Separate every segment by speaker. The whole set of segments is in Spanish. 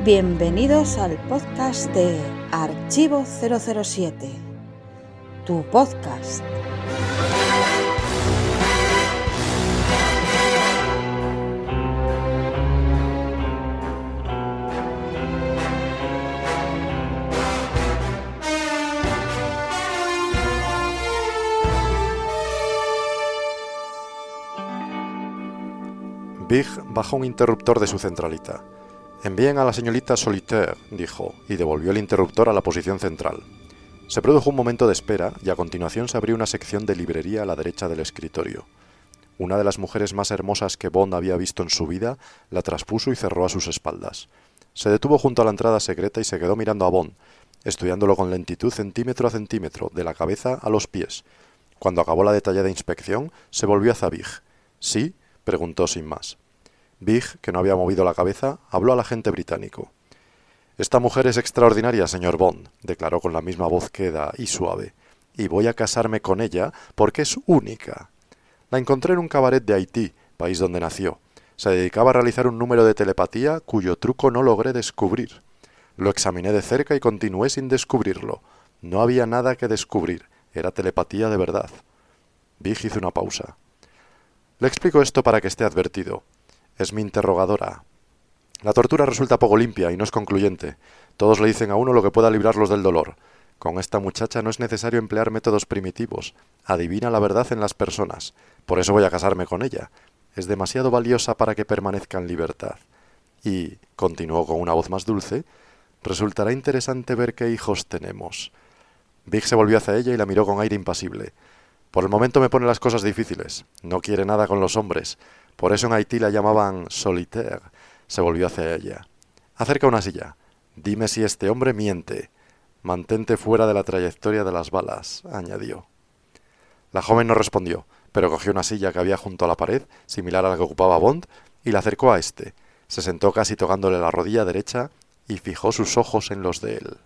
Speaker 1: Bienvenidos al podcast de Archivo 007, tu podcast.
Speaker 2: Big bajó un interruptor de su centralita. «Envíen a la señorita Solitaire», dijo, y devolvió el interruptor a la posición central. Se produjo un momento de espera y a continuación se abrió una sección de librería a la derecha del escritorio. Una de las mujeres más hermosas que Bond había visto en su vida la traspuso y cerró a sus espaldas. Se detuvo junto a la entrada secreta y se quedó mirando a Bond, estudiándolo con lentitud centímetro a centímetro, de la cabeza a los pies. Cuando acabó la detallada inspección, se volvió hacia Big. «¿Sí?», preguntó sin más. Big, que no había movido la cabeza, habló al agente británico. «Esta mujer es extraordinaria, señor Bond», declaró con la misma voz queda y suave, «y voy a casarme con ella porque es única. La encontré en un cabaret de Haití, país donde nació. Se dedicaba a realizar un número de telepatía cuyo truco no logré descubrir. Lo examiné de cerca y continué sin descubrirlo. No había nada que descubrir, era telepatía de verdad». Big hizo una pausa. «Le explico esto para que esté advertido. Es mi interrogadora. La tortura resulta poco limpia y no es concluyente. Todos le dicen a uno lo que pueda librarlos del dolor. Con esta muchacha no es necesario emplear métodos primitivos. Adivina la verdad en las personas. Por eso voy a casarme con ella. Es demasiado valiosa para que permanezca en libertad. Y», continuó con una voz más dulce, «resultará interesante ver qué hijos tenemos». Big se volvió hacia ella y la miró con aire impasible. «Por el momento me pone las cosas difíciles. No quiere nada con los hombres. Por eso en Haití la llamaban Solitaire». Se volvió hacia ella. «Acerca una silla. Dime si este hombre miente. Mantente fuera de la trayectoria de las balas», añadió. La joven no respondió, pero cogió una silla que había junto a la pared, similar a la que ocupaba Bond, y la acercó a éste. Se sentó casi tocándole la rodilla derecha y fijó sus ojos en los de él.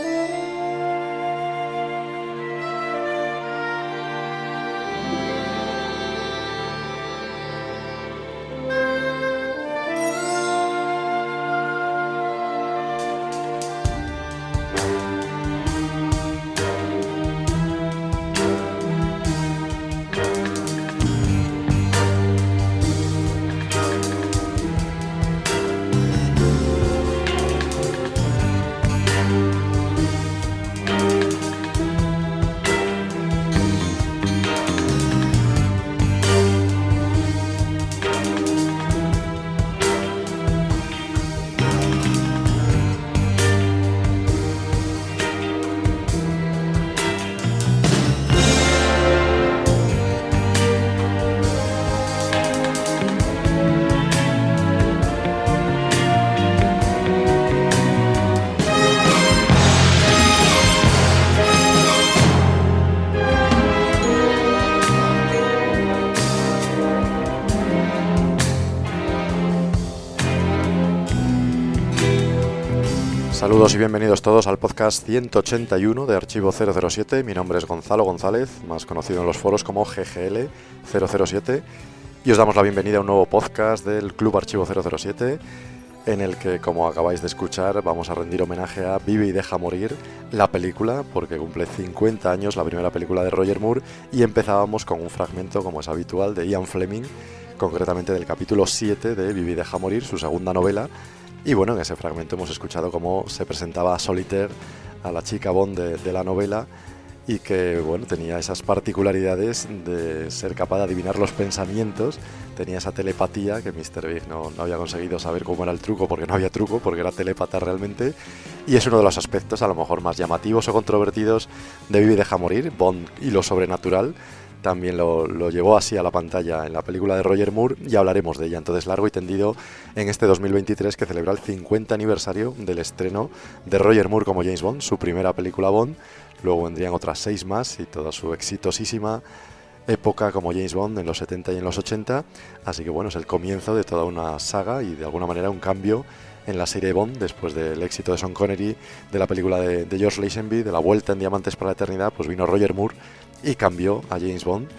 Speaker 2: Saludos y bienvenidos todos al podcast 181 de Archivo 007. Mi nombre es Gonzalo González, más conocido en los foros como GGL 007, y os damos la bienvenida a un nuevo podcast del Club Archivo 007, en el que, como acabáis de escuchar, vamos a rendir homenaje a Vive y deja morir, la película, porque cumple 50 años la primera película de Roger Moore, y empezábamos con un fragmento, como es habitual, de Ian Fleming, concretamente del capítulo 7 de Vive y deja morir, su segunda novela. Y bueno, en ese fragmento hemos escuchado cómo se presentaba a Solitaire, a la chica Bond de la novela, y que bueno, tenía esas particularidades de ser capaz de adivinar los pensamientos, tenía esa telepatía que Mr. Big no había conseguido saber cómo era el truco, porque no había truco, porque era telépata realmente, y es uno de los aspectos a lo mejor más llamativos o controvertidos de Vive y deja morir. Bond y lo sobrenatural también lo llevó así a la pantalla en la película de Roger Moore, y hablaremos de ella entonces largo y tendido en este 2023 que celebra el 50 aniversario del estreno de Roger Moore como James Bond, su primera película Bond. Luego vendrían otras 6 más y toda su exitosísima época como James Bond en los 70 y en los 80, así que bueno, es el comienzo de toda una saga y de alguna manera un cambio en la serie Bond después del éxito de Sean Connery, de la película de George Lazenby, de la vuelta en Diamantes para la Eternidad. Pues vino Roger Moore y cambió a James Bond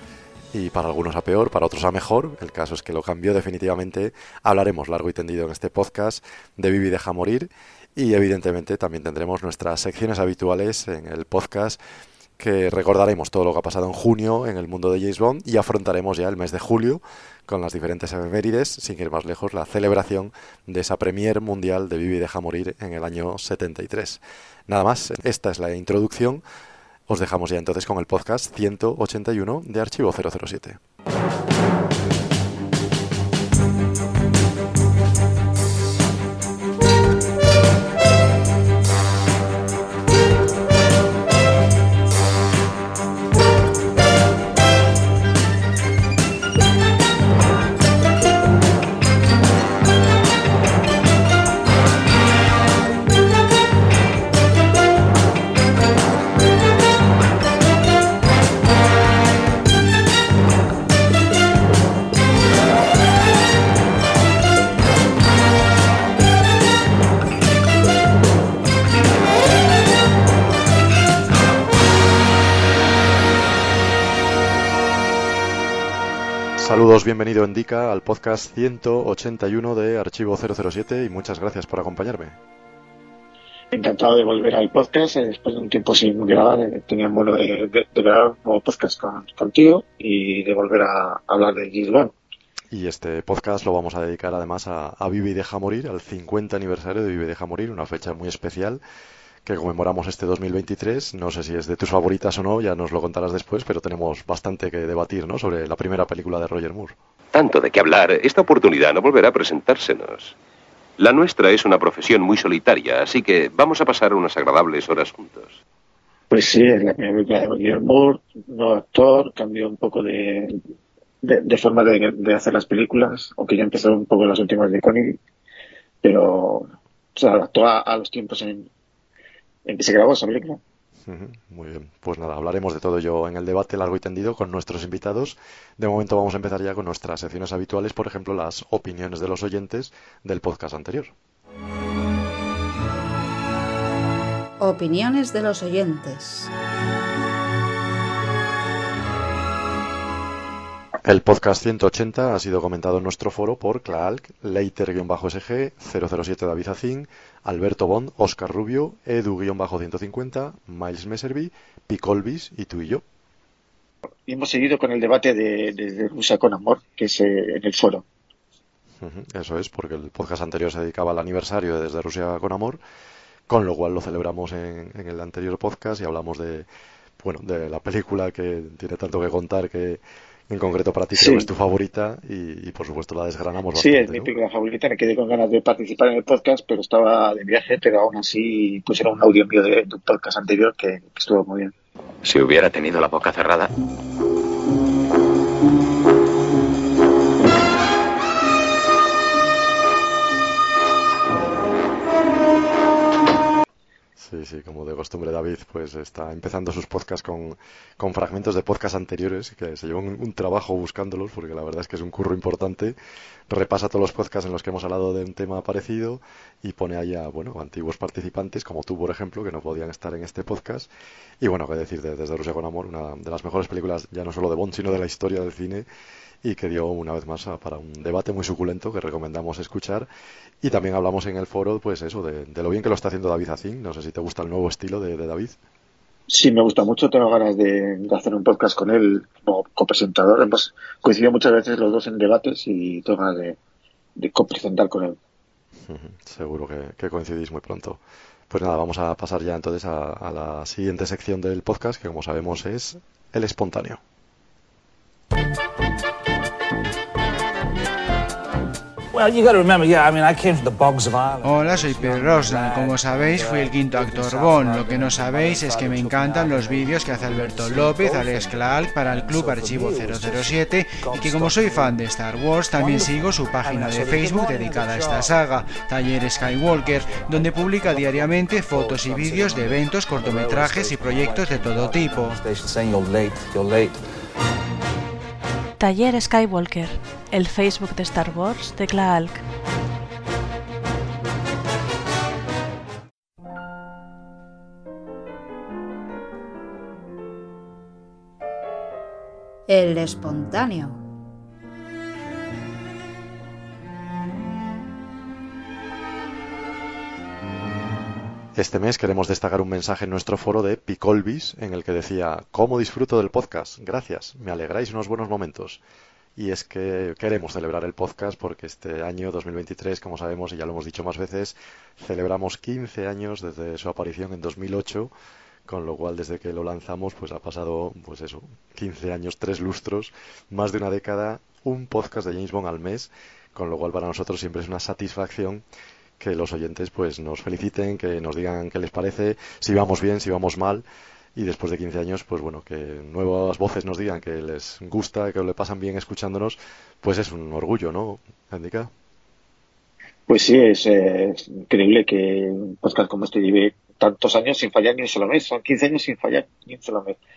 Speaker 2: y para algunos a peor, para otros a mejor. El caso es que lo cambió definitivamente. Hablaremos largo y tendido en este podcast de Vive y deja morir, y evidentemente también tendremos nuestras secciones habituales en el podcast, que recordaremos todo lo que ha pasado en junio en el mundo de James Bond y afrontaremos ya el mes de julio con las diferentes efemérides, sin ir más lejos, la celebración de esa premier mundial de Vive y deja morir en el año 73. Nada más, esta es la introducción. Os dejamos ya entonces con el podcast 181 de Archivo 007. Saludos, bienvenido Indica al podcast 181 de Archivo 007 y muchas gracias por acompañarme.
Speaker 3: Encantado de volver al podcast después de un tiempo sin grabar. Tenía bueno de grabar un nuevo podcast contigo y de volver a hablar de James Bond.
Speaker 2: Y este podcast lo vamos a dedicar además a Vive y deja morir, al 50 aniversario de Vive y deja morir, una fecha muy especial que conmemoramos este 2023. No sé si es de tus favoritas o no, ya nos lo contarás después, pero tenemos bastante que debatir, ¿no?, sobre la primera película de Roger Moore.
Speaker 4: Tanto de qué hablar, esta oportunidad no volverá a presentársenos. La nuestra es una profesión muy solitaria, así que vamos a pasar unas agradables horas juntos.
Speaker 3: Pues sí, es la primera película de Roger Moore, nuevo actor, cambió un poco de forma de hacer las películas, aunque ya empezó un poco las últimas de Connery, pero se adaptó a los tiempos en que se grabó esa película.
Speaker 2: Muy bien, pues nada, hablaremos de todo ello en el debate largo y tendido con nuestros invitados. De momento vamos a empezar ya con nuestras secciones habituales, por ejemplo, las opiniones de los oyentes del podcast anterior.
Speaker 1: Opiniones de los oyentes.
Speaker 2: El podcast 180 ha sido comentado en nuestro foro por Clark, Leiter-SG, 007 David Azin, Alberto Bond, Oscar Rubio, Edu-150, Miles Messervy, Picolvis y tú y yo.
Speaker 3: Y hemos seguido con el debate de Rusia con amor, que es en el foro.
Speaker 2: Eso es, porque el podcast anterior se dedicaba al aniversario de Desde Rusia con amor, con lo cual lo celebramos en el anterior podcast y hablamos de la película que tiene tanto que contar, que en concreto para ti creo que es tu favorita y por supuesto la desgranamos bastante.
Speaker 3: Sí, es mi película favorita. Me quedé con ganas de participar en el podcast, pero estaba de viaje, pero aún así pusieron un audio mío de un podcast anterior que estuvo muy bien.
Speaker 4: Si hubiera tenido la boca cerrada.
Speaker 2: Sí, como de costumbre David pues está empezando sus podcasts con fragmentos de podcasts anteriores, que se lleva un trabajo buscándolos, porque la verdad es que es un curro importante. Repasa todos los podcasts en los que hemos hablado de un tema parecido y pone ahí a antiguos participantes, como tú, por ejemplo, que no podían estar en este podcast. Y qué decir de Desde Rusia con amor, una de las mejores películas, ya no solo de Bond, sino de la historia del cine, y que dio una vez más para un debate muy suculento que recomendamos escuchar. Y también hablamos en el foro, pues eso, de lo bien que lo está haciendo David Azin. No sé si te gusta el nuevo estilo de David.
Speaker 3: Sí, me gusta mucho, tengo ganas de hacer un podcast con él como copresentador. Hemos coincidido muchas veces los dos en debates y tengo ganas de copresentar con él.
Speaker 2: Seguro que coincidís muy pronto. Pues nada, vamos a pasar ya entonces a la siguiente sección del podcast, que como sabemos es el espontáneo.
Speaker 5: Hola, soy Pierre Brosnan. Como sabéis, fui el quinto actor Bond. Lo que no sabéis es que me encantan los vídeos que hace Alberto López, Alex Clark, para el Club Archivo 007, y que como soy fan de Star Wars, también sigo su página de Facebook dedicada a esta saga, Taller Skywalker, donde publica diariamente fotos y vídeos de eventos, cortometrajes y proyectos de todo tipo.
Speaker 6: Taller Skywalker, el Facebook de Star Wars de Clark.
Speaker 1: el espontáneo.
Speaker 2: Este mes queremos destacar un mensaje en nuestro foro de Picolvis en el que decía: ¿cómo disfruto del podcast? Gracias, me alegráis unos buenos momentos. Y es que queremos celebrar el podcast porque este año 2023, como sabemos y ya lo hemos dicho más veces, celebramos 15 años desde su aparición en 2008, con lo cual desde que lo lanzamos pues ha pasado, pues eso, 15 años, 3 lustros, más de una década, un podcast de James Bond al mes, con lo cual para nosotros siempre es una satisfacción que los oyentes pues nos feliciten, que nos digan qué les parece, si vamos bien, si vamos mal, y después de 15 años, pues bueno, que nuevas voces nos digan que les gusta, que lo pasan bien escuchándonos, pues es un orgullo, ¿no, Andika?
Speaker 3: Pues sí, es increíble que un podcast como este lleve tantos años sin fallar ni un solo mes. Son 15 años sin fallar ni un solo mes.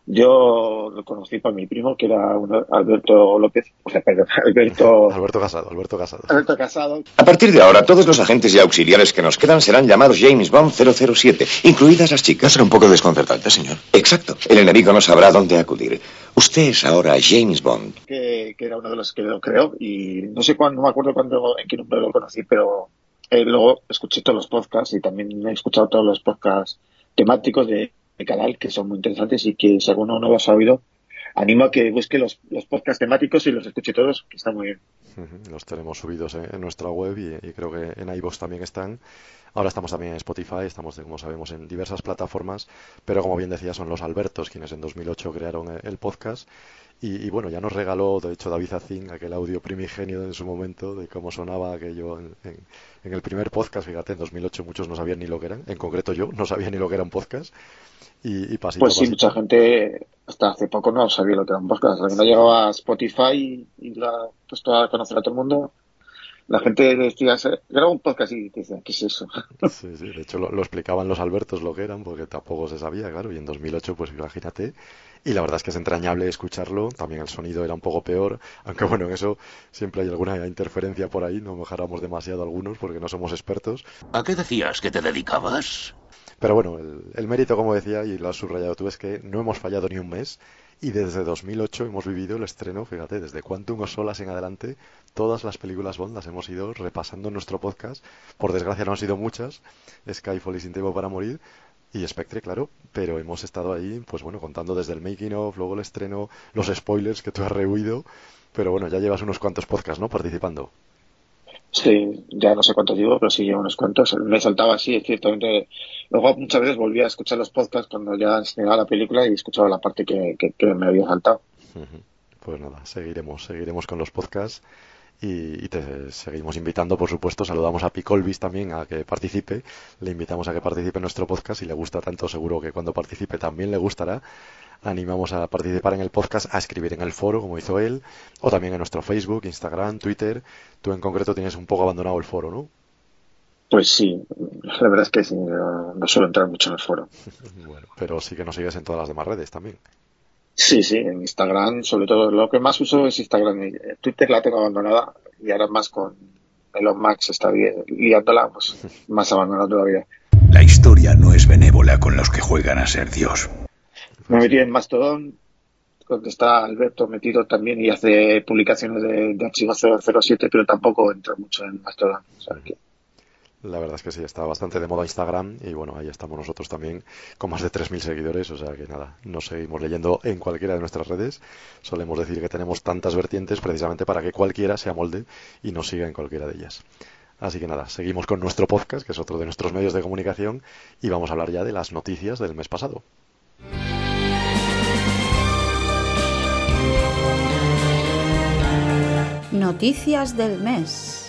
Speaker 3: Yo lo conocí por mi primo, que era Alberto López, o sea, perdón,
Speaker 2: Alberto Casado.
Speaker 3: Alberto Casado.
Speaker 7: A partir de ahora, todos los agentes y auxiliares que nos quedan serán llamados James Bond 007, incluidas las chicas.
Speaker 8: Será un poco desconcertante, señor.
Speaker 7: Exacto. El enemigo no sabrá dónde acudir. Usted es ahora James Bond.
Speaker 3: Que era uno de los que lo creó, y no sé cuándo, no me acuerdo cuándo, en qué número lo conocí, pero luego escuché todos los podcasts y también he escuchado todos los podcasts temáticos de canal, que son muy interesantes y que si alguno no los ha oído, animo a que busque los podcasts temáticos y los escuche todos, que están muy bien.
Speaker 2: Los tenemos subidos en nuestra web y creo que en iVoox también están. Ahora estamos también en Spotify, estamos, como sabemos, en diversas plataformas, pero como bien decía, son los Albertos quienes en 2008 crearon el podcast. Y bueno, ya nos regaló, de hecho, David Zacín aquel audio primigenio en su momento de cómo sonaba aquello en el primer podcast. Fíjate, en 2008 muchos no sabían ni lo que eran, en concreto yo no sabía ni lo que era un podcast. Y pasito
Speaker 3: pues
Speaker 2: a pasito.
Speaker 3: Sí, mucha gente hasta hace poco no sabía lo que era un podcast. Cuando llegaba a Spotify y la ha puesto a conocer a todo el mundo, la gente decía, graba un podcast y decía, ¿qué es eso?
Speaker 2: Sí, de hecho lo explicaban los Albertos lo que eran, porque tampoco se sabía, claro, y en 2008 pues imagínate. Y la verdad es que es entrañable escucharlo, también el sonido era un poco peor, aunque bueno, en eso siempre hay alguna interferencia por ahí, no mojáramos demasiado algunos porque no somos expertos.
Speaker 8: ¿A qué decías que te dedicabas?
Speaker 2: Pero bueno, el mérito, como decía, y lo has subrayado tú, es que no hemos fallado ni un mes. Y desde 2008 hemos vivido el estreno, fíjate, desde Quantum of Solace en adelante, todas las películas Bond las hemos ido repasando en nuestro podcast. Por desgracia no han sido muchas, Skyfall y Sin Tiempo para Morir, y Spectre, claro, pero hemos estado ahí, pues bueno, contando desde el making of, luego el estreno, los spoilers que tú has rehuido, pero bueno, ya llevas unos cuantos podcasts, ¿no?, participando.
Speaker 3: Sí, ya no sé cuántos llevo, pero sí llevo unos cuantos. Me saltaba así, es cierto. Luego muchas veces volvía a escuchar los podcasts cuando ya estrenaba la película y escuchaba la parte que me había saltado.
Speaker 2: Pues nada, seguiremos con los podcasts y te seguimos invitando, por supuesto. Saludamos a Picolvis también a que participe. Le invitamos a que participe en nuestro podcast. Si le gusta tanto, seguro que cuando participe también le gustará. Animamos a participar en el podcast, a escribir en el foro, como hizo él, o también en nuestro Facebook, Instagram, Twitter. Tú en concreto tienes un poco abandonado el foro, ¿no?
Speaker 3: Pues sí, la verdad es que sí, no suelo entrar mucho en el foro.
Speaker 2: Bueno, pero sí que nos sigues en todas las demás redes también.
Speaker 3: Sí, en Instagram, sobre todo. Lo que más uso es Instagram. Twitter la tengo abandonada y ahora más con Elon Musk está liándola, pues más abandonada todavía.
Speaker 8: La historia no es benévola con los que juegan a ser Dios.
Speaker 3: Me metí en Mastodon, donde está Alberto metido también y hace publicaciones de Archivo 007, pero tampoco entro mucho en Mastodon. O sea que...
Speaker 2: La verdad es que sí, está bastante de moda Instagram y bueno, ahí estamos nosotros también con más de 3.000 seguidores, o sea que nada, nos seguimos leyendo en cualquiera de nuestras redes. Solemos decir que tenemos tantas vertientes precisamente para que cualquiera se amolde y nos siga en cualquiera de ellas. Así que nada, seguimos con nuestro podcast, que es otro de nuestros medios de comunicación, y vamos a hablar ya de las noticias del mes pasado.
Speaker 1: Noticias del mes.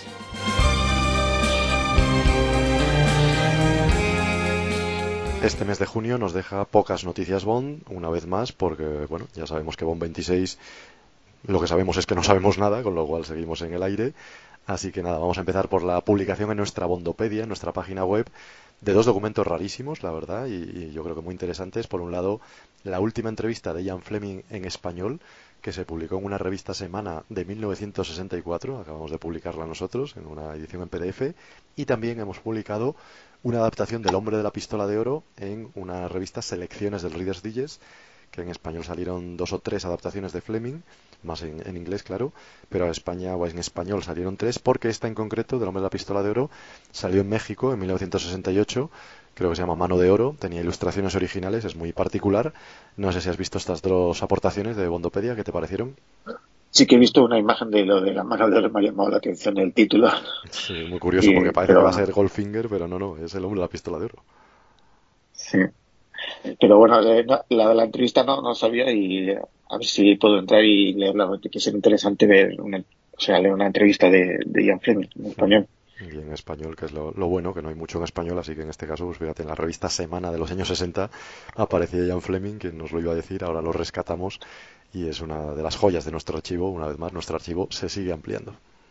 Speaker 2: Este mes de junio nos deja pocas noticias Bond, una vez más, porque bueno, ya sabemos que Bond 26, lo que sabemos es que no sabemos nada, con lo cual seguimos en el aire. Así que nada, vamos a empezar por la publicación en nuestra Bondopedia, en nuestra página web, de dos documentos rarísimos, la verdad, y yo creo que muy interesantes. Por un lado, la última entrevista de Ian Fleming en español, que se publicó en una revista Semana de 1964, acabamos de publicarla nosotros en una edición en PDF, y también hemos publicado una adaptación del Hombre de la Pistola de Oro en una revista Selecciones del Reader's Digest, que en español salieron 2 o 3 adaptaciones de Fleming, más en inglés, claro, pero a España o en español salieron 3, porque esta en concreto, del Hombre de la Pistola de Oro, salió en México en 1968, creo que se llama Mano de Oro, tenía ilustraciones originales, es muy particular. No sé si has visto estas 2 aportaciones de Bondopedia, ¿qué te parecieron?
Speaker 3: Sí que he visto una imagen de lo de la mano de oro, me ha llamado la atención el título.
Speaker 2: Sí, muy curioso, porque parece que va a ser Goldfinger, pero no, es el Hombre de la Pistola de Oro.
Speaker 3: Sí. Pero bueno, la de la entrevista no sabía, y a ver si puedo entrar y leerla, porque que es interesante leer una entrevista de Ian Fleming en español.
Speaker 2: Y en español, que es lo bueno, que no hay mucho en español, así que en este caso, pues fíjate, en la revista Semana de los años 60 aparecía Ian Fleming, que nos lo iba a decir, ahora lo rescatamos, y es una de las joyas de nuestro archivo. Una vez más, nuestro archivo se sigue ampliando.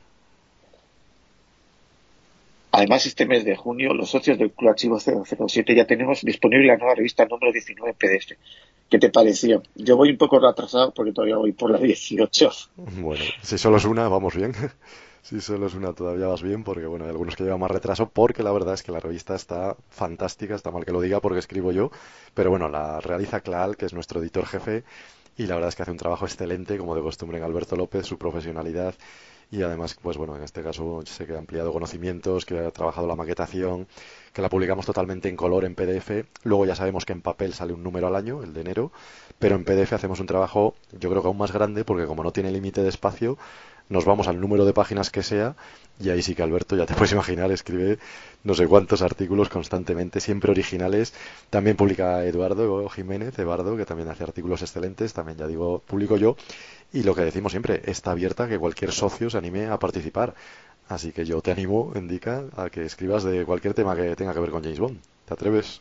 Speaker 3: Además, este mes de junio, los socios del Club Archivo 007 ya tenemos disponible la nueva revista número 19 en PDF. ¿Qué te pareció? Yo voy un poco retrasado porque todavía voy por la 18.
Speaker 2: Bueno, si solo es una, vamos bien. Si solo es una, todavía vas bien, porque bueno, hay algunos que llevan más retraso, porque la verdad es que la revista está fantástica, está mal que lo diga porque escribo yo, pero bueno, la realiza Claal, que es nuestro editor jefe, y la verdad es que hace un trabajo excelente, como de costumbre en Alberto López, su profesionalidad. Y además, pues bueno, en este caso sé que ha ampliado conocimientos, que ha trabajado la maquetación, que la publicamos totalmente en color en PDF. Luego ya sabemos que en papel sale un número al año, el de enero, pero en PDF hacemos un trabajo, yo creo que aún más grande, porque como no tiene límite de espacio, nos vamos al número de páginas que sea, y ahí sí que Alberto, ya te puedes imaginar, escribe no sé cuántos artículos constantemente, siempre originales. También publica Eduardo Jiménez, que también hace artículos excelentes, también ya digo, publico yo. Y lo que decimos siempre, está abierta a que cualquier socio se anime a participar. Así que yo te animo, Indica, a que escribas de cualquier tema que tenga que ver con James Bond. ¿Te atreves?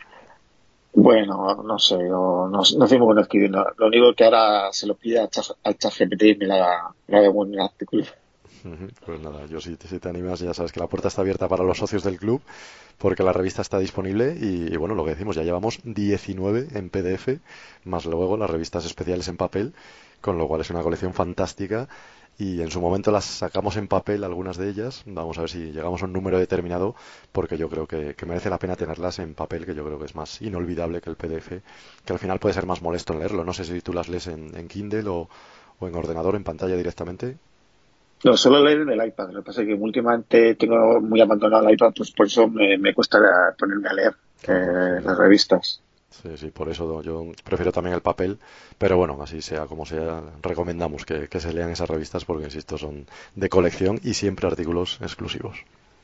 Speaker 3: Bueno, no sé, no soy muy bueno escribiendo. Lo único que ahora se lo pide al ChatGPT y me la haga buen artículo.
Speaker 2: Pues nada, yo si te animas, ya sabes que la puerta está abierta para los socios del club, porque la revista está disponible y bueno, lo que decimos, ya llevamos 19 en PDF, más luego las revistas especiales en papel, con lo cual es una colección fantástica, y en su momento las sacamos en papel, algunas de ellas. Vamos a ver si llegamos a un número determinado, porque yo creo que merece la pena tenerlas en papel, que yo creo que es más inolvidable que el PDF, que al final puede ser más molesto en leerlo. No sé si tú las lees en Kindle o en ordenador, en pantalla directamente.
Speaker 3: No, solo leer en el iPad. Lo que pasa es que últimamente tengo muy abandonado el iPad, pues por eso me cuesta ponerme a leer las revistas.
Speaker 2: Sí, por eso yo prefiero también el papel, pero bueno, así sea como sea, recomendamos que se lean esas revistas, porque insisto, son de colección y siempre artículos exclusivos.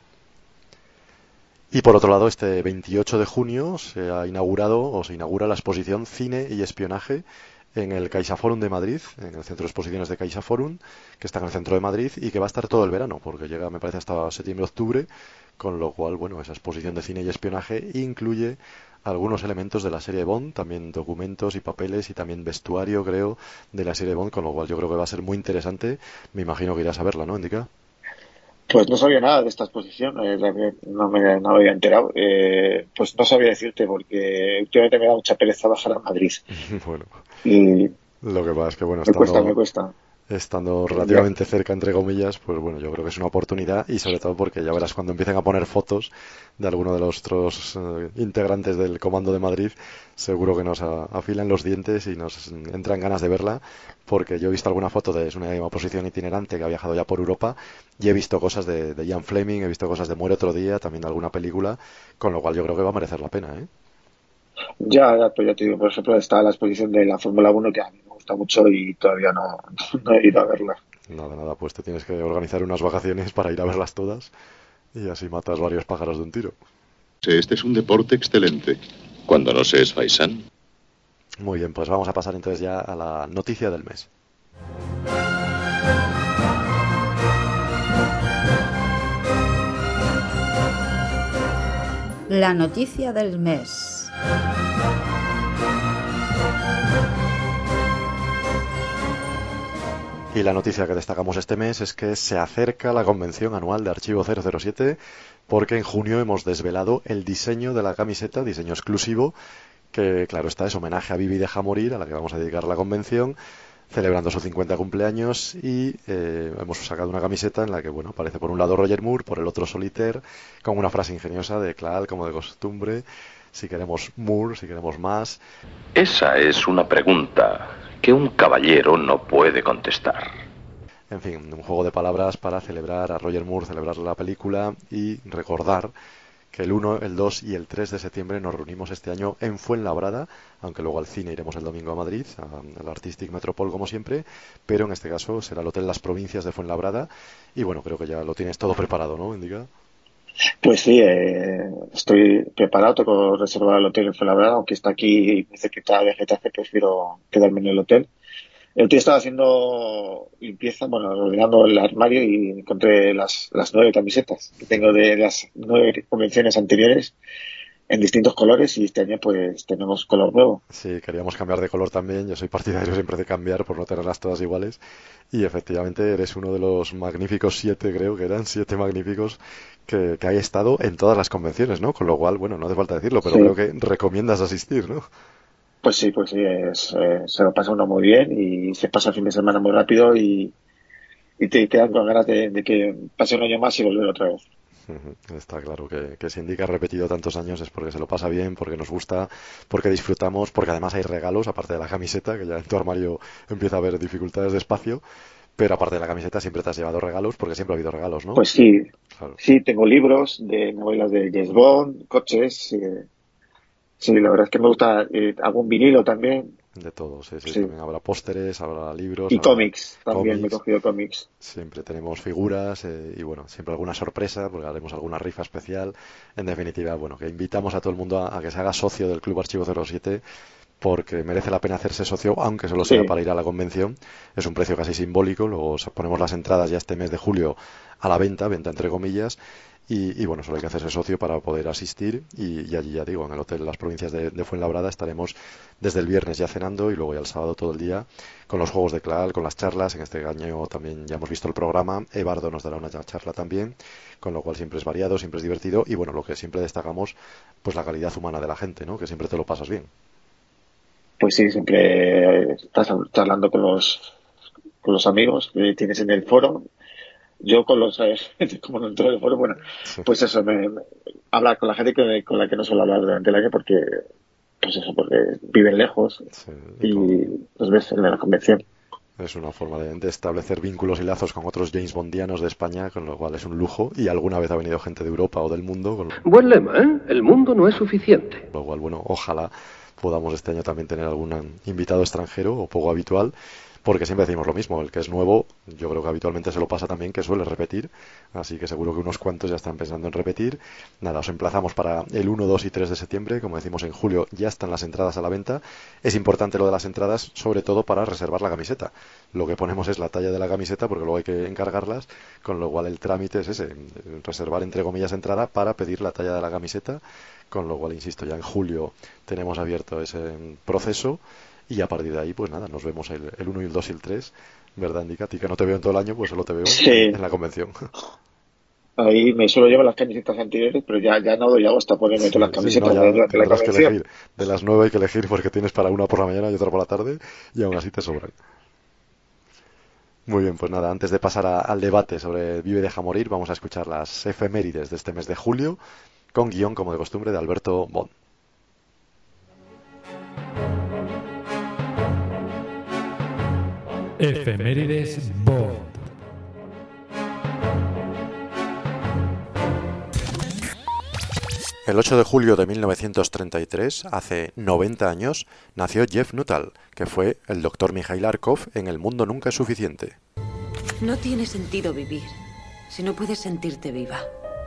Speaker 2: Y por otro lado, este 28 de junio se inaugura la exposición Cine y Espionaje en el CaixaForum de Madrid, en el Centro de Exposiciones de CaixaForum, que está en el centro de Madrid y que va a estar todo el verano, porque llega, me parece, hasta septiembre-octubre, con lo cual, bueno, esa exposición de cine y espionaje incluye algunos elementos de la serie Bond, también documentos y papeles y también vestuario, creo, de la serie Bond, con lo cual yo creo que va a ser muy interesante. Me imagino que irás a verla, ¿no, Indica?
Speaker 3: Pues no sabía nada de esta exposición, no había enterado. Pues no sabía decirte, porque últimamente me da mucha pereza bajar a Madrid.
Speaker 2: Bueno,
Speaker 3: y
Speaker 2: lo que pasa es que, bueno,
Speaker 3: me cuesta.
Speaker 2: Estando relativamente cerca, entre comillas, pues bueno, yo creo que es una oportunidad, y sobre todo porque ya verás cuando empiecen a poner fotos de alguno de los otros integrantes del Comando de Madrid, seguro que nos afilan los dientes y nos entran ganas de verla, porque yo he visto alguna foto es una oposición itinerante que ha viajado ya por Europa, y he visto cosas de Ian Fleming, he visto cosas de Muere otro día, también de alguna película, con lo cual yo creo que va a merecer la pena, ¿eh?
Speaker 3: Pero ya te digo, por ejemplo, está la exposición de la Fórmula 1, que a mí me gusta mucho y todavía no he ido a verla.
Speaker 2: Nada, pues te tienes que organizar unas vacaciones para ir a verlas todas, y así matas varios pájaros de un tiro.
Speaker 9: Este es un deporte excelente, cuando no se es faisán.
Speaker 2: Muy bien, pues vamos a pasar entonces ya a la noticia del mes.
Speaker 1: La noticia del mes.
Speaker 2: Y la noticia que destacamos este mes es que se acerca la convención anual de Archivo 007, porque en junio hemos desvelado el diseño de la camiseta, diseño exclusivo, que claro está, es homenaje a Bibi Deja Morir, a la que vamos a dedicar la convención, celebrando su 50 cumpleaños, y hemos sacado una camiseta en la que, bueno, aparece por un lado Roger Moore, por el otro Solitaire, con una frase ingeniosa de Claal, como de costumbre, si queremos Moore, si queremos más.
Speaker 10: Esa es una pregunta que un caballero no puede contestar.
Speaker 2: En fin, un juego de palabras para celebrar a Roger Moore, celebrar la película y recordar que el 1, el 2 y el 3 de septiembre nos reunimos este año en Fuenlabrada, aunque luego al cine iremos el domingo a Madrid, al Artistic Metropol como siempre, pero en este caso será el Hotel Las Provincias de Fuenlabrada y bueno, creo que ya lo tienes todo preparado, ¿no, Indica?
Speaker 3: Pues sí, estoy preparado, tengo reservado el hotel en Fuenlabrada, aunque está aquí muy cerquita de Getafe, prefiero quedarme en el hotel. El tío estaba haciendo limpieza, bueno, ordenando el armario y encontré las 9 camisetas que tengo de las 9 convenciones anteriores en distintos colores y este año pues tenemos color nuevo.
Speaker 2: Sí, queríamos cambiar de color también, yo soy partidario siempre de cambiar por no tenerlas todas iguales y efectivamente eres uno de los magníficos 7, creo que eran 7 magníficos que hay estado en todas las convenciones, ¿no? Con lo cual, bueno, no hace falta decirlo, pero sí, creo que recomiendas asistir, ¿no?
Speaker 3: Pues sí, se lo pasa uno muy bien y se pasa el fin de semana muy rápido y te quedan con ganas de que pase un año más y volver otra vez.
Speaker 2: Está claro que si Indica ha repetido tantos años es porque se lo pasa bien, porque nos gusta, porque disfrutamos, porque además hay regalos, aparte de la camiseta, que ya en tu armario empieza a haber dificultades de espacio, pero aparte de la camiseta siempre te has llevado regalos, porque siempre ha habido regalos, ¿no?
Speaker 3: Pues sí,
Speaker 2: claro.
Speaker 3: Sí, tengo libros de novelas de James Bond, coches, sí, la verdad es que me gusta algún vinilo también.
Speaker 2: De todo, sí. También habrá pósteres, habrá libros.
Speaker 3: Y cómics, también me he cogido cómics.
Speaker 2: Siempre tenemos figuras y bueno, siempre alguna sorpresa, porque haremos alguna rifa especial. En definitiva, bueno, que invitamos a todo el mundo a que se haga socio del Club Archivo 07, porque merece la pena hacerse socio, aunque solo sea para ir a la convención. Es un precio casi simbólico, luego ponemos las entradas ya este mes de julio a la venta entre comillas. Y bueno, solo hay que hacerse socio para poder asistir y allí, ya digo, en el Hotel Las Provincias de Fuenlabrada estaremos desde el viernes ya cenando y luego ya el sábado todo el día con los juegos de Clal, con las charlas. En este año también ya hemos visto el programa, Ebardo nos dará una charla también, con lo cual siempre es variado, siempre es divertido y bueno, lo que siempre destacamos, pues la calidad humana de la gente, ¿no? Que siempre te lo pasas bien.
Speaker 3: Pues sí, siempre estás charlando con los amigos que tienes en el foro. Yo como no entro en el foro, bueno, pues eso, hablar con la gente con la que no suelo hablar durante el año porque viven lejos y los ves en la convención.
Speaker 2: Es una forma de establecer vínculos y lazos con otros James Bondianos de España, con lo cual es un lujo y alguna vez ha venido gente de Europa o del mundo.
Speaker 11: Buen lema, ¿eh? El mundo no es suficiente.
Speaker 2: Con lo cual, bueno, ojalá podamos este año también tener algún invitado extranjero o poco habitual. Porque siempre decimos lo mismo, el que es nuevo, yo creo que habitualmente se lo pasa también, que suele repetir, así que seguro que unos cuantos ya están pensando en repetir. Nada, os emplazamos para el 1, 2 y 3 de septiembre, como decimos en julio ya están las entradas a la venta. Es importante lo de las entradas, sobre todo para reservar la camiseta. Lo que ponemos es la talla de la camiseta, porque luego hay que encargarlas, con lo cual el trámite es ese, reservar entre comillas entrada para pedir la talla de la camiseta, con lo cual, insisto, ya en julio tenemos abierto ese proceso. Y a partir de ahí, pues nada, nos vemos el 1, el 2 y el 3, ¿verdad, Indica? A ti que no te veo en todo el año, pues solo te veo en la convención.
Speaker 3: Ahí me suelo llevar las camisetas anteriores, pero ya no doy agosto a ponerme todas las camisetas de la convención.
Speaker 2: Que elegir. De las 9 hay que elegir porque tienes para una por la mañana y otra por la tarde y aún así te sobran. Muy bien, pues nada, antes de pasar al debate sobre Vive y deja morir, vamos a escuchar las efemérides de este mes de julio con guión, como de costumbre, de Alberto Bond.
Speaker 12: Efemérides Bond.
Speaker 2: El 8 de julio de 1933, hace 90 años, nació Jeff Nuttall, que fue el Dr. Mikhail Arkhov en El mundo nunca es suficiente.
Speaker 13: No tiene sentido vivir si no puedes sentirte viva.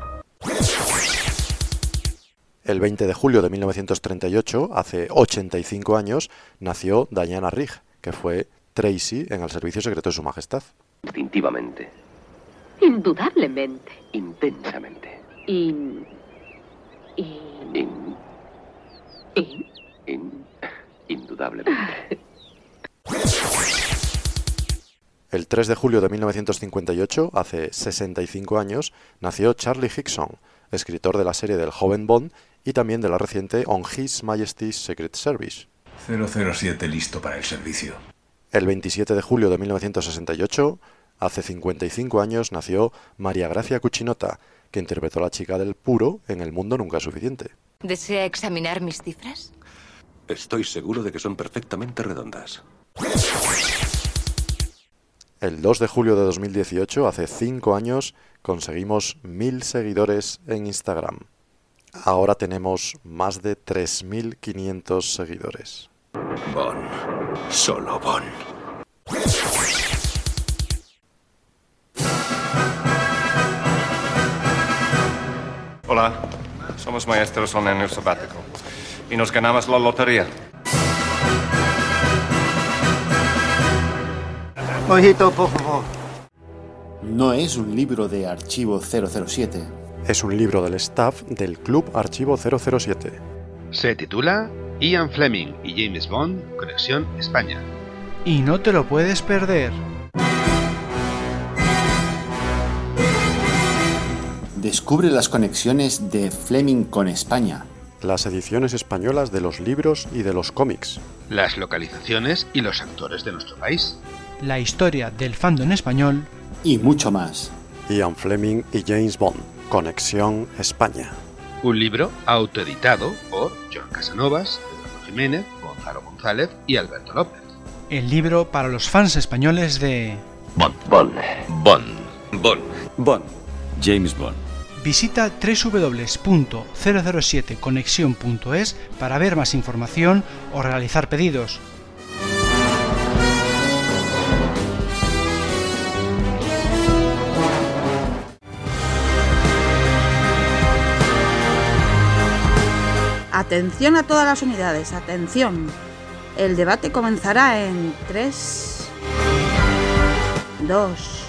Speaker 2: El 20 de julio de 1938, hace 85 años, nació Diana Rigg, que fue Tracy en el Servicio Secreto de Su Majestad.
Speaker 11: Instintivamente.
Speaker 14: Indudablemente.
Speaker 11: Intensamente. Indudablemente.
Speaker 2: El 3 de julio de 1958, hace 65 años, nació Charlie Hickson, escritor de la serie del joven Bond y también de la reciente On His Majesty's Secret Service.
Speaker 8: 007 listo para el servicio.
Speaker 2: El 27 de julio de 1968, hace 55 años, nació María Gracia Cuchinota, que interpretó a la chica del puro en El mundo nunca es suficiente.
Speaker 13: ¿Desea examinar mis cifras?
Speaker 14: Estoy seguro de que son perfectamente redondas.
Speaker 2: El 2 de julio de 2018, hace 5 años, conseguimos 1000 seguidores en Instagram. Ahora tenemos más de 3500 seguidores.
Speaker 14: Bond. Solo Bond.
Speaker 15: Hola, somos maestros en año sabático y nos ganamos la lotería.
Speaker 16: Mojito, por favor.
Speaker 17: No es un libro de Archivo 007.
Speaker 2: Es un libro del staff del Club Archivo 007.
Speaker 18: Se titula Ian Fleming y James Bond, Conexión España.
Speaker 5: Y no te lo puedes perder.
Speaker 17: Descubre las conexiones de Fleming con España.
Speaker 2: Las ediciones españolas de los libros y de los cómics.
Speaker 18: Las localizaciones y los actores de nuestro país.
Speaker 5: La historia del fandom español.
Speaker 17: Y mucho más.
Speaker 2: Ian Fleming y James Bond, Conexión España.
Speaker 18: Un libro autoeditado por Joan Casanovas, Eduardo Jiménez, Gonzalo González y Alberto López.
Speaker 5: El libro para los fans españoles de...
Speaker 10: Bond. Bond. Bond.
Speaker 14: Bond. Bond.
Speaker 8: James Bond.
Speaker 5: Visita www.007conexion.es para ver más información o realizar pedidos.
Speaker 1: Atención a todas las unidades, atención. El debate comenzará en 3, 2,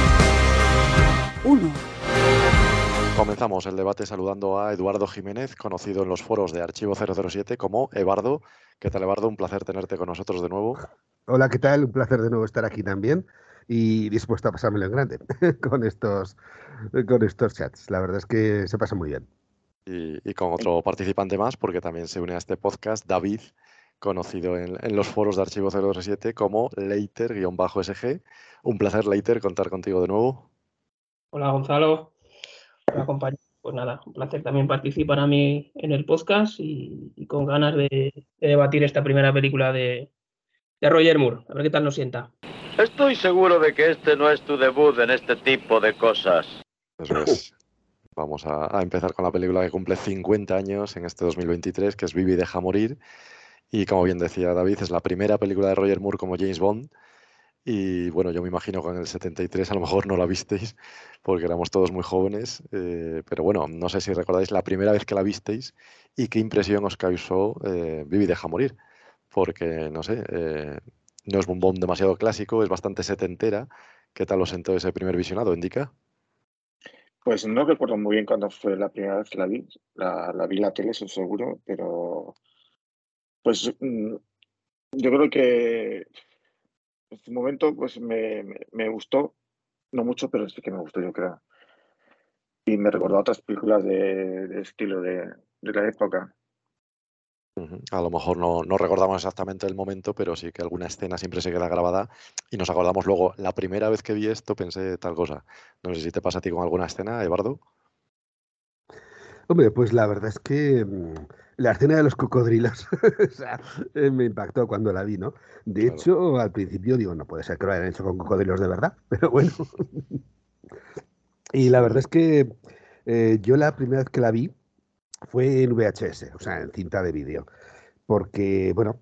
Speaker 1: 1.
Speaker 2: Comenzamos el debate saludando a Eduardo Jiménez, conocido en los foros de Archivo 007 como Ebardo. ¿Qué tal, Ebardo? Un placer tenerte con nosotros de nuevo.
Speaker 19: Hola, ¿qué tal? Un placer de nuevo estar aquí también y dispuesto a pasármelo en grande con estos chats. La verdad es que se pasa muy bien.
Speaker 2: Y con otro participante más, porque también se une a este podcast, David, conocido en los foros de Archivo 007 como Leiter-SG. Un placer, Leiter, contar contigo de nuevo.
Speaker 20: Hola, Gonzalo. Hola, compañero. Pues nada, un placer también participar a mí en el podcast y con ganas de debatir esta primera película de Roger Moore. A ver qué tal nos sienta.
Speaker 10: Estoy seguro de que este no es tu debut en este tipo de cosas.
Speaker 2: Eso es. Vamos a empezar con la película que cumple 50 años en este 2023, que es Vive y deja morir. Y como bien decía David, es la primera película de Roger Moore como James Bond. Y bueno, yo me imagino que en el 73 a lo mejor no la visteis, porque éramos todos muy jóvenes. Pero bueno, no sé si recordáis la primera vez que la visteis y qué impresión os causó Vive y deja morir. Porque, no sé, no es un Bond demasiado clásico, es bastante setentera. ¿Qué tal os sentó ese primer visionado, Indica?
Speaker 3: Pues no recuerdo muy bien cuándo fue la primera vez que la vi. La vi en la tele, eso seguro, pero pues yo creo que en este momento pues me gustó, no mucho, pero sí que me gustó, yo creo. Y me recordó a otras películas de estilo de la época.
Speaker 2: A lo mejor no recordamos exactamente el momento, pero sí que alguna escena siempre se queda grabada y nos acordamos luego, la primera vez que vi esto pensé tal cosa. No sé si te pasa a ti con alguna escena, Ebardo.
Speaker 19: Hombre, pues la verdad es que la escena de los cocodrilos o sea, me impactó cuando la vi, ¿no? De hecho, al principio digo, no puede ser que lo hayan hecho con cocodrilos de verdad, pero bueno. Y la verdad es que yo la primera vez que la vi fue en VHS, o sea, en cinta de vídeo. Porque, bueno,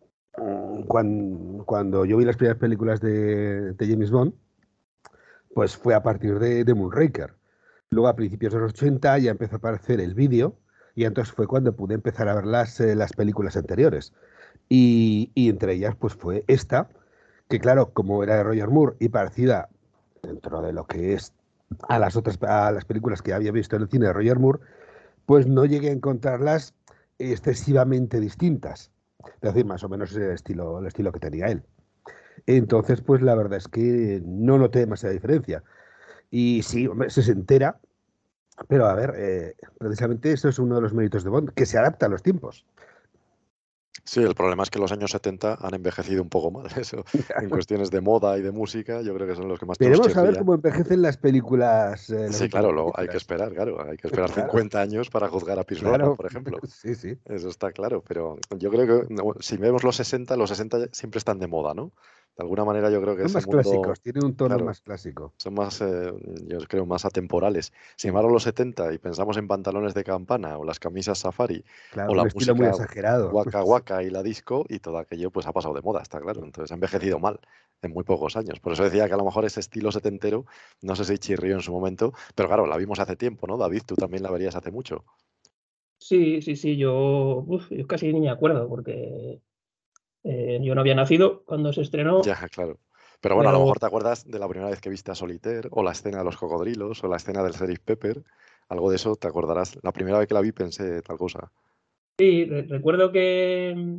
Speaker 19: cuando yo vi las primeras películas de James Bond, pues fue a partir de Moonraker. Luego, a principios de los 80, ya empezó a aparecer el vídeo, y entonces fue cuando pude empezar a ver las películas anteriores. Y entre ellas, pues fue esta, que claro, como era de Roger Moore y parecida dentro de lo que es a las películas que había visto en el cine de Roger Moore, pues no llegué a encontrarlas excesivamente distintas. Es decir, más o menos el estilo que tenía él. Entonces, pues la verdad es que no noté demasiada diferencia. Y sí, hombre, se entera, pero a ver, precisamente eso es uno de los méritos de Bond, que se adapta a los tiempos.
Speaker 2: Sí, el problema es que los años 70 han envejecido un poco mal. Eso, en cuestiones de moda y de música, yo creo que son los que más nos
Speaker 19: Veremos a ver
Speaker 2: chirrían.
Speaker 19: cómo envejecen las películas.
Speaker 2: Sí, claro, hay que esperar, claro. Hay que esperar 50 años para juzgar a Pierce Brosnan, por ejemplo.
Speaker 19: Sí, sí.
Speaker 2: Eso está claro, pero yo creo que si vemos los 60 siempre están de moda, ¿no? De alguna manera yo creo que
Speaker 19: Son más clásicos, tienen un tono más clásico.
Speaker 2: Son más, yo creo, más atemporales. Sin embargo, los 70, y pensamos en pantalones de campana, o las camisas safari,
Speaker 19: claro,
Speaker 2: o la
Speaker 19: música muy exagerado.
Speaker 2: Waka Waka y la disco, y todo aquello pues ha pasado de moda, está claro. Entonces ha envejecido mal en muy pocos años. Por eso decía que a lo mejor ese estilo setentero, no sé si chirrió en su momento, pero claro, la vimos hace tiempo, ¿no? David, tú también la verías hace mucho.
Speaker 20: Sí, yo casi ni me acuerdo, porque yo no había nacido cuando se estrenó.
Speaker 2: Ya, claro. Pero bueno, a lo mejor te acuerdas de la primera vez que viste a Solitaire, o la escena de los cocodrilos, o la escena del Sheriff Pepper. Algo de eso te acordarás. La primera vez que la vi pensé tal cosa.
Speaker 20: Sí, recuerdo que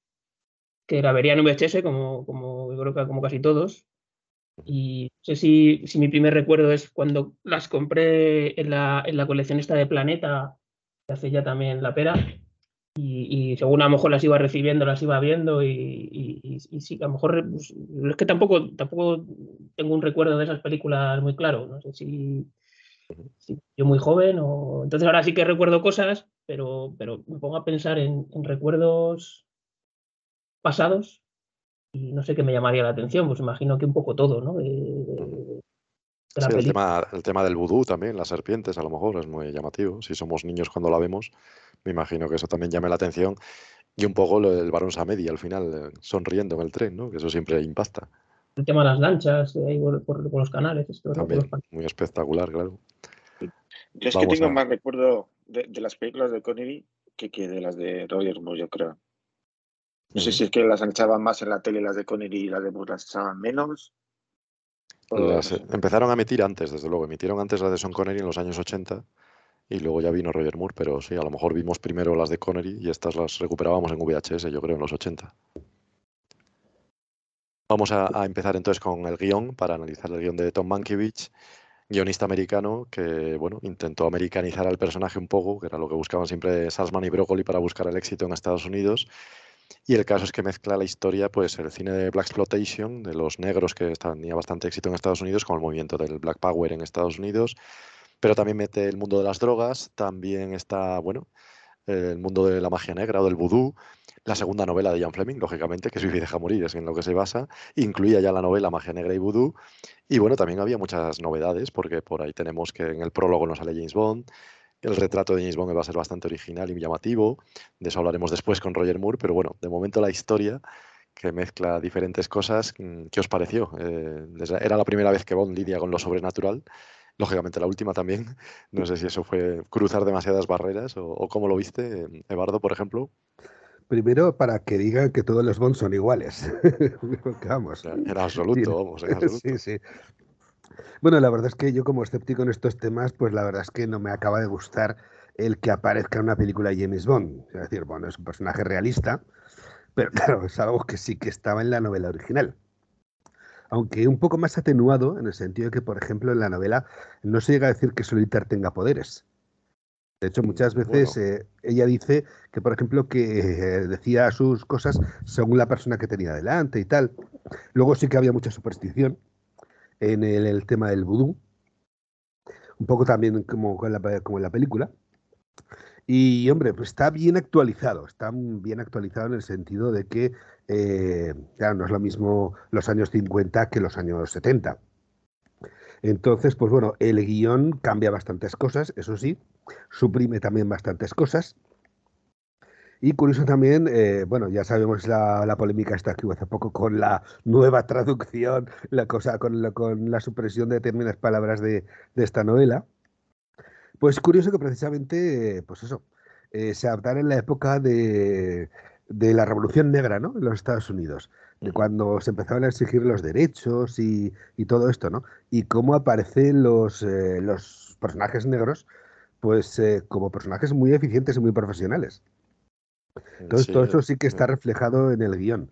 Speaker 20: la vería en VHS, como yo creo que como casi todos. Y no sé si mi primer recuerdo es cuando las compré en la colección esta de Planeta, que hace ya también la pera. Y según a lo mejor las iba recibiendo, las iba viendo y sí, a lo mejor pues, es que tampoco tengo un recuerdo de esas películas muy claro. No sé si yo muy joven o... Entonces ahora sí que recuerdo cosas, pero me pongo a pensar en recuerdos pasados y no sé qué me llamaría la atención. Pues imagino que un poco todo, ¿no?
Speaker 2: Sí, el tema del vudú también, las serpientes, a lo mejor es muy llamativo. Si somos niños cuando la vemos, me imagino que eso también llame la atención. Y un poco el Barón Samedi al final, sonriendo en el tren, ¿no? Que eso siempre impacta.
Speaker 20: El tema de las lanchas, ahí por los canales.
Speaker 2: También, muy espectacular, claro.
Speaker 3: Yo es que tengo más recuerdo de las películas de Connery que de las de Roger Moore, yo creo. No sé si es que las echaban más en la tele las de Connery y las de Moore las echaban menos.
Speaker 2: Empezaron a emitir antes, desde luego. Emitieron antes las de Sean Connery en los años 80 y luego ya vino Roger Moore, pero sí, a lo mejor vimos primero las de Connery y estas las recuperábamos en VHS, yo creo, en los 80. Vamos a empezar entonces con el guión, para analizar el guión de Tom Mankiewicz, guionista americano que, bueno, intentó americanizar al personaje un poco, que era lo que buscaban siempre Salzman y Broccoli para buscar el éxito en Estados Unidos. Y el caso es que mezcla la historia, pues el cine de Blaxploitation, de los negros, que tenía bastante éxito en Estados Unidos, con el movimiento del Black Power en Estados Unidos, pero también mete el mundo de las drogas, también está, bueno, el mundo de la magia negra o del vudú, la segunda novela de Ian Fleming, lógicamente, que es Vivir y deja morir, es en lo que se basa, incluía ya la novela Magia Negra y Vudú, y bueno, también había muchas novedades, porque por ahí tenemos que en el prólogo nos sale James Bond. El retrato de James Bond va a ser bastante original y llamativo. De eso hablaremos después con Roger Moore, pero bueno, de momento la historia, que mezcla diferentes cosas, ¿qué os pareció? Era la primera vez que Bond lidia con lo sobrenatural, lógicamente la última también. No sé si eso fue cruzar demasiadas barreras o cómo lo viste, Eduardo, por ejemplo.
Speaker 19: Primero, para que digan que todos los Bonds son iguales. Vamos.
Speaker 2: En absoluto, vamos, en absoluto.
Speaker 19: Sí, sí. Bueno, la verdad es que yo como escéptico en estos temas, pues la verdad es que no me acaba de gustar el que aparezca en una película de James Bond. Es decir, bueno, es un personaje realista, pero claro, es algo que sí que estaba en la novela original. Aunque un poco más atenuado, en el sentido de que, por ejemplo, en la novela no se llega a decir que Solitaire tenga poderes. De hecho, muchas veces ella dice que, por ejemplo, que decía sus cosas según la persona que tenía delante y tal. Luego sí que había mucha superstición en el tema del vudú, un poco también como en la película. Y, hombre, pues está bien actualizado en el sentido de que, claro, no es lo mismo los años 50 que los años 70. Entonces, pues bueno, el guión cambia bastantes cosas, eso sí, suprime también bastantes cosas. Y curioso también, bueno, ya sabemos la polémica esta que hubo hace poco con la nueva traducción, con la supresión de determinadas palabras de esta novela. Pues curioso que precisamente, pues eso, se adaptara en la época de la Revolución Negra, ¿no? En los Estados Unidos, de cuando se empezaban a exigir los derechos y todo esto, ¿no? Y cómo aparecen los personajes negros, pues como personajes muy eficientes y muy profesionales. Entonces, todo eso sí que está reflejado en el guión.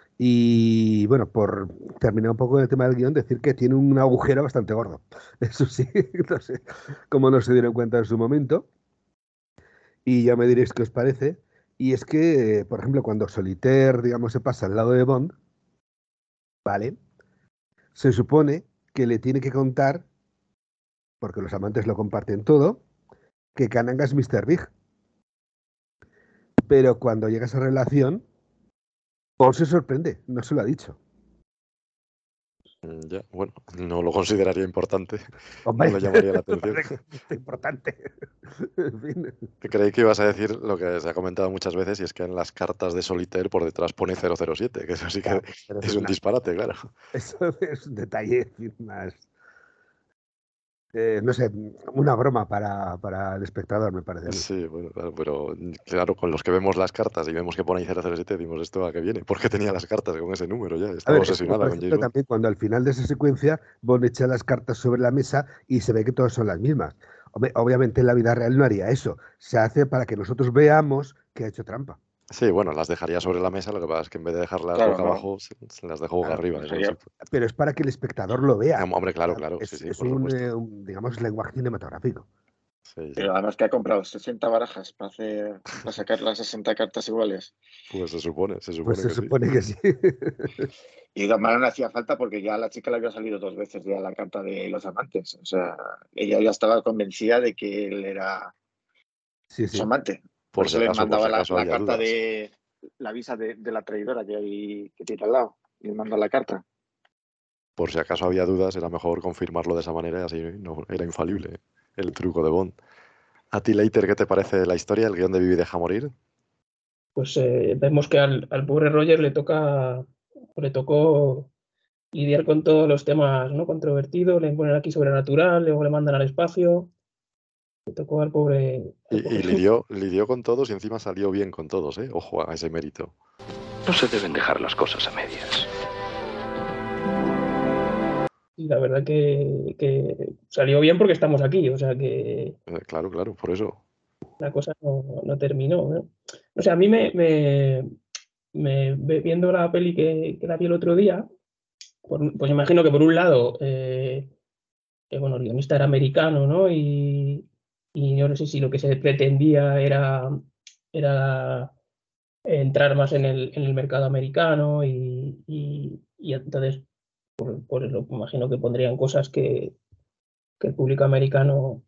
Speaker 19: Y bueno, por terminar un poco el tema del guión, decir que tiene un agujero bastante gordo. Eso sí, no sé cómo no se dieron cuenta en su momento. Y ya me diréis qué os parece. Y es que, por ejemplo, cuando Solitaire, digamos, se pasa al lado de Bond, ¿vale? Se supone que le tiene que contar, porque los amantes lo comparten todo, que Kananga es Mr. Big. Pero cuando llega esa relación, Bond se sorprende, no se lo ha dicho.
Speaker 2: Ya, bueno, no lo consideraría importante.
Speaker 19: Hombre,
Speaker 2: no le llamaría la atención.
Speaker 19: Es importante. En fin.
Speaker 2: Creí que ibas a decir lo que se ha comentado muchas veces, y es que en las cartas de Solitaire por detrás pone 007, que eso sí que
Speaker 19: Claro,
Speaker 2: es un disparate, claro.
Speaker 19: Eso es un detalle, en fin, más... no sé, una broma para el espectador, me parece.
Speaker 2: Sí, bueno, claro, pero claro, con los que vemos las cartas y vemos que pone ahí 007, decimos, ¿esto a qué viene? ¿Por qué tenía las cartas con ese número ya? Estaba obsesionada con James Bond.
Speaker 19: También cuando al final de esa secuencia Bond echa las cartas sobre la mesa y se ve que todas son las mismas. Obviamente en la vida real no haría eso. Se hace para que nosotros veamos que ha hecho trampa.
Speaker 2: Sí, bueno, las dejaría sobre la mesa, lo que pasa es que en vez de dejarlas boca abajo, se las dejo boca arriba. Eso,
Speaker 19: pero es para que el espectador lo vea.
Speaker 2: Hombre, claro.
Speaker 19: Es un, digamos, lenguaje cinematográfico.
Speaker 2: Sí.
Speaker 3: Pero además que ha comprado 60 barajas para sacar las 60 cartas iguales.
Speaker 2: Pues se supone
Speaker 19: que sí.
Speaker 3: Y de manera no hacía falta porque ya a la chica le había salido 2 veces ya la carta de los amantes. O sea, ella ya estaba convencida de que él era su amante. Por eso le mandaba la carta de la visa de la traidora que tiene al lado. Y le manda la carta.
Speaker 2: Por si acaso había dudas, era mejor confirmarlo de esa manera y así no era infalible el truco de Bond. ¿A ti, Leiter, qué te parece la historia, el guión de Vive y deja morir?
Speaker 20: Pues vemos que al pobre Roger le tocó lidiar con todos los temas, ¿no?, controvertidos, le ponen aquí sobrenatural, luego le mandan al espacio. Le tocó al pobre...
Speaker 2: Y lidió con todos y encima salió bien con todos, ¿eh? Ojo a ese mérito.
Speaker 10: No se deben dejar las cosas a medias.
Speaker 20: Y la verdad que salió bien porque estamos aquí, o sea que...
Speaker 2: Claro, por eso.
Speaker 20: La cosa no terminó, ¿no? O sea, a mí viendo la peli que la vi el otro día, pues imagino que por un lado, bueno, el guionista era americano, ¿no? Y yo no sé si lo que se pretendía era entrar más en el mercado americano y entonces por eso me imagino que pondrían cosas que el público americano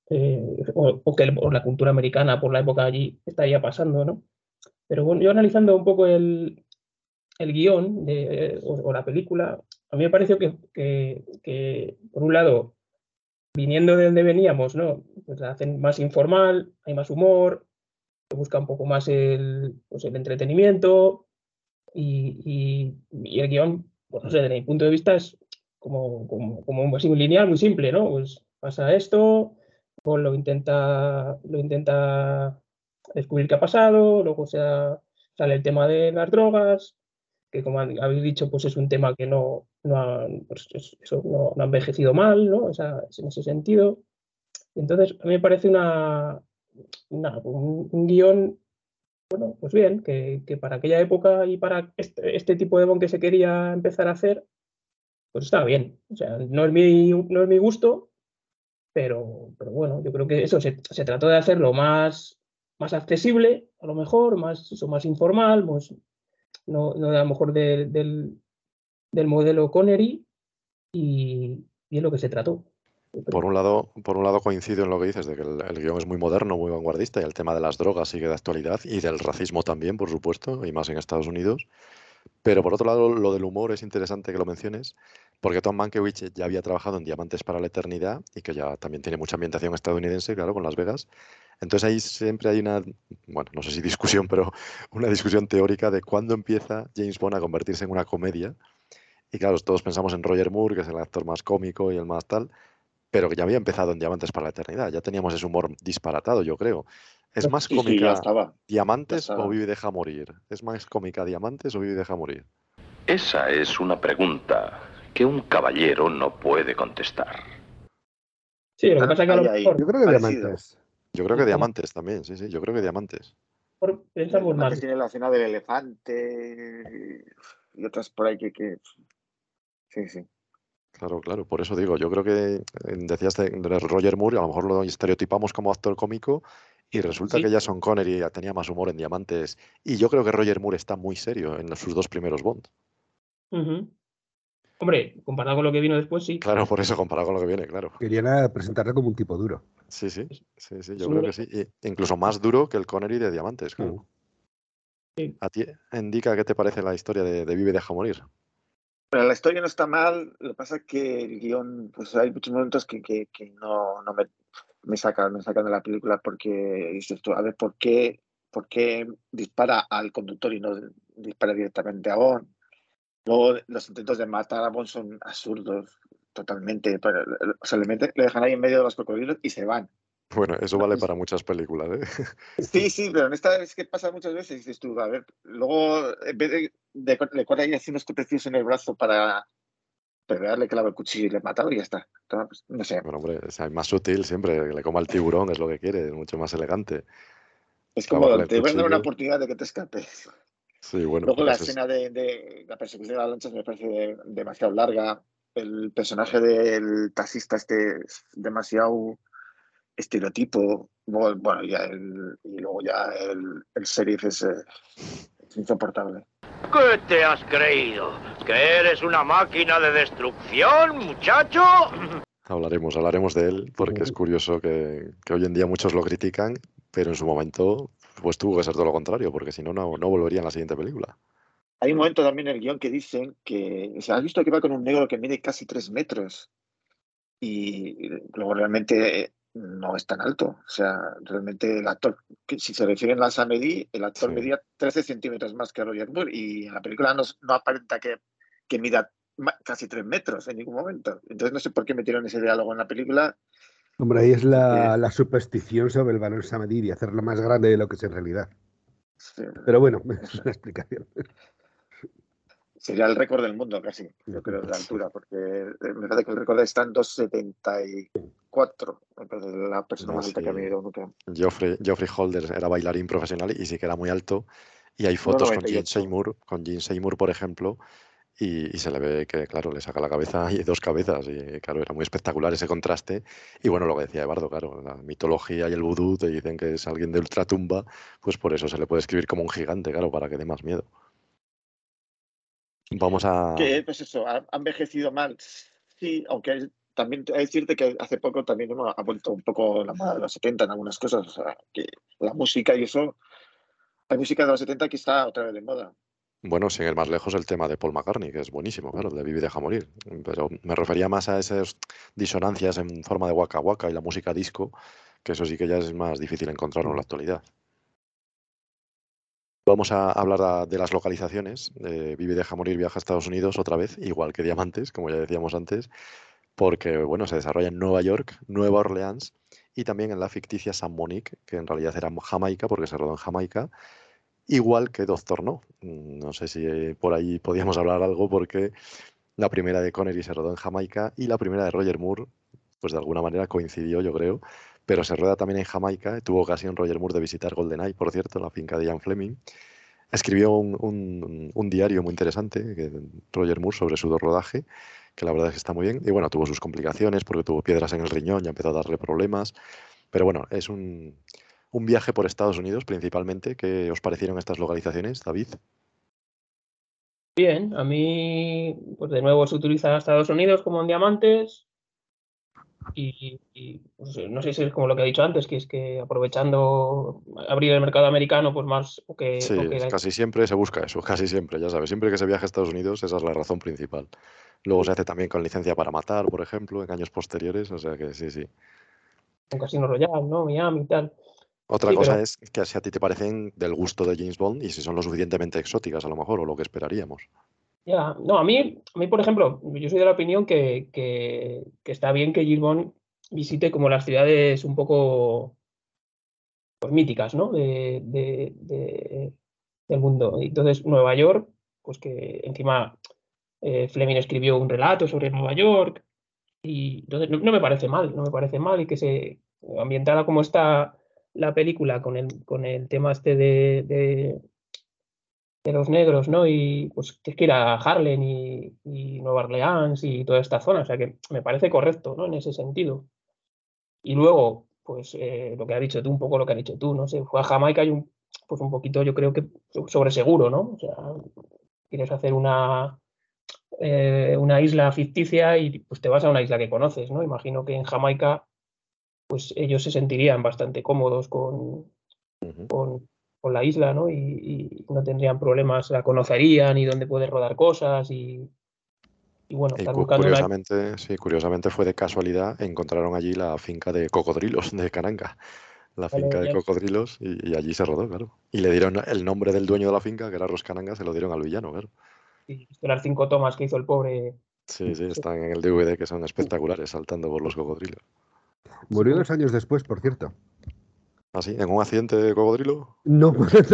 Speaker 20: o la cultura americana por la época allí estaría pasando, ¿no? Pero bueno, yo analizando un poco el guión o la película, a mí me pareció que por un lado, viniendo de donde veníamos, ¿no?, pues la hacen más informal, hay más humor, se busca un poco más el entretenimiento y el guión, pues no sé, desde mi punto de vista es como así un lineal muy simple, ¿no? Pues pasa esto, Paul lo intenta descubrir qué ha pasado, luego sale el tema de las drogas, que como habéis dicho, pues es un tema que no ha envejecido mal, ¿no? O sea, en ese sentido. Entonces, a mí me parece un guión, bueno, pues bien, que para aquella época y para este tipo de Bond que se quería empezar a hacer, pues estaba bien. O sea, no es mi gusto, pero bueno, yo creo que eso se trató de hacerlo más accesible, a lo mejor, más informal, pues, no a lo mejor del modelo Connery, y es lo que se trató.
Speaker 2: Por un lado coincido en lo que dices, de que el guión es muy moderno, muy vanguardista, y el tema de las drogas sigue de actualidad, y del racismo también, por supuesto, y más en Estados Unidos. Pero por otro lado, lo del humor es interesante que lo menciones, porque Tom Mankiewicz ya había trabajado en Diamantes para la Eternidad, y que ya también tiene mucha ambientación estadounidense, claro, con Las Vegas. Entonces ahí siempre hay una, bueno, no sé si discusión, pero una discusión teórica de cuándo empieza James Bond a convertirse en una comedia. Y claro, todos pensamos en Roger Moore, que es el actor más cómico y el más tal, pero que ya había empezado en Diamantes para la Eternidad. Ya teníamos ese humor disparatado, yo creo. ¿Es más cómica Diamantes o Vive y deja morir? ¿Es más cómica Diamantes o Vive y deja morir?
Speaker 10: Esa es una pregunta que un caballero no puede contestar.
Speaker 20: Sí, lo que pasa es que a lo mejor...
Speaker 19: Yo creo que Diamantes.
Speaker 2: Yo creo que Diamantes también, sí, yo creo que Diamantes.
Speaker 20: Pensamos más.
Speaker 3: Tiene la escena del elefante y otras por ahí que... Sí.
Speaker 2: Claro, por eso digo, yo creo que decías de Roger Moore, a lo mejor lo estereotipamos como actor cómico, Y resulta que Jason Connery tenía más humor en Diamantes. Y yo creo que Roger Moore está muy serio en sus 2 primeros Bond.
Speaker 20: Hombre, comparado con lo que vino después, sí.
Speaker 2: Claro, por eso, comparado con lo que viene, claro.
Speaker 19: Querían presentarle como un tipo duro.
Speaker 2: Sí, yo creo que sí. Incluso más duro que el Connery de Diamantes, claro.
Speaker 20: Sí.
Speaker 2: ¿A ti, Indica, qué te parece la historia de Vive y deja morir?
Speaker 3: Pero la historia no está mal, lo que pasa es que el guión, pues hay muchos momentos que no me sacan de la película, porque dices tú, a ver, ¿por qué dispara al conductor y no dispara directamente a Bond? Luego los intentos de matar a Bond son absurdos, totalmente. O sea, le dejan ahí en medio de los cocodrilos y se van.
Speaker 2: Bueno, eso vale para muchas películas, ¿eh?
Speaker 3: Sí, pero en esta es que pasa muchas veces, dices tú, a ver, luego en vez de le corta ahí haciendo este precioso en el brazo para darle clavo el cuchillo y le he matado y ya está. Entonces, no sé.
Speaker 2: Bueno, hombre, es más sutil siempre, que le coma el tiburón, es lo que quiere, es mucho más elegante.
Speaker 3: Es como, te voy a dar una oportunidad de que te escapes.
Speaker 2: Sí, bueno.
Speaker 3: Luego la escena de la persecución de las lanchas me parece demasiado larga. El personaje del taxista es demasiado estereotipo. Bueno, y luego ya el sheriff es insoportable.
Speaker 21: ¿Qué te has creído? ¿Que eres una máquina de destrucción, muchacho?
Speaker 2: Hablaremos de él, porque es curioso que hoy en día muchos lo critican, pero en su momento pues tuvo que ser todo lo contrario, porque si no volvería en la siguiente película.
Speaker 3: Hay un momento también en el guión que dicen que, o sea, has visto que va con un negro que mide casi 3 metros y luego realmente no es tan alto. O sea, realmente el actor, que si se refieren a Sam Eddy, el actor medía 13 centímetros más que Roger Moore y en la película no aparenta que mida casi 3 metros en ningún momento. Entonces no sé por qué metieron ese diálogo en la película.
Speaker 19: Hombre, ahí es la superstición sobre el valor Sam Eddy y hacerlo más grande de lo que es en realidad. Sí. Pero bueno, es una explicación.
Speaker 3: Sería el récord del mundo casi, yo creo, de altura, porque me parece que el récord está en 2,74. Me parece la persona más alta que ha habido nunca.
Speaker 2: Geoffrey Holder era bailarín profesional y sí que era muy alto. Y hay fotos con Gene Seymour, por ejemplo, y se le ve que, claro, le saca la cabeza y 2 cabezas. Y claro, era muy espectacular ese contraste. Y bueno, lo que decía Eduardo, claro, la mitología y el vudú te dicen que es alguien de ultratumba, pues por eso se le puede escribir como un gigante, claro, para que dé más miedo. Vamos a...
Speaker 3: Que, pues eso, ha envejecido mal. Sí, aunque también hay que decirte que hace poco también ha vuelto un poco la moda de los 70 en algunas cosas. O sea, que la música y eso, la música de los 70 que está otra vez de moda.
Speaker 2: Bueno, sin ir más lejos, el tema de Paul McCartney, que es buenísimo, claro, de Vive y deja morir. Pero me refería más a esas disonancias en forma de waka waka y la música disco, que eso sí que ya es más difícil encontrarlo en la actualidad. Vamos a hablar de las localizaciones. Vive y deja morir viaja a Estados Unidos otra vez, igual que Diamantes, como ya decíamos antes, porque bueno, se desarrolla en Nueva York, Nueva Orleans y también en la ficticia San Monique, que en realidad era Jamaica, porque se rodó en Jamaica, igual que Doctor No. No sé si por ahí podíamos hablar algo, porque la primera de Connery se rodó en Jamaica y la primera de Roger Moore, pues de alguna manera coincidió, yo creo, pero se rueda también en Jamaica. Tuvo ocasión Roger Moore de visitar GoldenEye, por cierto, la finca de Ian Fleming. Escribió un diario muy interesante, Roger Moore, sobre su rodaje, que la verdad es que está muy bien. Y bueno, tuvo sus complicaciones porque tuvo piedras en el riñón y empezó a darle problemas. Pero bueno, es un viaje por Estados Unidos principalmente. ¿Qué os parecieron estas localizaciones, David?
Speaker 20: Bien, a mí, pues de nuevo se utiliza Estados Unidos como en Diamantes. Y pues, no sé si es como lo que he dicho antes, que es que aprovechando abrir el mercado americano, pues más...
Speaker 2: Casi siempre se busca eso, casi siempre, ya sabes. Siempre que se viaja a Estados Unidos, esa es la razón principal. Luego se hace también con licencia para matar, por ejemplo, en años posteriores, o sea que sí.
Speaker 20: Un Casino Royale, ¿no? Miami y tal.
Speaker 2: Otra cosa es que si a ti te parecen del gusto de James Bond y si son lo suficientemente exóticas, a lo mejor, o lo que esperaríamos.
Speaker 20: Ya, no, a mí, por ejemplo, yo soy de la opinión que está bien que James Bond visite como las ciudades un poco pues, míticas, ¿no? del mundo. Entonces, Nueva York, pues que encima Fleming escribió un relato sobre Nueva York y entonces no me parece mal y que se ambientada como está la película con el tema este de los negros, ¿no? Y pues tienes que ir a Harlem y Nueva Orleans y toda esta zona, o sea que me parece correcto, ¿no? En ese sentido. Y luego, pues lo que has dicho tú, un poco lo que has dicho tú, no sé, fue a Jamaica y pues un poquito yo creo que sobre seguro, ¿no? O sea, quieres hacer una isla ficticia y pues te vas a una isla que conoces, ¿no? Imagino que en Jamaica pues ellos se sentirían bastante cómodos con la isla, ¿no? Y no tendrían problemas, la conocerían y dónde poder rodar cosas y bueno, estar buscando
Speaker 2: curiosamente fue de casualidad, encontraron allí la finca de cocodrilos de Kananga, la finca de cocodrilos, y allí se rodó, claro. Y le dieron el nombre del dueño de la finca, que era Ross Kananga, se lo dieron al villano, claro.
Speaker 20: Y las 5 tomas que hizo el pobre.
Speaker 2: Sí, están en el DVD, que son espectaculares, saltando por los cocodrilos.
Speaker 19: Murió 2 años después, por cierto.
Speaker 2: ¿Ah, sí? ¿En un accidente de cocodrilo?
Speaker 19: No,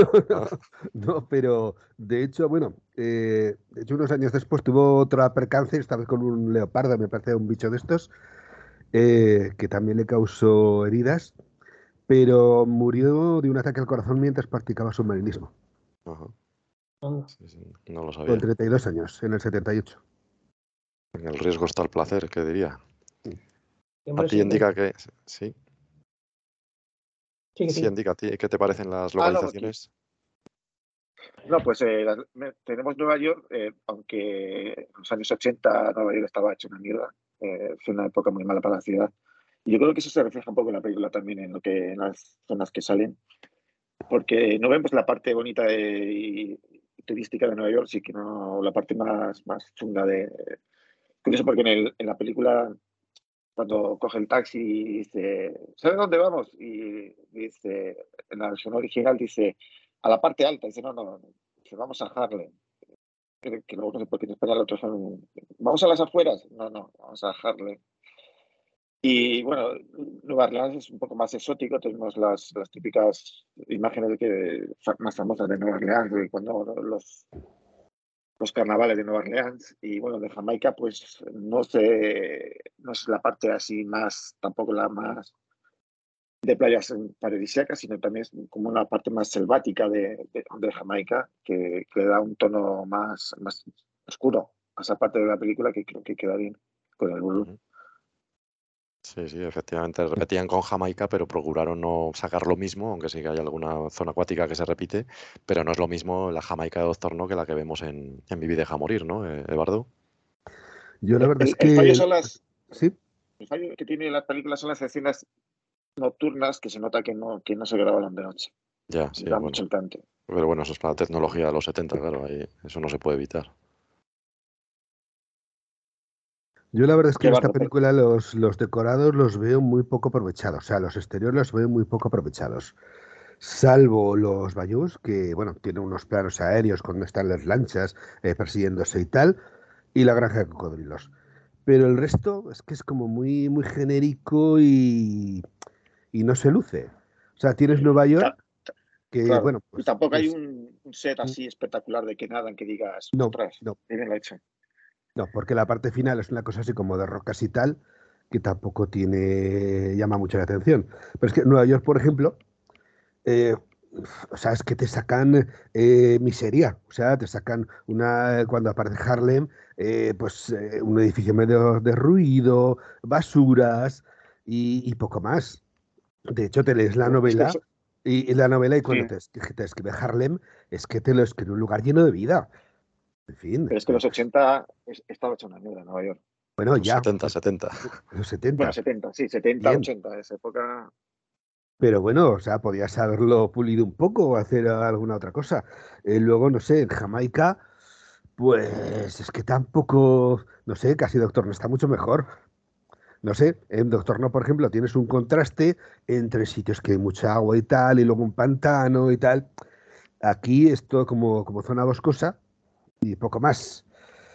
Speaker 19: pero de hecho, bueno, unos años después tuvo otra percance, esta vez con un leopardo, me parece un bicho de estos, que también le causó heridas, pero murió de un ataque al corazón mientras practicaba submarinismo.
Speaker 2: Ajá. Sí, no lo sabía.
Speaker 19: Con 32 años, en el 78.
Speaker 2: En el riesgo está el placer, ¿qué diría?
Speaker 20: Hombre,
Speaker 2: a ti indica que... Sí.
Speaker 20: Sí,
Speaker 2: indica a ti. ¿Qué te parecen las localizaciones?
Speaker 3: No, pues tenemos Nueva York, aunque en los años 80 Nueva York estaba hecho una mierda. Fue una época muy mala para la ciudad. Y yo creo que eso se refleja un poco en la película también, en las zonas que salen. Porque no vemos la parte bonita y turística de Nueva York, sí que no la parte más chunga de... Curioso porque en la película, cuando coge el taxi y dice, ¿sabes dónde vamos? Y dice, en la versión original dice, a la parte alta. Dice, no, dice, vamos a Harlem. Que luego no sé por qué en español otros son, ¿vamos a las afueras? No, vamos a Harlem. Y bueno, Nueva Orleans es un poco más exótico, tenemos las típicas imágenes más famosas de Nueva Orleans, de cuando los carnavales de Nueva Orleans. Y bueno, de Jamaica pues no es la parte así más, tampoco la más de playas paradisíacas, sino también es como una parte más selvática de Jamaica, que le da un tono más oscuro a esa parte de la película, que creo que queda bien con el volumen.
Speaker 2: Sí, efectivamente repetían con Jamaica, pero procuraron no sacar lo mismo, aunque sí que hay alguna zona acuática que se repite, pero no es lo mismo la Jamaica de Doctor No que la que vemos en Vive y deja morir, ¿no, Eduardo?
Speaker 19: Yo la verdad es que...
Speaker 3: El fallo son
Speaker 19: ¿Sí?
Speaker 3: El fallo que tiene la película son las escenas nocturnas, que se nota que no se grabaron de noche.
Speaker 2: Ya, sí,
Speaker 3: da mucho encanto.
Speaker 2: Pero bueno, eso es para la tecnología de los 70, claro, ahí eso no se puede evitar.
Speaker 19: Yo la verdad es que en esta película los decorados los veo muy poco aprovechados, o sea, los exteriores los veo muy poco aprovechados, salvo los bayous, que bueno, tienen unos planos aéreos cuando están las lanchas persiguiéndose y tal, y la granja de cocodrilos. Pero el resto es que es como muy genérico y no se luce. O sea, tienes Nueva York, que
Speaker 3: claro.
Speaker 19: Bueno, pues,
Speaker 3: y tampoco hay un set así espectacular de que nada, en que digas,
Speaker 19: no,
Speaker 3: bien lo he hecho.
Speaker 19: No, porque la parte final es una cosa así como de rocas y tal, que tampoco llama mucho la atención. Pero es que Nueva York, por ejemplo, o sea, es que te sacan miseria. O sea, te sacan cuando aparece Harlem, un edificio medio derruido, basuras y poco más. De hecho, te lees la novela y cuando te escribe Harlem, es que te lo escribe un lugar lleno de vida. En fin.
Speaker 3: Pero es que los 80 estaba hecho una mierda en Nueva York.
Speaker 19: Bueno,
Speaker 2: los
Speaker 19: ya.
Speaker 2: 70.
Speaker 19: Los 70.
Speaker 3: Bueno, 70, sí, 70, bien. 80, esa época.
Speaker 19: Pero bueno, o sea, podías haberlo pulido un poco o hacer alguna otra cosa. Luego, no sé, en Jamaica, pues es que tampoco, no sé, casi Doctor No está mucho mejor. No sé, en Doctor No, por ejemplo, tienes un contraste entre sitios que hay mucha agua y tal, y luego un pantano y tal. Aquí es todo como zona boscosa y poco más.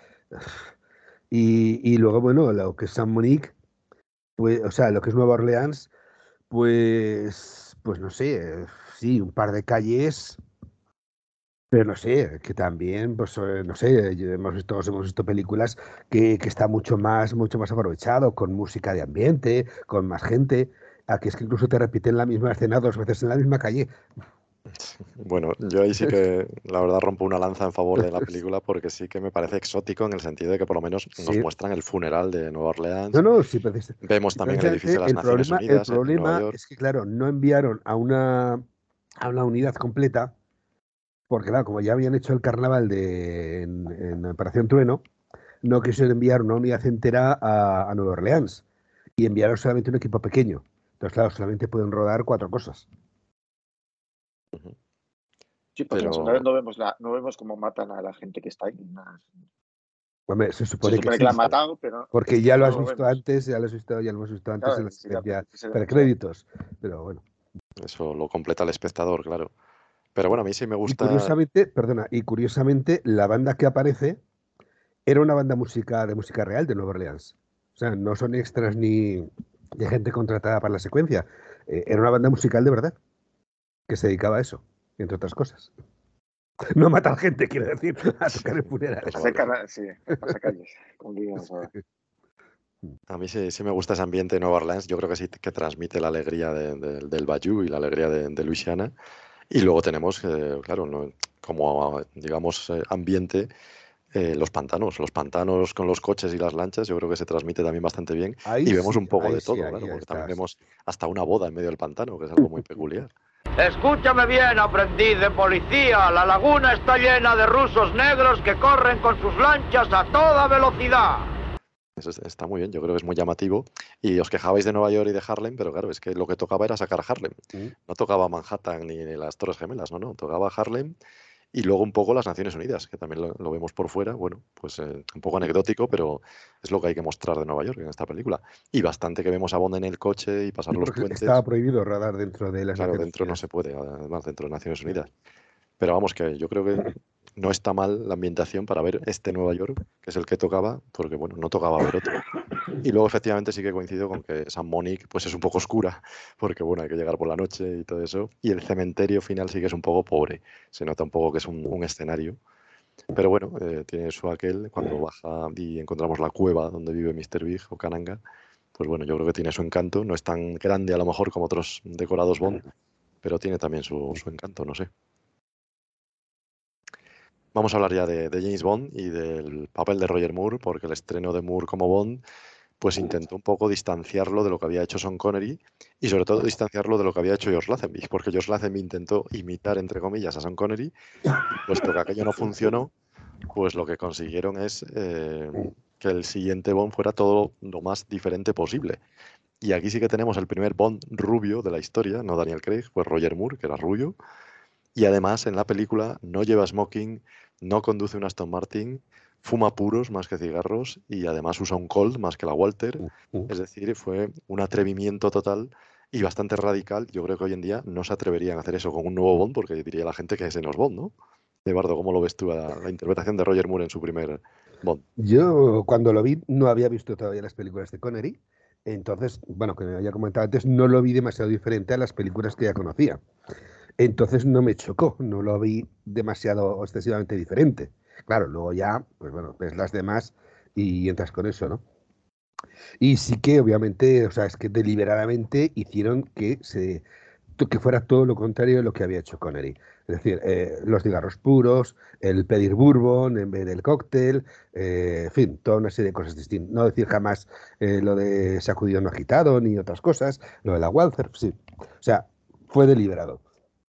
Speaker 19: Y luego, bueno, lo que es San Monique, pues, o sea, lo que es Nueva Orleans, pues no sé, sí, un par de calles, pero no sé, que también, pues no sé, hemos visto películas que está mucho más aprovechado, con música de ambiente, con más gente. Aquí es que incluso te repiten la misma escena 2 veces en la misma calle.
Speaker 2: Bueno, yo ahí sí que la verdad rompo una lanza en favor de la película porque sí que me parece exótico en el sentido de que por lo menos nos
Speaker 19: Sí.
Speaker 2: muestran el funeral de Nueva Orleans.
Speaker 19: No, sí,
Speaker 2: Vemos también el edificio de las
Speaker 19: el
Speaker 2: Naciones
Speaker 19: problema,
Speaker 2: Unidas en Nueva York.
Speaker 19: es que, claro, no enviaron a una unidad completa, porque, claro, como ya habían hecho el carnaval en Operación Trueno, no quisieron enviar una unidad entera a Nueva Orleans y enviaron solamente un equipo pequeño. Entonces, claro, solamente pueden rodar 4 cosas.
Speaker 3: Sí, porque la segunda vez no vemos cómo matan a la gente que está ahí.
Speaker 19: Hombre, se supone que
Speaker 3: que
Speaker 19: sí,
Speaker 3: la han matado, pero
Speaker 19: porque ya lo
Speaker 3: no
Speaker 19: has visto
Speaker 3: vemos.
Speaker 19: antes, ya lo hemos visto antes
Speaker 3: Claro,
Speaker 19: en la
Speaker 3: sí,
Speaker 19: secuencia
Speaker 3: sí,
Speaker 19: precréditos. Pero bueno.
Speaker 2: Eso lo completa el espectador, claro. Pero bueno, a mí sí me
Speaker 19: Y
Speaker 2: gusta.
Speaker 19: curiosamente, la banda que aparece era una banda de música real de Nueva Orleans. O sea, no son extras ni de gente contratada para la secuencia. Era una banda musical de verdad, que se dedicaba a eso, entre otras cosas. No a matar gente, quiero decir, a tocar en funerales.
Speaker 3: Sí, a pasacalles, como diríamos ahora.
Speaker 2: A mí sí me gusta ese ambiente de Nueva Orleans. Yo creo que sí que transmite la alegría del Bayou y la alegría de Luisiana. Y luego tenemos, claro, como digamos ambiente, los pantanos con los coches y las lanchas. Yo creo que se transmite también bastante bien. Y vemos un poco de todo, claro, porque también vemos hasta una boda en medio del pantano, que es algo muy peculiar.
Speaker 21: Escúchame bien, aprendiz de policía. La laguna está llena de rusos negros que corren con sus lanchas a toda velocidad.
Speaker 2: Eso está muy bien, yo creo que es muy llamativo. Y os quejabais de Nueva York y de Harlem, pero claro, es que lo que tocaba era sacar Harlem. No tocaba Manhattan ni las Torres Gemelas, no, tocaba Harlem y luego un poco las Naciones Unidas, que también lo vemos por fuera. Bueno, pues un poco anecdótico, pero es lo que hay que mostrar de Nueva York en esta película. Y bastante que vemos a Bond en el coche y pasar los puentes.
Speaker 19: Estaba prohibido rodar dentro de las
Speaker 2: Claro,
Speaker 19: Naciones
Speaker 2: dentro
Speaker 19: Unidas.
Speaker 2: no se puede, además, dentro de Naciones Unidas. Pero vamos, que yo creo que no está mal la ambientación para ver este Nueva York, que es el que tocaba, porque bueno, no tocaba ver otro. Y luego efectivamente sí que coincido con que San Monique pues es un poco oscura, porque bueno, hay que llegar por la noche y todo eso. Y el cementerio final sí que es un poco pobre, se nota un poco que es un escenario. Pero bueno, tiene su aquel, cuando baja y encontramos la cueva donde vive Mr. Big o Kananga, pues bueno, yo creo que tiene su encanto. No es tan grande a lo mejor como otros decorados Bond, pero tiene también su encanto, no sé. Vamos a hablar ya de James Bond y del papel de Roger Moore, porque el estreno de Moore como Bond pues intentó un poco distanciarlo de lo que había hecho Sean Connery y sobre todo distanciarlo de lo que había hecho George Lazenby, porque George Lazenby intentó imitar, entre comillas, a Sean Connery, y puesto que aquello no funcionó, pues lo que consiguieron es que el siguiente Bond fuera todo lo más diferente posible. Y aquí sí que tenemos el primer Bond rubio de la historia, no Daniel Craig, pues Roger Moore, que era rubio. Y además en la película no lleva smoking, no conduce un Aston Martin, fuma puros más que cigarros y además usa un Colt más que la Walter. Es decir, fue un atrevimiento total y bastante radical. Yo creo que hoy en día no se atreverían a hacer eso con un nuevo Bond porque diría la gente que ese no es Bond, ¿no? Eduardo, ¿cómo lo ves tú a la interpretación de Roger Moore en su primer Bond?
Speaker 19: Yo cuando lo vi no había visto todavía las películas de Connery. Entonces, bueno, que me había comentado antes, no lo vi demasiado diferente a las películas que ya conocía. Entonces no me chocó, no lo vi demasiado excesivamente diferente. Claro, luego ya, pues bueno, ves las demás y entras con eso, ¿no? Y sí que obviamente, o sea, es que deliberadamente hicieron que fuera todo lo contrario de lo que había hecho Connery. Es decir, los cigarros puros, el pedir bourbon en vez del cóctel, en fin, toda una serie de cosas distintas. No decir jamás lo de sacudido no agitado ni otras cosas, lo de la Walther, sí. O sea, fue deliberado.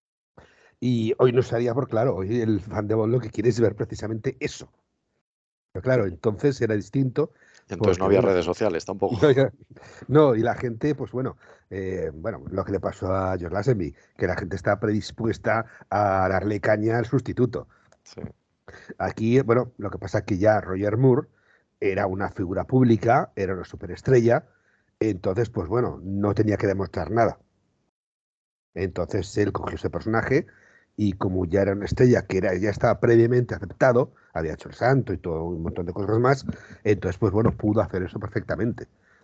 Speaker 19: Y hoy no estaría por claro, hoy el fan de Bond lo que quiere es ver precisamente eso. Pero claro, entonces era distinto.
Speaker 2: Y entonces no había redes sociales tampoco.
Speaker 19: No, y la gente, pues bueno, lo que le pasó a George Lazenby, que la gente está predispuesta a darle caña al sustituto.
Speaker 2: Sí.
Speaker 19: Aquí, bueno, lo que pasa es que ya Roger Moore era una figura pública, era una superestrella, entonces, pues bueno, no tenía que demostrar nada. Entonces él cogió ese personaje y como ya era una estrella que ya estaba previamente aceptado, había hecho el santo y todo un montón de cosas más, entonces pues bueno, pudo hacer eso perfectamente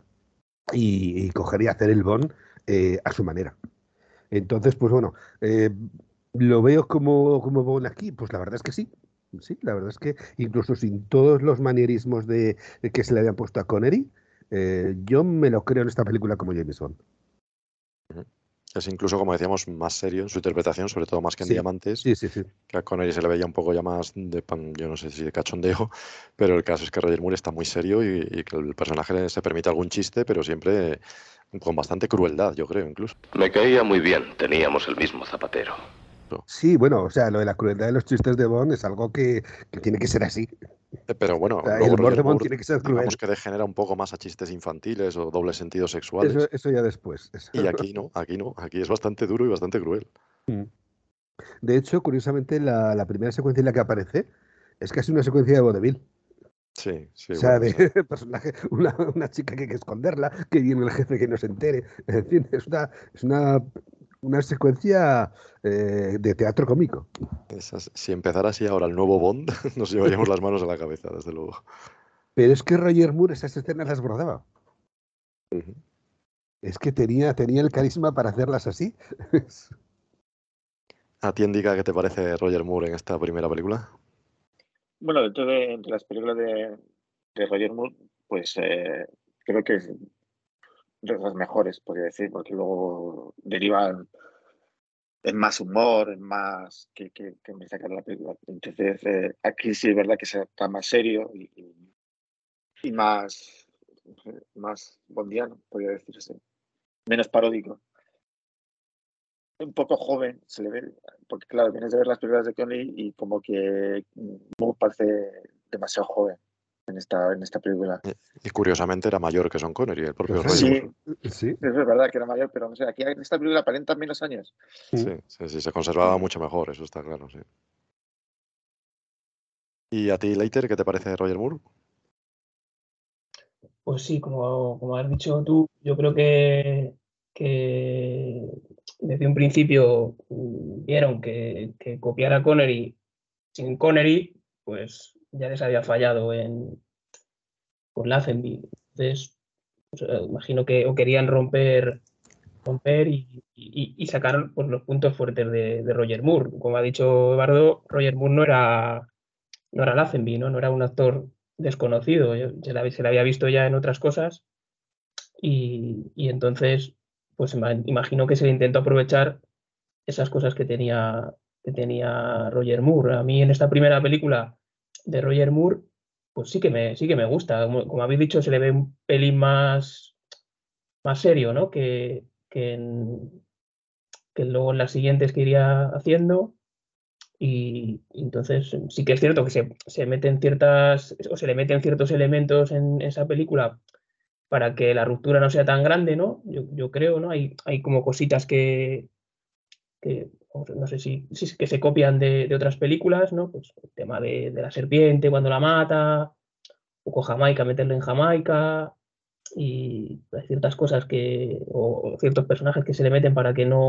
Speaker 19: y coger y hacer el Bond a su manera. Entonces pues bueno, ¿lo veo como Bond aquí? Pues la verdad es que sí. Sí, la verdad es que incluso sin todos los manierismos de que se le habían puesto a Connery, yo me lo creo en esta película como James Bond.
Speaker 2: Es incluso, como decíamos, más serio en su interpretación, sobre todo más que en Diamantes.
Speaker 19: Sí.
Speaker 2: Que a Connery se le veía un poco ya más de yo no sé si de cachondeo, pero el caso es que Roger Moore está muy serio y que el personaje se permite algún chiste, pero siempre con bastante crueldad, yo creo, incluso.
Speaker 10: Me caía muy bien, teníamos el mismo zapatero.
Speaker 19: Sí, bueno, o sea, lo de la crueldad de los chistes de Bond es algo que tiene que ser así.
Speaker 2: Pero bueno,
Speaker 19: O sea,
Speaker 2: luego
Speaker 19: el humor de
Speaker 2: Roger
Speaker 19: Bond
Speaker 2: Moore,
Speaker 19: tiene que ser cruel.
Speaker 2: digamos que degenera un poco más a chistes infantiles o dobles sentidos sexuales.
Speaker 19: Eso ya después.
Speaker 2: Y aquí no, aquí es bastante duro y bastante cruel.
Speaker 19: De hecho, curiosamente, la primera secuencia en la que aparece es casi una secuencia de vodevil.
Speaker 2: Sí.
Speaker 19: O sea, de personaje, una chica que hay que esconderla, que viene el jefe que no se entere. En fin, es una secuencia de teatro cómico.
Speaker 2: Si empezara así ahora el nuevo Bond, nos llevaríamos las manos a la cabeza, desde luego.
Speaker 19: Pero es que Roger Moore esas escenas las bordaba. Es que tenía el carisma para hacerlas así.
Speaker 2: ¿A ti, Indica, qué te parece Roger Moore en esta primera película?
Speaker 3: Bueno, entre las películas de Roger Moore, pues creo que es de las mejores, podría decir, porque luego derivan en más humor, en más que me saca la película. Entonces, aquí sí es verdad que está más serio y más bondiano, podría decirse. Menos paródico. Un poco joven, se le ve, porque claro, vienes de ver las películas de Connery y como que Moore parece demasiado joven en esta película.
Speaker 2: Y curiosamente era mayor que Sean Connery, el propio Roger Moore.
Speaker 19: Sí,
Speaker 3: es verdad que era mayor, pero no sé, aquí en esta película aparentan menos años.
Speaker 2: Sí, se conservaba mucho mejor, eso está claro, sí. ¿Y a ti, Leiter, qué te parece Roger Moore?
Speaker 20: Pues sí, como has dicho tú, yo creo que desde un principio vieron que copiar a Connery sin Connery, pues ya les había fallado con Lazenby. Entonces, pues, imagino que o querían romper y sacar pues, los puntos fuertes de Roger Moore. Como ha dicho Eduardo, Roger Moore no era Lazenby, no era un actor desconocido. Se le había visto ya en otras cosas y entonces pues imagino que se intentó aprovechar esas cosas que tenía Roger Moore. A mí en esta primera película de Roger Moore pues sí que me gusta. Como habéis dicho, se le ve un pelín más serio, ¿no? que luego en las siguientes que iría haciendo. Y entonces sí que es cierto que se meten se le meten ciertos elementos en esa película para que la ruptura no sea tan grande, ¿no? Yo creo, ¿no? Hay como cositas que no sé si que se copian de otras películas, ¿no? Pues el tema de la serpiente cuando la mata, o con Jamaica, meterlo en Jamaica, y hay ciertas cosas o ciertos personajes que se le meten para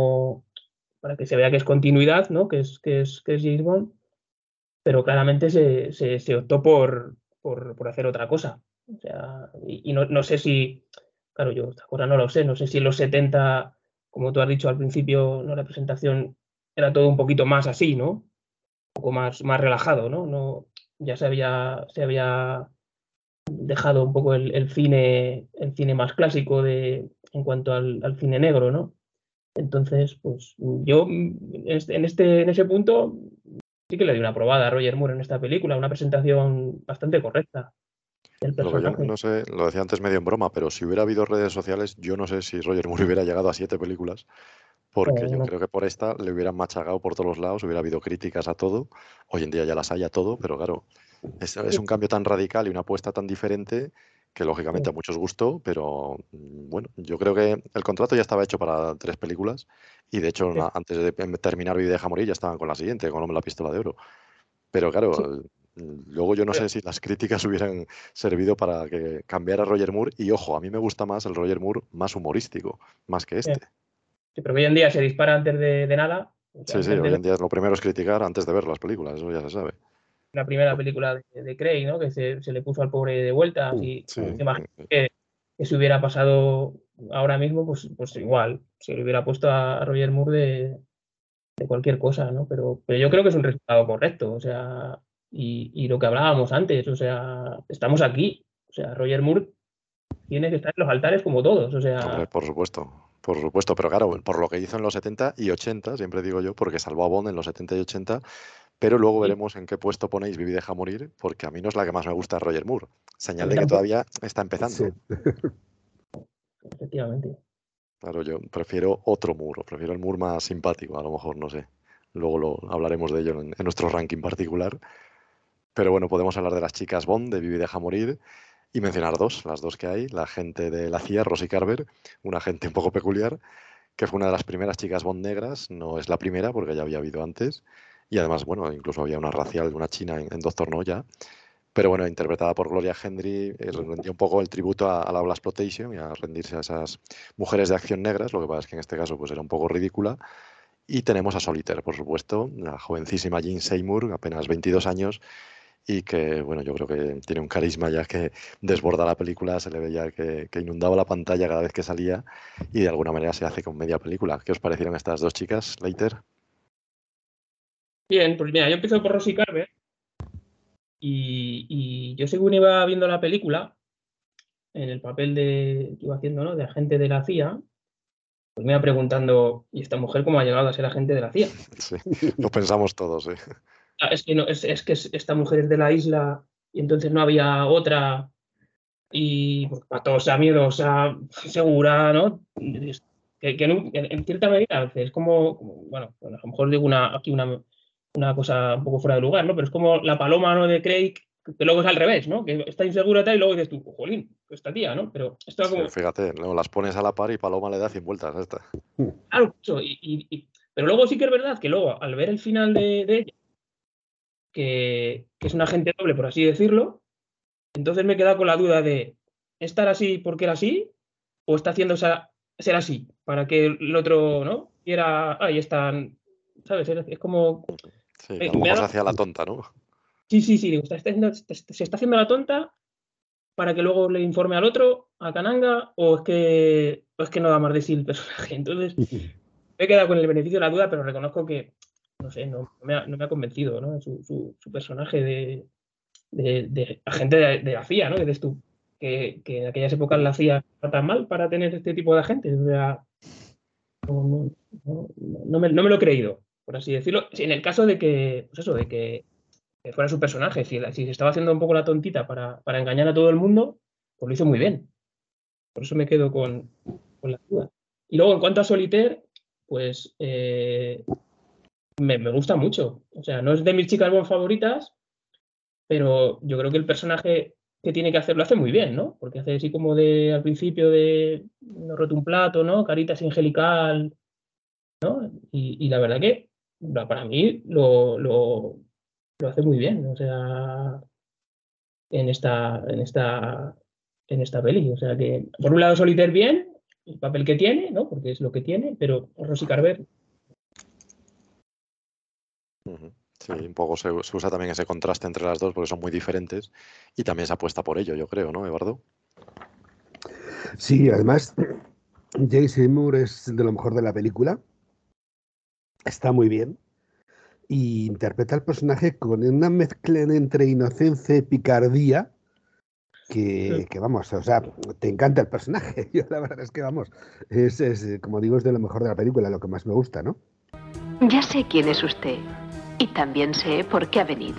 Speaker 20: que se vea que es continuidad, ¿no? Que es James Bond, pero claramente se optó por hacer otra cosa. O sea, y no sé si, claro, yo esta cosa no lo sé, no sé si en los 70, como tú has dicho al principio, ¿no? La presentación era todo un poquito más así, ¿no? Un poco más relajado, ¿no? Ya se había dejado un poco el cine más clásico en cuanto al cine negro, ¿no? Entonces, pues yo en ese punto sí que le doy una aprobada a Roger Moore en esta película, una presentación bastante correcta del personaje.
Speaker 2: Lo que yo no sé, lo decía antes medio en broma, pero si hubiera habido redes sociales, yo no sé si Roger Moore hubiera llegado a 7 películas, porque yo creo que por esta le hubieran machacado por todos los lados, hubiera habido críticas a todo. Hoy en día ya las hay a todo, pero claro, es un cambio tan radical y una apuesta tan diferente que lógicamente a muchos gustó, pero bueno, yo creo que el contrato ya estaba hecho para 3 películas y de hecho antes de terminar Vive y deja morir ya estaban con la siguiente, con La pistola de oro. Pero claro, luego yo no sé si las críticas hubieran servido para que cambiara Roger Moore y ojo, a mí me gusta más el Roger Moore más humorístico, más que este.
Speaker 20: Sí, pero hoy en día se dispara antes de nada.
Speaker 2: Sí, hoy en día lo primero es criticar antes de ver las películas, eso ya se sabe.
Speaker 20: La primera película de Craig, ¿no? Que se le puso al pobre de vuelta. Imagino que si hubiera pasado ahora mismo, pues igual, se le hubiera puesto a Roger Moore de cualquier cosa, ¿no? Pero yo creo que es un resultado correcto, o sea, y lo que hablábamos antes, o sea, estamos aquí, o sea, Roger Moore tiene que estar en los altares como todos, o sea...
Speaker 2: Hombre, por supuesto. Por supuesto, pero claro, por lo que hizo en los 70 y 80, siempre digo yo, porque salvó a Bond en los 70 y 80, pero luego veremos en qué puesto ponéis Vivi deja morir, porque a mí no es la que más me gusta de Roger Moore. Señal de que todavía está empezando.
Speaker 20: Sí. Efectivamente.
Speaker 2: Claro, yo prefiero otro Moore, prefiero el Moore más simpático, a lo mejor, no sé. Luego hablaremos de ello en nuestro ranking particular. Pero bueno, podemos hablar de las chicas Bond, de Vivi deja morir, y mencionar las dos que hay. La agente de la CIA, Rosie Carver, una agente un poco peculiar, que fue una de las primeras chicas Bond negras, no es la primera porque ya había habido antes, y además, bueno, incluso había una racial, una china en Doctor No ya, pero bueno, interpretada por Gloria Hendry, rendía un poco el tributo a la Blaxploitation y a rendirse a esas mujeres de acción negras, lo que pasa es que en este caso pues era un poco ridícula. Y tenemos a Solitaire, por supuesto, la jovencísima Jean Seymour, apenas 22 años, y que, bueno, yo creo que tiene un carisma ya que desborda la película, se le veía que inundaba la pantalla cada vez que salía y de alguna manera se hace con media película. ¿Qué os parecieron estas dos chicas, Leiter?
Speaker 20: Bien, pues mira, yo empiezo por Rosie Carver y yo según iba viendo la película, en el papel que iba haciendo, ¿no?, de agente de la CIA, pues me iba preguntando, ¿y esta mujer cómo ha llegado a ser agente de la CIA?
Speaker 2: Sí, lo pensamos todos, ¿eh?
Speaker 20: Es que, no, es que esta mujer es de la isla y entonces no había otra y pues, patosa, miedosa, segura, ¿no? Que en cierta medida es como bueno, a lo mejor digo aquí una cosa un poco fuera de lugar, ¿no? Pero es como la paloma, ¿no?, de Craig, que luego es al revés, ¿no? Que está insegura tal, y luego dices tú, jolín, esta tía, ¿no? Pero esto es como...
Speaker 2: Sí, fíjate, ¿no? Las pones a la par y Paloma le da 100 vueltas a esta.
Speaker 20: Claro, eso, pero luego sí que es verdad que luego, al ver el final de ella, que es un agente doble, por así decirlo, entonces me he quedado con la duda de ¿estar así porque era así? ¿O está haciendo ser así? Para que el otro, ¿no?, quiera, ahí están, ¿sabes? Es como...
Speaker 2: Sí, a lo mejor se hacía la tonta, ¿no?
Speaker 20: Sí, digo, se está haciendo la tonta para que luego le informe al otro, a Kananga, o es que no da más de sí el personaje. Entonces, me he quedado con el beneficio de la duda, pero reconozco que, no sé, no me ha convencido, ¿no?, su personaje de agente de la CIA, ¿no? Que dices tú, que en aquellas épocas la CIA está tan mal para tener este tipo de agentes. O sea, no me lo he creído, por así decirlo. En el caso de que, pues eso, de que fuera su personaje, si se estaba haciendo un poco la tontita para engañar a todo el mundo, pues lo hizo muy bien. Por eso me quedo con la duda. Y luego, en cuanto a Solitaire, pues me gusta mucho. O sea, no es de mis chicas Bond favoritas, pero yo creo que el personaje que tiene que hacer lo hace muy bien, ¿no? Porque hace así como al principio de no roto un plato, ¿no? Carita así angelical, ¿no? Y la verdad que para mí lo hace muy bien, o sea, en esta peli. O sea que, por un lado, Solitaire bien, el papel que tiene, ¿no? Porque es lo que tiene, pero Rosie Carver...
Speaker 2: Sí, un poco se usa también ese contraste entre las dos porque son muy diferentes y también se apuesta por ello, yo creo, ¿no, Eduardo?
Speaker 19: Sí, además, Jane Seymour es de lo mejor de la película. Está muy bien. Y interpreta al personaje con una mezcla entre inocencia y picardía que vamos, o sea, te encanta el personaje. Yo la verdad es que, vamos, es como digo, es de lo mejor de la película, lo que más me gusta, ¿no?
Speaker 4: Ya sé quién es usted y también sé por qué ha venido.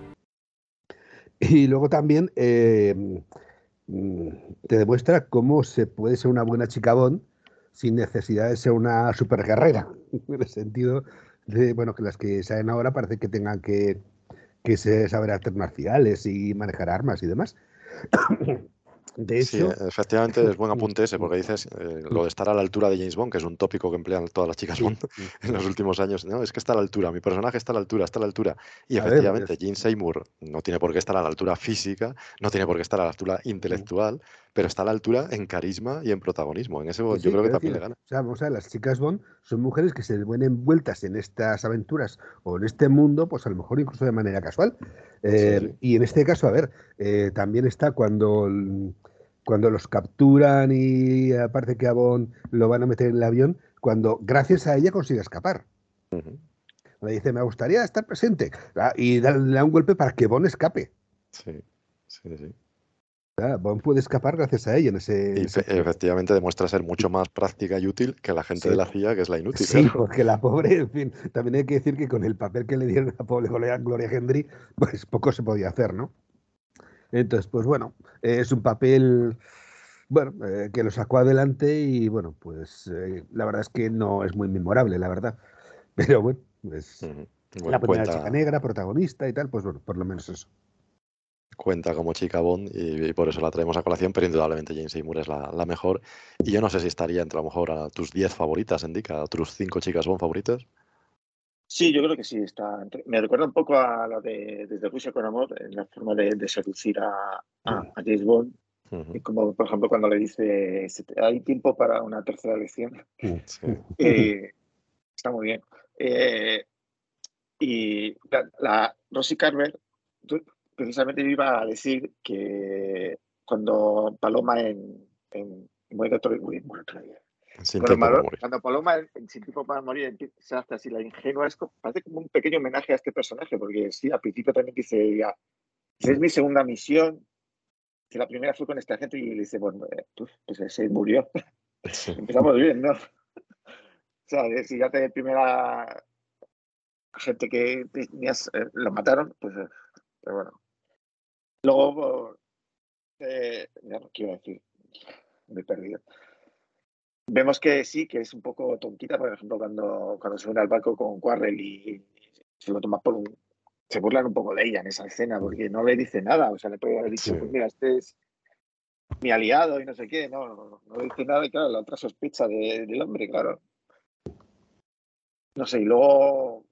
Speaker 19: Y luego también te demuestra cómo se puede ser una buena chica Bond sin necesidad de ser una super guerrera, en el sentido de, bueno, que las que salen ahora parece que tengan que saber artes marciales y manejar armas y demás. De hecho,
Speaker 2: sí, efectivamente es buen apunte ese, porque dices lo de estar a la altura de James Bond, que es un tópico que emplean todas las chicas Bond en los últimos años. No, es que está a la altura, mi personaje está a la altura. Y efectivamente, Jane Seymour no tiene por qué estar a la altura física, no tiene por qué estar a la altura intelectual, pero está a la altura en carisma y en protagonismo. En eso yo creo que también le gana.
Speaker 19: O sea, vamos a ver, las chicas Bond son mujeres que se ven envueltas en estas aventuras o en este mundo, pues a lo mejor incluso de manera casual. Y en este caso, a ver, también está cuando los capturan y aparte que a Bond lo van a meter en el avión, cuando gracias a ella consigue escapar. Le dice, me gustaría estar presente. Y le da un golpe para que Bond escape.
Speaker 2: Sí.
Speaker 19: Bond puede escapar gracias a ella en ese...
Speaker 2: Efectivamente demuestra ser mucho más práctica y útil que la gente de la CIA, que es la inútil.
Speaker 19: Sí, porque la pobre, en fin, también hay que decir que con el papel que le dieron a la pobre Gloria Hendry, pues poco se podía hacer, ¿no? Entonces, pues bueno, es un papel, bueno, que lo sacó adelante y bueno, pues la verdad es que no es muy memorable, la verdad. Pero bueno, pues la primera chica negra, protagonista y tal, pues bueno, por lo menos eso.
Speaker 2: Cuenta como chica Bond y por eso la traemos a colación, pero indudablemente Jane Seymour es la mejor. Y yo no sé si estaría entre a lo mejor a tus 10 favoritas, Indica, a tus 5 chicas Bond favoritas.
Speaker 3: Sí, yo creo que sí está. Me recuerda un poco a la de Desde Rusia con Amor, en la forma de seducir a James Bond. Y como, por ejemplo, cuando le dice, hay tiempo para una tercera lección. Está muy bien. Y la Rosie Carver, precisamente iba a decir que cuando Paloma en Muere otro día. Cuando Paloma en Sin tiempo para morir se hace así la ingenua, parece como un pequeño homenaje a este personaje, porque sí, al principio también dice, ya, es mi segunda misión, que la primera fue con esta gente y le dice, bueno, pues se murió. Sí. Empezamos bien, ¿no? O sea, si ya te primera gente que tenías, lo mataron, pues, pero bueno. Luego, ya no quiero decir, me he perdido. Vemos que sí, que es un poco tonquita, por ejemplo, cuando se une al barco con Quarrel y se lo toma por un... Se burlan un poco de ella en esa escena, porque no le dice nada, o sea, le puede haber dicho, pues mira, este es mi aliado y no sé qué, no le dice nada y claro, la otra sospecha del hombre, claro. No sé, y luego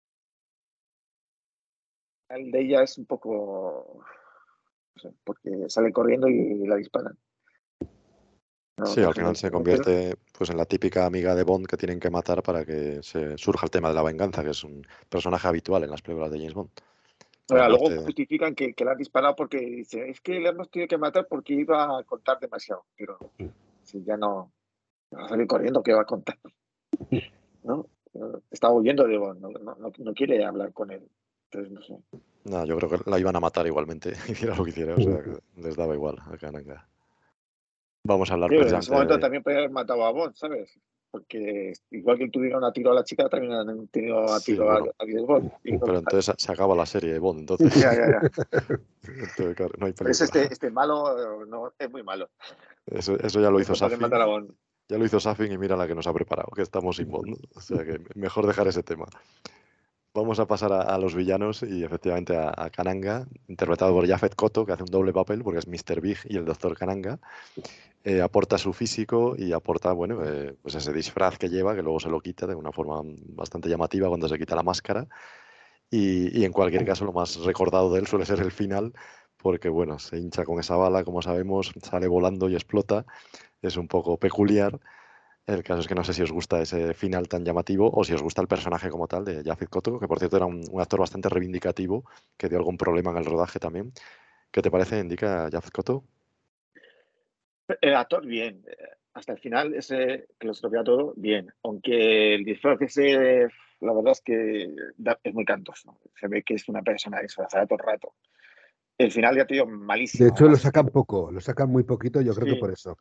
Speaker 3: el de ella es un poco... No sé, porque sale corriendo y la disparan.
Speaker 2: Sí, al final se convierte pues en la típica amiga de Bond que tienen que matar para que se surja el tema de la venganza, que es un personaje habitual en las películas de James Bond.
Speaker 3: Luego justifican que la han disparado porque dice, es que le hemos tenido que matar porque iba a contar demasiado, pero si ya no va a salir corriendo, ¿qué va a contar? ¿No? Está huyendo de Bond, no quiere hablar con él. Entonces, no sé.
Speaker 2: No, yo creo que la iban a matar igualmente, hiciera lo que hiciera, o sea, que les daba igual a Kananga. Vamos a hablar precisamente...
Speaker 3: En ese momento también podría haber matado a Bond, ¿sabes? Porque igual que tuvieron a tiro a la chica, también han tenido a tiro a Bond.
Speaker 2: Pero entonces se acaba la serie de Bond, entonces...
Speaker 3: Ya.
Speaker 2: Entonces, claro, no hay
Speaker 3: película. Pues este malo no, es muy malo.
Speaker 2: Eso ya lo hizo Safin. Ya lo hizo Safin y mira la que nos ha preparado, que estamos sin Bond. O sea que mejor dejar ese tema. Vamos a pasar a los villanos y efectivamente a Kananga, interpretado por Japhet Kotto, que hace un doble papel porque es Mr. Big y el Dr. Kananga. Aporta su físico y aporta, bueno, pues ese disfraz que lleva, que luego se lo quita de una forma bastante llamativa cuando se quita la máscara. Y en cualquier caso, lo más recordado de él suele ser el final, porque, bueno, se hincha con esa bala, como sabemos, sale volando y explota. Es un poco peculiar. El caso es que no sé si os gusta ese final tan llamativo o si os gusta el personaje como tal de Japhet Kotto, que por cierto era un actor bastante reivindicativo, que dio algún problema en el rodaje también. ¿Qué te parece, Indica, Japhet Kotto?
Speaker 3: El actor, bien. Hasta el final, ese que lo estropea todo, bien. Aunque el disfraz ese, la verdad es que es muy cantoso. Se ve que es una persona disfrazada todo el rato. El final ya te digo, malísimo.
Speaker 19: De hecho, lo sacan poco, lo sacan muy poquito, yo creo que por eso.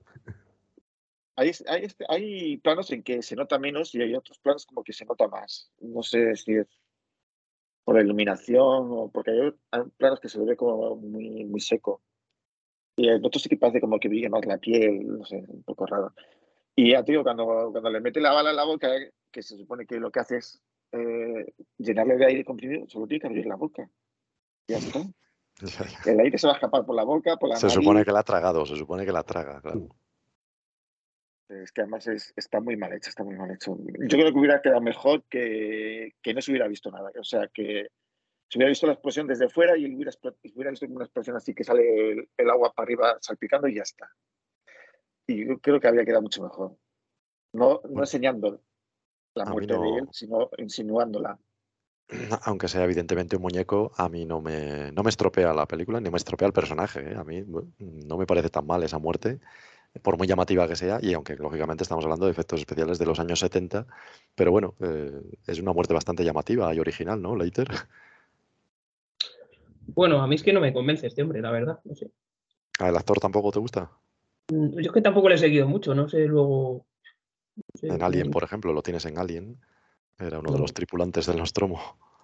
Speaker 3: Hay planos en que se nota menos y hay otros planos como que se nota más. No sé si es por la iluminación o porque hay planos que se ve como muy, muy seco. Y el otro sí que parece como que brilla más la piel, no sé, un poco raro. Y ya te digo, cuando le mete la bala en la boca, que se supone que lo que hace es llenarle de aire comprimido, solo tiene que abrir la boca. Ya está. El aire se va a escapar por la boca, por la nariz.
Speaker 2: Se supone que la ha tragado, se supone que la traga, claro.
Speaker 3: Es que además está muy mal hecho, está muy mal hecho. Yo creo que hubiera quedado mejor que no se hubiera visto nada. O sea, que se hubiera visto la explosión desde fuera y hubiera visto una explosión así que sale el agua para arriba salpicando y ya está. Y yo creo que habría quedado mucho mejor. No enseñando la muerte de él, sino insinuándola.
Speaker 2: Aunque sea evidentemente un muñeco, a mí no me estropea la película, ni me estropea el personaje. A mí no me parece tan mal esa muerte, por muy llamativa que sea, y aunque lógicamente estamos hablando de efectos especiales de los años 70, pero bueno, es una muerte bastante llamativa y original, ¿no, Leiter?
Speaker 20: Bueno, a mí es que no me convence este hombre, la verdad, no sé.
Speaker 2: ¿El actor tampoco te gusta?
Speaker 20: Yo es que tampoco le he seguido mucho, no sé luego... No sé,
Speaker 2: En Alien, por ejemplo, lo tienes en Alien. Era uno de los tripulantes del Nostromo.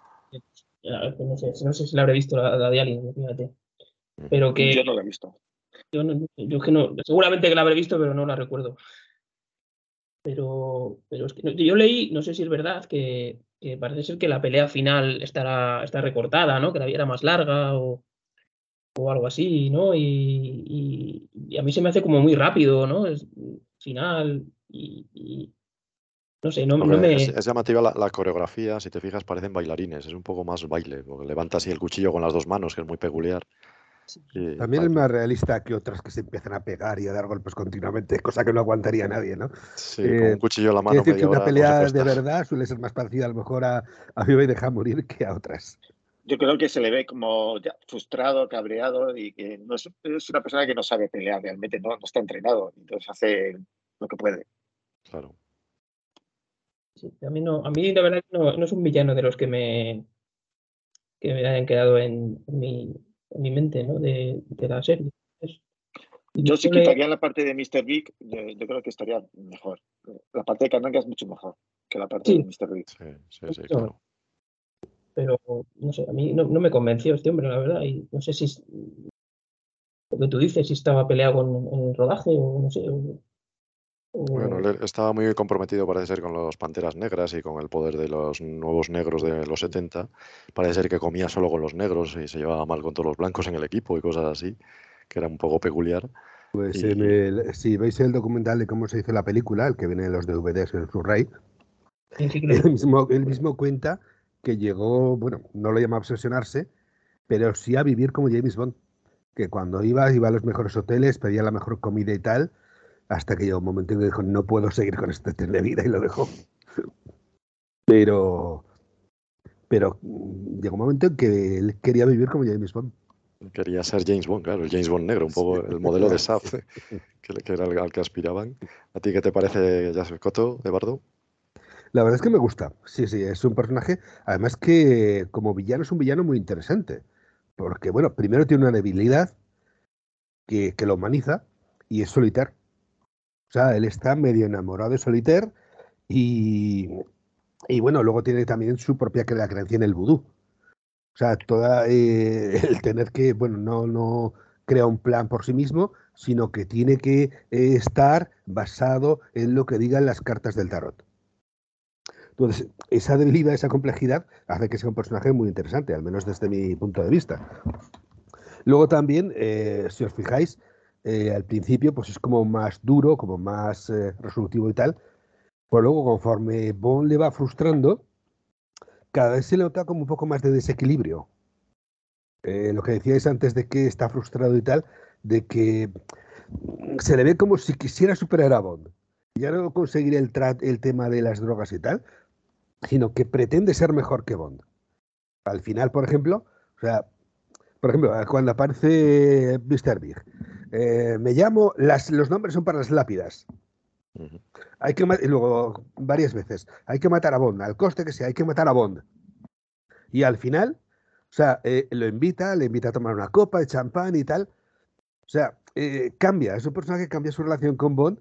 Speaker 20: No sé si la habré visto, la de Alien, fíjate. Pero que...
Speaker 3: Yo no la he visto.
Speaker 20: Yo es que no... Seguramente que la habré visto, pero no la recuerdo. Pero es que yo leí, no sé si es verdad, que parece ser que la pelea final está recortada, ¿no? Que la era más larga o algo así, ¿no? Y a mí se me hace como muy rápido, ¿no? Es final y no sé, no me...
Speaker 2: Es llamativa la coreografía, si te fijas, parecen bailarines, es un poco más baile, porque levanta así el cuchillo con las dos manos, que es muy peculiar.
Speaker 19: También es más realista que otras que se empiezan a pegar y a dar golpes continuamente, cosa que no aguantaría nadie, ¿no?
Speaker 2: Sí, con un cuchillo en la mano.
Speaker 19: Es decir, que una pelea
Speaker 2: no
Speaker 19: de verdad suele ser más parecida a lo mejor a Viva y Deja Morir que a otras.
Speaker 3: Yo creo que se le ve como ya frustrado, cabreado y que no es una persona que no sabe pelear realmente, no está entrenado, entonces hace lo que puede.
Speaker 2: Claro.
Speaker 20: Sí, a mí la verdad no es un villano de los que me hayan quedado en mi mente, ¿no? De la serie.
Speaker 3: Yo sí quitaría la parte de Mr. Big, yo creo que estaría mejor. La parte de Kananga es mucho mejor que la parte de Mr. Big.
Speaker 2: Sí, claro.
Speaker 20: Pero, no sé, a mí no me convenció este hombre, la verdad, y no sé si lo que tú dices, si estaba peleado en el rodaje o no sé.
Speaker 2: Bueno, él estaba muy comprometido, parece ser, con los Panteras Negras y con el poder de los nuevos negros de los 70. Parece ser que comía solo con los negros y se llevaba mal con todos los blancos en el equipo y cosas así, que era un poco peculiar.
Speaker 19: Pues si veis el documental de cómo se hizo la película, el que viene en los DVDs en el Blu-ray, él mismo cuenta que llegó, bueno, no lo llama a obsesionarse, pero sí a vivir como James Bond, que cuando iba a los mejores hoteles, pedía la mejor comida y tal, hasta que llegó un momento en que dijo, no puedo seguir con este estilo de vida, y lo dejó. Pero llegó un momento en que él quería vivir como James Bond.
Speaker 2: Quería ser James Bond, claro, el James Bond negro, un poco el modelo de SAF, que era al que aspiraban. ¿A ti qué te parece Joseph Cotto, Eduardo?
Speaker 19: La verdad es que me gusta. Sí, es un personaje, además que como villano es un villano muy interesante. Porque, bueno, primero tiene una debilidad que lo humaniza y es Solitaire. O sea, él está medio enamorado de Solitaire y bueno, luego tiene también su propia creencia en el vudú. O sea, el tener que, bueno, no crea un plan por sí mismo, sino que tiene que estar basado en lo que digan las cartas del tarot. Entonces, esa debilidad, esa complejidad, hace que sea un personaje muy interesante, al menos desde mi punto de vista. Luego también, si os fijáis, al principio pues es como más duro, como más resolutivo y tal, pero luego conforme Bond le va frustrando, cada vez se le nota como un poco más de desequilibrio. Lo que decíais antes de que está frustrado y tal, de que se le ve como si quisiera superar a Bond. Ya no conseguir el tema de las drogas y tal, sino que pretende ser mejor que Bond. Al final, por ejemplo, cuando aparece Mr. Big, me llamo, los nombres son para las lápidas. Hay que y luego varias veces, hay que matar a Bond, al coste que sea, hay que matar a Bond. Y al final, le invita a tomar una copa de champán y tal. O sea, cambia, es un personaje que cambia su relación con Bond.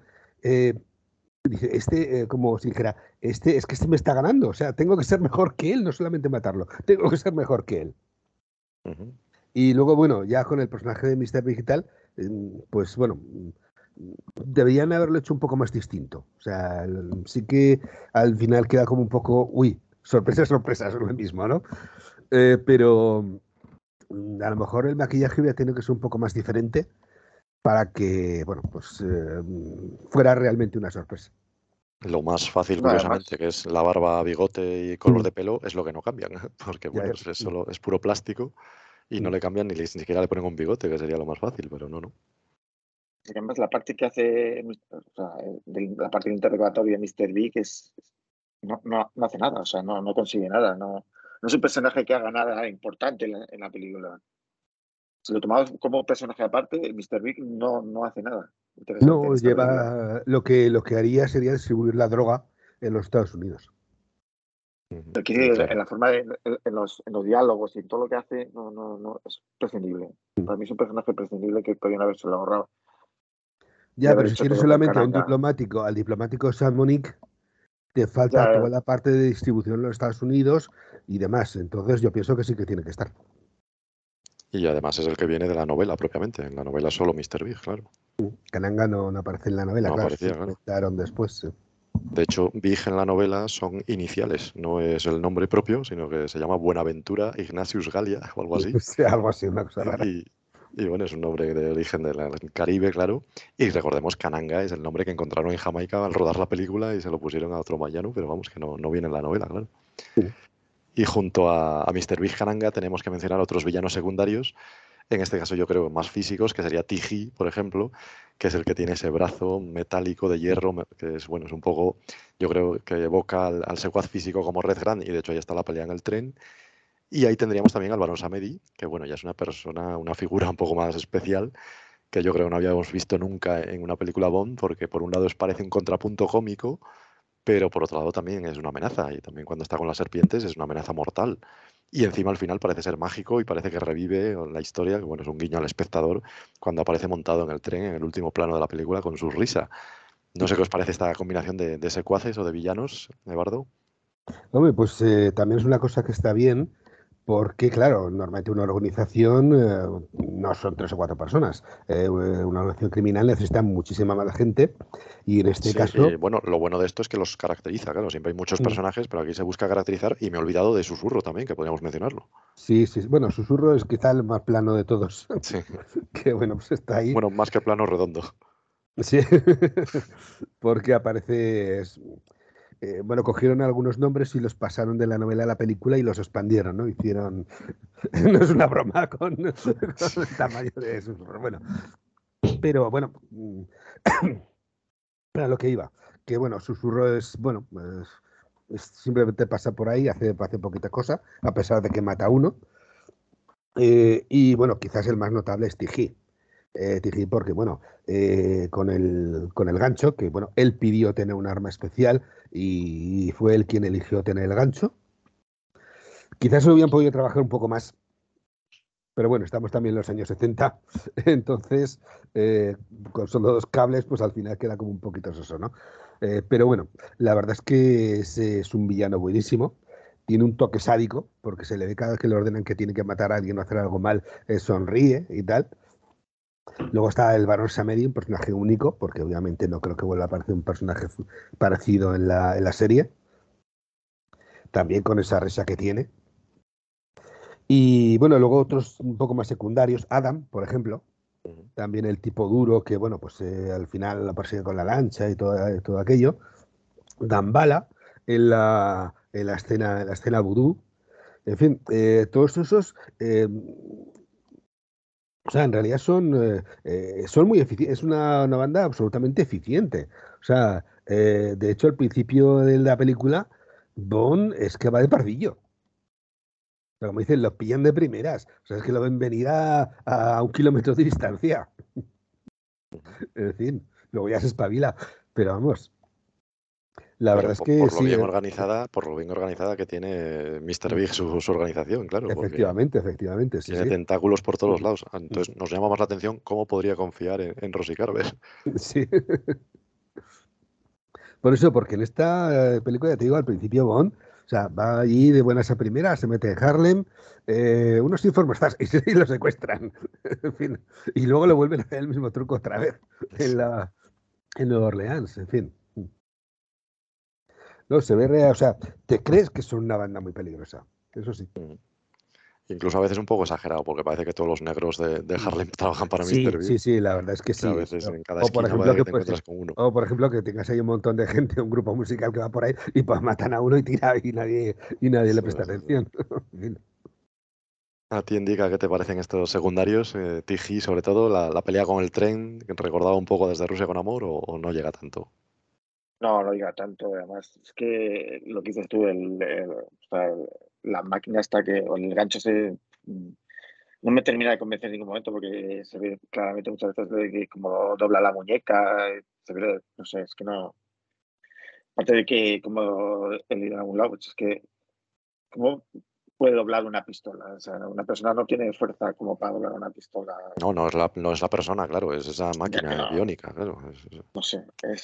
Speaker 19: Dice, como si dijera, es que este me está ganando, o sea, tengo que ser mejor que él, no solamente matarlo, tengo que ser mejor que él. Y luego, bueno, ya con el personaje de Mr. Big y tal, pues bueno, deberían haberlo hecho un poco más distinto. O sea, sí que al final queda como un poco, sorpresa, es lo mismo, ¿no? Pero a lo mejor el maquillaje hubiera tenido que ser un poco más diferente para que, bueno, pues fuera realmente una sorpresa.
Speaker 2: Lo más fácil, curiosamente, que es la barba, bigote y color de pelo, es lo que no cambian, porque bueno, es puro plástico y no le cambian ni siquiera le ponen un bigote, que sería lo más fácil, pero no.
Speaker 3: Y además la parte que hace, la parte del interrogatorio de Mr. Big no hace nada, o sea, no consigue nada, no es un personaje que haga nada importante en la película. Si lo tomamos como personaje aparte, Mr. Big no hace nada.
Speaker 19: No, lleva lo que haría sería distribuir la droga en los Estados Unidos.
Speaker 3: Aquí en la forma en los diálogos y en todo lo que hace, no es prescindible. Para mí es un personaje prescindible que podrían haberse ahorrado.
Speaker 19: Ya, pero si tienes solamente a un diplomático, al diplomático Sean Monique, te falta toda la parte de distribución en los Estados Unidos y demás. Entonces yo pienso que sí que tiene que estar.
Speaker 2: Y además es el que viene de la novela propiamente. En la novela solo Mr. Big, claro.
Speaker 19: Kananga no aparece en la novela,
Speaker 2: no
Speaker 19: claro.
Speaker 2: Aparecía,
Speaker 19: se inventaron después. Sí.
Speaker 2: De hecho, Big en la novela son iniciales, no es el nombre propio, sino que se llama Buenaventura Ignatius Gallia o algo así.
Speaker 19: Sí, algo así, una cosa rara.
Speaker 2: Y bueno, es un nombre de origen del Caribe, claro. Y recordemos, Kananga es el nombre que encontraron en Jamaica al rodar la película y se lo pusieron a otro mayano, pero vamos, que no viene en la novela, claro.
Speaker 19: Sí.
Speaker 2: Y junto a Mr. Big Kananga tenemos que mencionar otros villanos secundarios, en este caso yo creo más físicos, que sería Tiji, por ejemplo, que es el que tiene ese brazo metálico de hierro, que es, bueno, es un poco, yo creo que evoca al secuaz físico como Red Grant, y de hecho ahí está la pelea en el tren. Y ahí tendríamos también al Barón Samedi, que bueno, ya es una persona, una figura un poco más especial, que yo creo que no habíamos visto nunca en una película Bond, porque por un lado parece un contrapunto cómico, pero por otro lado también es una amenaza, y también cuando está con las serpientes es una amenaza mortal. Y encima al final parece ser mágico y parece que revive la historia, que bueno, es un guiño al espectador, cuando aparece montado en el tren en el último plano de la película con su risa. No sé qué os parece esta combinación de secuaces o de villanos, Eduardo.
Speaker 19: Hombre, pues también es una cosa que está bien, porque claro, normalmente una organización no son 3 o 4 personas. Una organización criminal necesita muchísima más gente y en este caso...
Speaker 2: bueno, lo bueno de esto es que los caracteriza, claro, siempre hay muchos personajes, pero aquí se busca caracterizar y me he olvidado de Susurro también, que podríamos mencionarlo.
Speaker 19: Sí, bueno, Susurro es quizá el más plano de todos.
Speaker 2: Sí.
Speaker 19: Que bueno, pues está ahí.
Speaker 2: Bueno, más que plano, redondo.
Speaker 19: Sí, porque aparece... bueno, cogieron algunos nombres y los pasaron de la novela a la película y los expandieron, ¿no? Hicieron... no es una broma con el tamaño de Susurro. Bueno, pero bueno, para lo que iba, que bueno, Susurro es, bueno, simplemente pasa por ahí, hace poquita cosa, a pesar de que mata a uno. Y bueno, quizás el más notable es Tiji. Tiji porque, bueno, con el gancho, que bueno, él pidió tener un arma especial y fue él quien eligió tener el gancho. Quizás lo hubieran podido trabajar un poco más, pero bueno, estamos también en los años 70, entonces con solo 2 cables, pues al final queda como un poquito soso, ¿no? Pero bueno, la verdad es que es un villano buenísimo. Tiene un toque sádico, porque se le ve cada vez que le ordenan que tiene que matar a alguien o hacer algo mal, sonríe y tal. Luego está el Barón Samedi, un personaje único, porque obviamente no creo que vuelva a aparecer un personaje parecido en la serie. También con esa risa que tiene. Y bueno, luego otros un poco más secundarios. Adam, por ejemplo. También el tipo duro que, bueno, pues al final lo persigue con la lancha y todo aquello. Dambala en la escena vudú. En fin, todos esos... o sea, en realidad son muy eficientes. Es una banda absolutamente eficiente. O sea, de hecho, al principio de la película, Bond es que va de pardillo. O sea, como dicen, los pillan de primeras. O sea, es que lo ven venir a 1 kilómetro de distancia. En fin, luego ya se espabila. Pero vamos, la verdad es que
Speaker 2: por
Speaker 19: sí.
Speaker 2: Lo bien organizada que tiene Mr. Big su organización, claro.
Speaker 19: Efectivamente, sí.
Speaker 2: Tiene tentáculos por todos lados. Entonces nos llama más la atención cómo podría confiar en Rosy Carver.
Speaker 19: Sí. Por eso, porque en esta película, ya te digo, al principio Bond, o sea, va allí de buenas a primeras, se mete en Harlem, unos informes y lo secuestran. En fin, y luego le vuelven a hacer el mismo truco otra vez en Nueva Orleans, en fin. No, se ve real, o sea, te crees que son una banda muy peligrosa, eso sí.
Speaker 2: Incluso a veces un poco exagerado, porque parece que todos los negros de Harlem trabajan para Mr. Big.
Speaker 19: Sí, la verdad es que sí.
Speaker 2: A veces en cada esquina que te encuentras con uno.
Speaker 19: O por ejemplo que tengas ahí un montón de gente, un grupo musical que va por ahí y pues matan a uno y tira y nadie le presta atención.
Speaker 2: ¿A ti, Indica, qué te parecen estos secundarios? Tiji, sobre todo, la pelea con el tren, que recordaba un poco Desde Rusia con Amor, o no llega tanto?
Speaker 3: No llega tanto. Además, es que lo que dices tú, la máquina está o el gancho no me termina de convencer en ningún momento porque se ve claramente muchas veces de que como dobla la muñeca, se ve, no sé, es que no. Aparte de que como él irá a algún lado, pues es que ¿Cómo puede doblar una pistola? O sea, una persona no tiene fuerza como para doblar una pistola.
Speaker 2: No es la persona, claro, es esa máquina biónica, claro.
Speaker 3: No sé,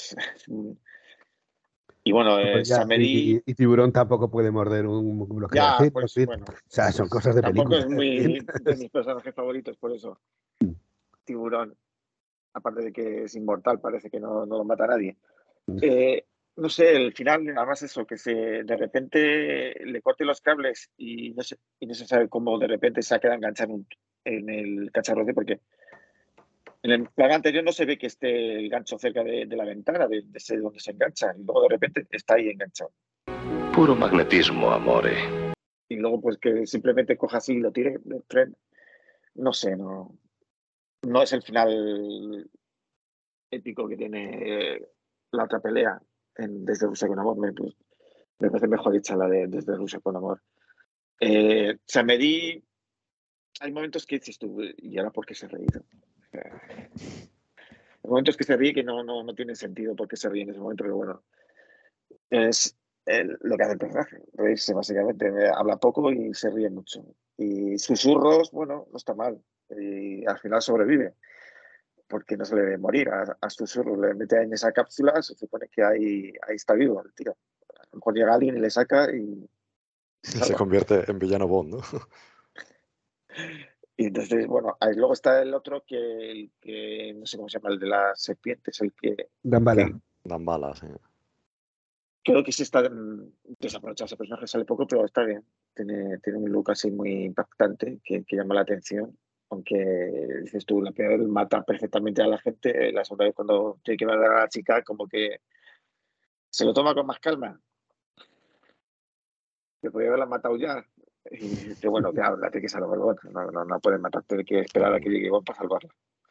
Speaker 3: Y bueno,
Speaker 19: y Tiburón tampoco puede morder un bloqueo de aceite.
Speaker 3: Pues, bueno,
Speaker 19: o sea, son cosas de película.
Speaker 3: Tampoco es de mis personajes favoritos, por eso. Tiburón, aparte de que es inmortal, parece que no lo mata a nadie. No sé, el final, además eso, que de repente le corte los cables y no se sabe cómo de repente se ha quedado enganchado en el cacharrote, porque en el plan anterior no se ve que esté el gancho cerca de la ventana, de donde se engancha, y luego de repente está ahí enganchado.
Speaker 10: Puro magnetismo, amore.
Speaker 3: Y luego pues que simplemente coja así y lo tire del tren. No sé, no es el final épico que tiene la otra pelea Desde Rusia con Amor. Me parece mejor hecha la de Desde Rusia con Amor. Hay momentos que dices tú, ¿y ahora por qué se ha reído? Hay momentos que se ríe que no tiene sentido por qué se ríe en ese momento, pero bueno, es lo que hace el personaje, reírse básicamente. Habla poco y se ríe mucho. Y susurros, bueno, no está mal. Y al final sobrevive, porque no se le debe morir a susurros. Le mete en esa cápsula, se supone que ahí está vivo el tío. A lo mejor llega alguien y le saca y
Speaker 2: se convierte en villano Bond, ¿no?
Speaker 3: Y entonces, bueno, ahí luego está el otro que no sé cómo se llama, el de las serpientes, el que...
Speaker 2: Dambala, sí.
Speaker 3: Creo que sí está desaprovechado ese personaje, sale poco, pero está bien. Tiene un look así muy impactante que llama la atención. Aunque, dices tú, la peor mata perfectamente a la gente. La segunda vez cuando tiene que matar a la chica, como que se lo toma con más calma. Que podría haberla matado ya. Y que bueno, que habla, tiene que salvar al otro. No pueden matarte, hay que esperar a que llegue igual para salvarla.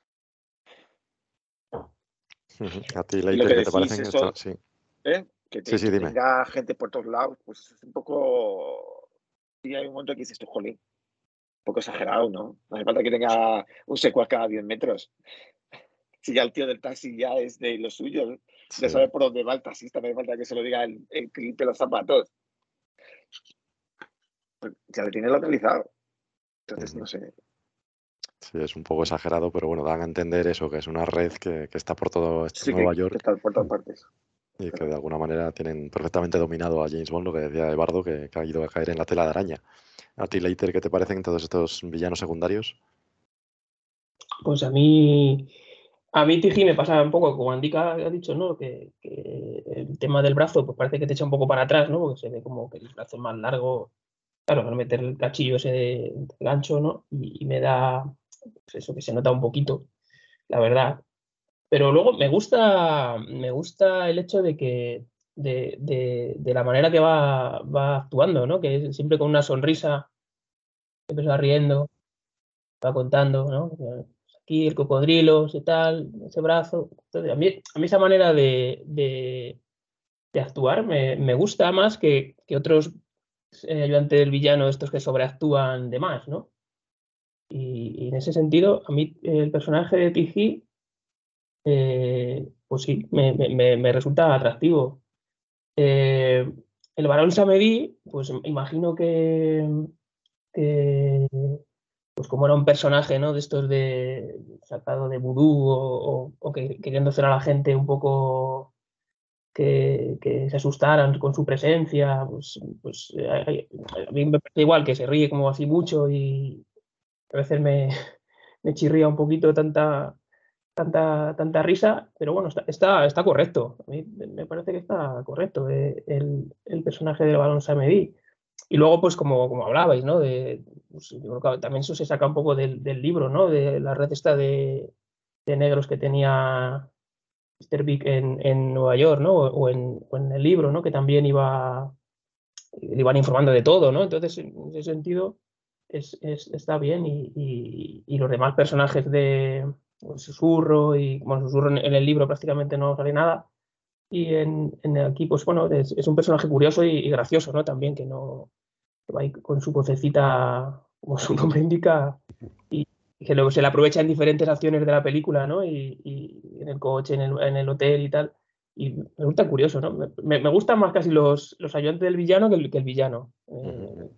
Speaker 2: A ti, Leiter, ¿qué te parecen
Speaker 3: eso,
Speaker 2: sí.
Speaker 3: Que
Speaker 2: dime.
Speaker 3: tenga gente por todos lados, pues es un poco... Sí, hay un momento que dices tú, jolín, un poco exagerado, ¿no? No hace falta que tenga un secuaz cada 10 metros. Si ya el tío del taxi ya es de los suyos, ya sabe por dónde va el taxista, no hace falta que se lo diga el que limpia los zapatos. Pues ya lo tiene localizado. Entonces, no sé.
Speaker 2: Sí, es un poco exagerado, pero bueno, dan a entender eso, que es una red que está por todo Nueva York.
Speaker 3: Que está por todas partes.
Speaker 2: Y que de alguna manera tienen perfectamente dominado a James Bond, lo que decía Eduardo, que ha ido a caer en la tela de araña. ¿A ti, Leiter, qué te parecen todos estos villanos secundarios?
Speaker 20: Pues a mí Tiji me pasa un poco, como Andika ha dicho, ¿no? Que el tema del brazo pues parece que te echa un poco para atrás, ¿no? Porque se ve como que el brazo es más largo. Claro, para meter el cachillo ese de gancho, ¿no? Y me da pues eso, que se nota un poquito, la verdad. Pero luego me gusta el hecho de que de la manera que va actuando, ¿no? Que es siempre con una sonrisa, siempre se va riendo, va contando, ¿no? Aquí el cocodrilo, ese tal, ese brazo. Entonces, a mí esa manera de actuar me gusta más que otros ayudantes del villano, estos que sobreactúan de más, ¿no? Y en ese sentido, a mí el personaje de Tiji, pues sí, me resulta atractivo. El Barón Samedi, pues imagino que pues como era un personaje, ¿no? De estos sacado de vudú o que queriendo hacer a la gente un poco que se asustaran con su presencia, pues a mí me parece igual que se ríe como así mucho y a veces me chirría un poquito tanta risa, pero bueno, está correcto. A mí me parece que está correcto el personaje del Barón Samedi. Y luego, pues como hablabais, ¿no? Pues, yo creo que también eso se saca un poco del libro, ¿no? De la red esta de negros que tenía Mr. Big en Nueva York, ¿no? O en el libro, ¿no? Que también le iban informando de todo, ¿no? Entonces, en ese sentido, está bien. Y los demás personajes de Susurro, y bueno, Susurro en el libro prácticamente no sale nada. Y aquí, pues bueno, es un personaje curioso y gracioso, ¿no? También que va ahí con su vocecita, como su nombre indica, y que luego se le aprovecha en diferentes acciones de la película, ¿no? Y en el coche, en el hotel y tal. Y me resulta curioso, ¿no? Me gustan más casi los ayudantes del villano que el villano.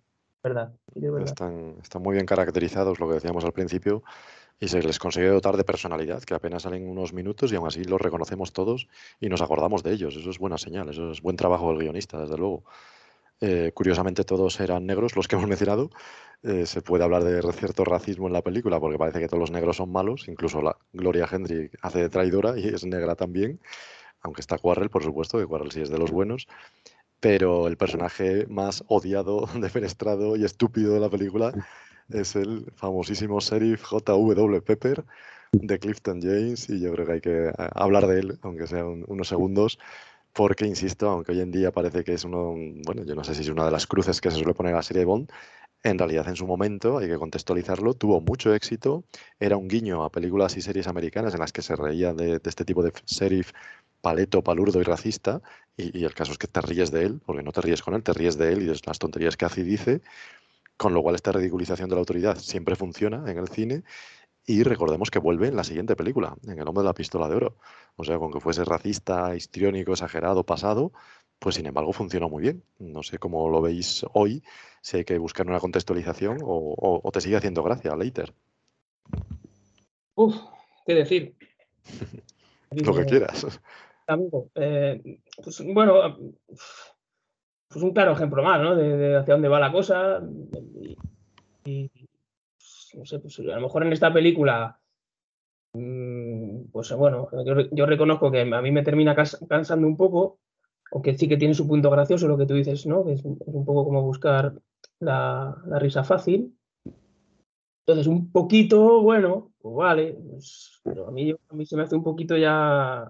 Speaker 20: verdad.
Speaker 2: Están muy bien caracterizados, lo que decíamos al principio, y se les consigue dotar de personalidad, que apenas salen unos minutos y aún así los reconocemos todos y nos acordamos de ellos. Eso es buena señal, eso es buen trabajo del guionista, desde luego. Curiosamente todos eran negros los que hemos mencionado. Se puede hablar de cierto racismo en la película porque parece que todos los negros son malos, incluso la Gloria Hendrick hace de traidora y es negra también, aunque está Quarrel, por supuesto, que Quarrel sí es de los buenos. Pero el personaje más odiado, defenestrado y estúpido de la película es el famosísimo sheriff J.W. Pepper de Clifton James, y yo creo que hay que hablar de él, aunque sea unos segundos, porque, insisto, aunque hoy en día parece que es bueno, yo no sé si es una de las cruces que se suele poner a la serie Bond, en realidad en su momento, hay que contextualizarlo, tuvo mucho éxito, era un guiño a películas y series americanas en las que se reía de este tipo de sheriff paleto, palurdo y racista, y el caso es que te ríes de él, porque no te ríes con él, te ríes de él y de las tonterías que hace y dice, con lo cual esta ridiculización de la autoridad siempre funciona en el cine, y recordemos que vuelve en la siguiente película, en El hombre de la pistola de oro. O sea, con que fuese racista, histriónico, exagerado, pasado, pues sin embargo funcionó muy bien. No sé cómo lo veis hoy, si hay que buscar una contextualización o te sigue haciendo gracia, Leiter.
Speaker 20: ¿Qué decir?
Speaker 2: Lo que quieras.
Speaker 20: Amigo, pues bueno, pues un claro ejemplo más, ¿no? De hacia dónde va la cosa. Y no sé, pues a lo mejor en esta película, pues bueno, yo reconozco que a mí me termina cansando un poco, aunque sí que tiene su punto gracioso lo que tú dices, ¿no? Que es un poco como buscar la risa fácil. Entonces, un poquito, bueno, pues vale, pues, pero a mí se me hace un poquito ya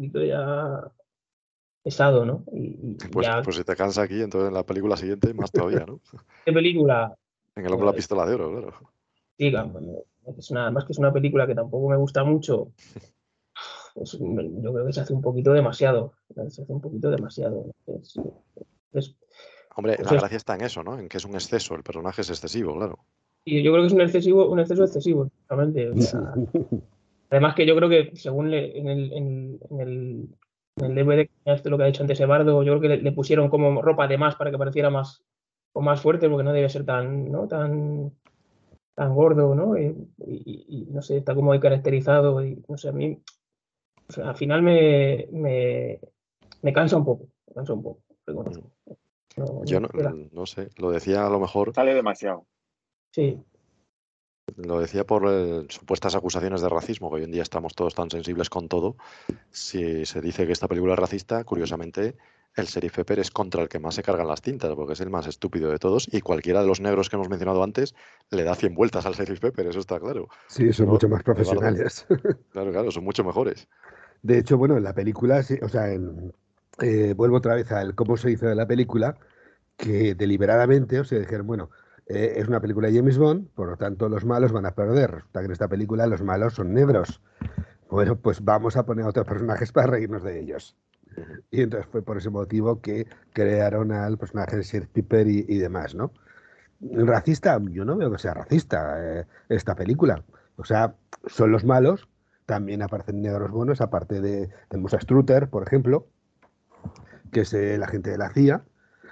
Speaker 20: pesado, ¿no?
Speaker 2: Pues si te cansa aquí, entonces en la película siguiente más todavía, ¿no?
Speaker 20: ¿Qué película?
Speaker 2: En El hombre de la pistola de oro, claro.
Speaker 20: Sí, además que es una película que tampoco me gusta mucho, pues yo creo que se hace un poquito demasiado. Se hace un poquito demasiado.
Speaker 2: Hombre,
Speaker 20: pues
Speaker 2: la gracia está en eso, ¿no? En que es un exceso, el personaje es excesivo, claro.
Speaker 20: Y yo creo que es un exceso excesivo, realmente. O sea, además que yo creo que según en el DVD, lo que ha dicho antes Eduardo, yo creo que le pusieron como ropa de más para que pareciera más fuerte, porque no debe ser tan gordo, ¿no? Y no sé, está como muy caracterizado y no sé, a mí, o sea, al final me cansa un poco, reconozco.
Speaker 2: Yo no sé, lo decía a lo mejor...
Speaker 3: Sale demasiado.
Speaker 20: Sí.
Speaker 2: Lo decía por supuestas acusaciones de racismo, que hoy en día estamos todos tan sensibles con todo. Si se dice que esta película es racista, curiosamente, el sheriff Pepper es contra el que más se cargan las tintas, porque es el más estúpido de todos, y cualquiera de los negros que hemos mencionado antes le da 100 vueltas al sheriff Pepper, eso está claro.
Speaker 19: Sí, son mucho más profesionales.
Speaker 2: Claro, son mucho mejores.
Speaker 19: De hecho, bueno, en la película, o sea, vuelvo otra vez al cómo se hizo de la película, que deliberadamente, o sea, dijeron, bueno, es una película de James Bond, por lo tanto los malos van a perder. Resulta que en esta película los malos son negros. Bueno, pues vamos a poner a otros personajes para reírnos de ellos. Y entonces fue por ese motivo que crearon al personaje de Sheriff Pepper y demás, ¿no? Racista, yo no veo que sea racista esta película. O sea, son los malos, también aparecen negros buenos, aparte de tenemos a Strutter, por ejemplo, que es el agente de la CIA.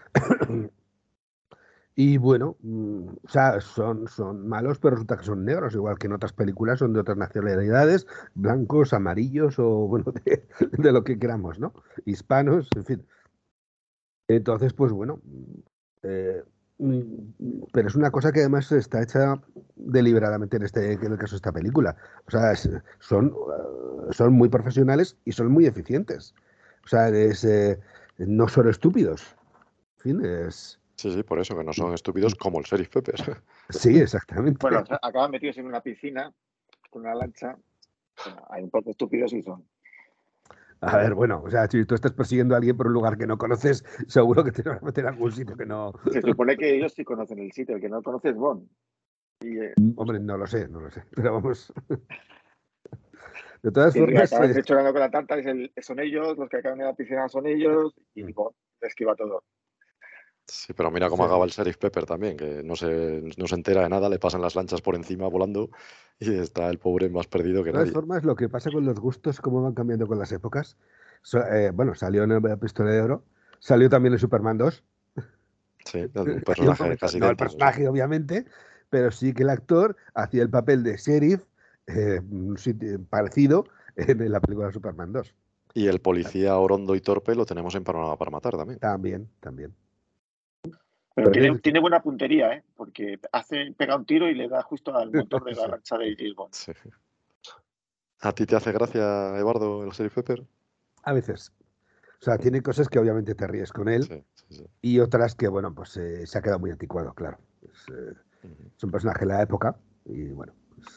Speaker 19: Y bueno, o sea, son malos, pero resulta que son negros, igual que en otras películas son de otras nacionalidades, blancos, amarillos o bueno, de lo que queramos, ¿no? Hispanos, en fin. Entonces, pues bueno, pero es una cosa que además está hecha deliberadamente en el caso de esta película. O sea, son muy profesionales y son muy eficientes. O sea, no son estúpidos. En fin,
Speaker 2: Sí, por eso, que no son estúpidos como el sheriff Pepper.
Speaker 19: Sí, exactamente.
Speaker 3: Bueno, acaban metidos en una piscina con una lancha. O sea, hay un poco estúpidos y son.
Speaker 19: A ver, bueno, o sea, si tú estás persiguiendo a alguien por un lugar que no conoces, seguro que te van a meter en algún sitio que no...
Speaker 3: Se supone que ellos sí conocen el sitio, el que no conoce es Bond.
Speaker 19: Hombre, no lo sé, pero vamos... De todas formas...
Speaker 3: Acaban chorando con la tarta, son ellos, los que acaban en la piscina son ellos, y Bond esquiva todo.
Speaker 2: Sí, pero mira cómo acaba el sheriff Pepper también, que no se entera de nada, le pasan las lanchas por encima volando y está el pobre más perdido que nadie.
Speaker 19: De todas formas, lo que pasa con los gustos, cómo van cambiando con las épocas. Bueno, salió en La pistola de oro, salió también en Superman 2.
Speaker 2: Sí, un personaje casi
Speaker 19: no el personaje, obviamente, pero sí que el actor hacía el papel de sheriff parecido en la película Superman 2.
Speaker 2: Y el policía orondo y torpe lo tenemos en Panorama para Matar también.
Speaker 19: También.
Speaker 3: Pero tiene buena puntería, porque pega un tiro y le da justo al motor de la lancha de James Bond.
Speaker 2: Sí. ¿A ti te hace gracia, Eduardo, el Sheriff Pepper?
Speaker 19: A veces. O sea, tiene cosas que obviamente te ríes con él y otras que, bueno, pues se ha quedado muy anticuado, claro. Es un personaje de la época y, bueno,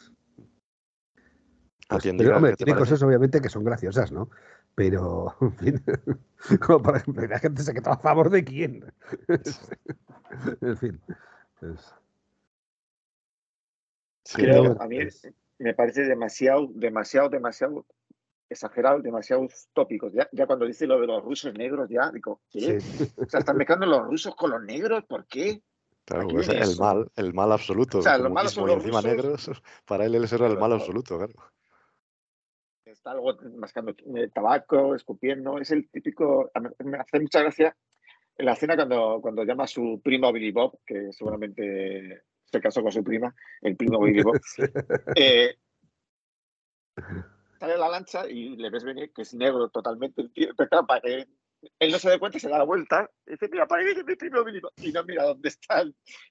Speaker 19: pero, hombre, tiene cosas obviamente que son graciosas, ¿no? Pero, en fin, como por ejemplo, la gente se queda a favor de quién. En fin.
Speaker 3: A mí me parece demasiado exagerado, demasiados tópicos. Ya cuando dice lo de los rusos negros, ya digo, ¿qué? Sí. O sea, están mezclando los rusos con los negros, ¿por qué?
Speaker 2: Claro, pues el mal absoluto.
Speaker 3: O sea, los malos son los
Speaker 2: encima
Speaker 3: rusos.
Speaker 2: Negros, para él era el mal absoluto, claro.
Speaker 3: Está algo mascando tabaco, escupiendo, es el típico. Me hace mucha gracia en la escena cuando llama a su primo Billy Bob, que seguramente se casó con su prima, el primo Billy Bob. Sale a la lancha y le ves venir que es negro totalmente el tío, pero para que él no se dé cuenta, se da la vuelta y dice, mira, para ahí viene mi primo Billy Bob, y no mira dónde está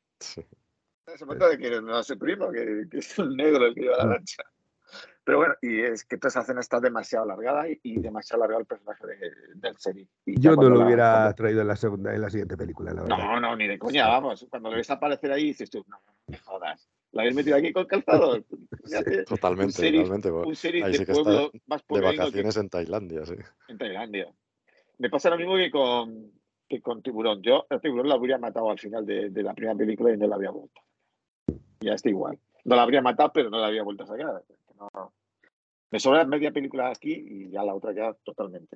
Speaker 3: ese momento de que no es el primo, que es un negro el que lleva la lancha. Pero bueno, y es que toda esa escena está demasiado alargada y demasiado alargado el personaje del sheriff.
Speaker 19: Yo no lo hubiera traído en la siguiente película, la verdad.
Speaker 3: No, ni de coña, vamos. Cuando lo ves aparecer ahí dices tú, no me jodas. ¿La habéis metido aquí con calzador?
Speaker 2: Totalmente.
Speaker 3: Un sheriff
Speaker 2: ahí
Speaker 3: de
Speaker 2: sí que
Speaker 3: pueblo
Speaker 2: está
Speaker 3: más
Speaker 2: de vacaciones en Tailandia, sí.
Speaker 3: En Tailandia. Me pasa lo mismo que con Tiburón. Yo a Tiburón la habría matado al final de la primera película y no la había vuelto. Ya está igual. No la habría matado, pero no la había vuelto a sacar. No. Me sobra media película aquí y ya la otra ya totalmente.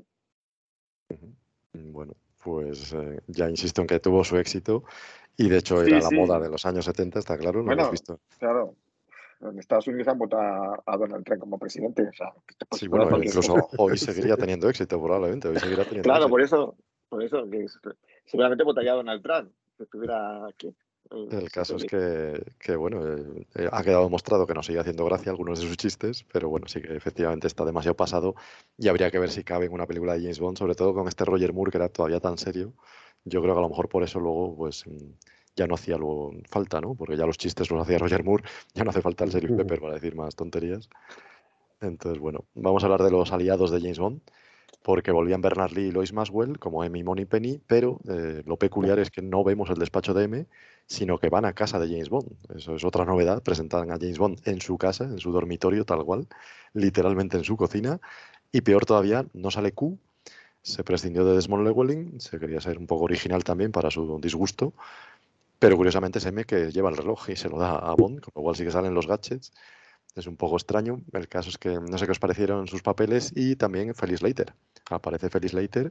Speaker 2: Bueno, pues ya insisto en que tuvo su éxito y de hecho era la moda de los años 70, está claro, ¿no lo has visto?
Speaker 3: Claro. En Estados Unidos han votado a Donald Trump como presidente. O sea,
Speaker 2: sí, bueno, incluso hoy seguiría teniendo éxito, probablemente.
Speaker 3: Claro, éxito. por eso que seguramente votaría a Donald Trump si estuviera aquí.
Speaker 2: El caso es que bueno, ha quedado demostrado que nos sigue haciendo gracia algunos de sus chistes, pero bueno, sí que efectivamente está demasiado pasado y habría que ver si cabe en una película de James Bond, sobre todo con este Roger Moore que era todavía tan serio. Yo creo que a lo mejor por eso luego pues ya no hacía falta, ¿no? Porque ya los chistes los hacía Roger Moore, ya no hace falta el Sheriff Pepper para decir más tonterías. Entonces, bueno, vamos a hablar de los aliados de James Bond, porque volvían Bernard Lee y Lois Maxwell como M y Moneypenny, pero lo peculiar es que no vemos el despacho de M, sino que van a casa de James Bond. Eso es otra novedad, presentan a James Bond en su casa, en su dormitorio, tal cual, literalmente en su cocina, y peor todavía, no sale Q, se prescindió de Desmond Llewellyn, se quería ser un poco original también para su disgusto, pero curiosamente es M que lleva el reloj y se lo da a Bond, con lo cual sí que salen los gadgets. Es un poco extraño. El caso es que no sé qué os parecieron sus papeles y también Felix Leiter. Aparece Felix Leiter,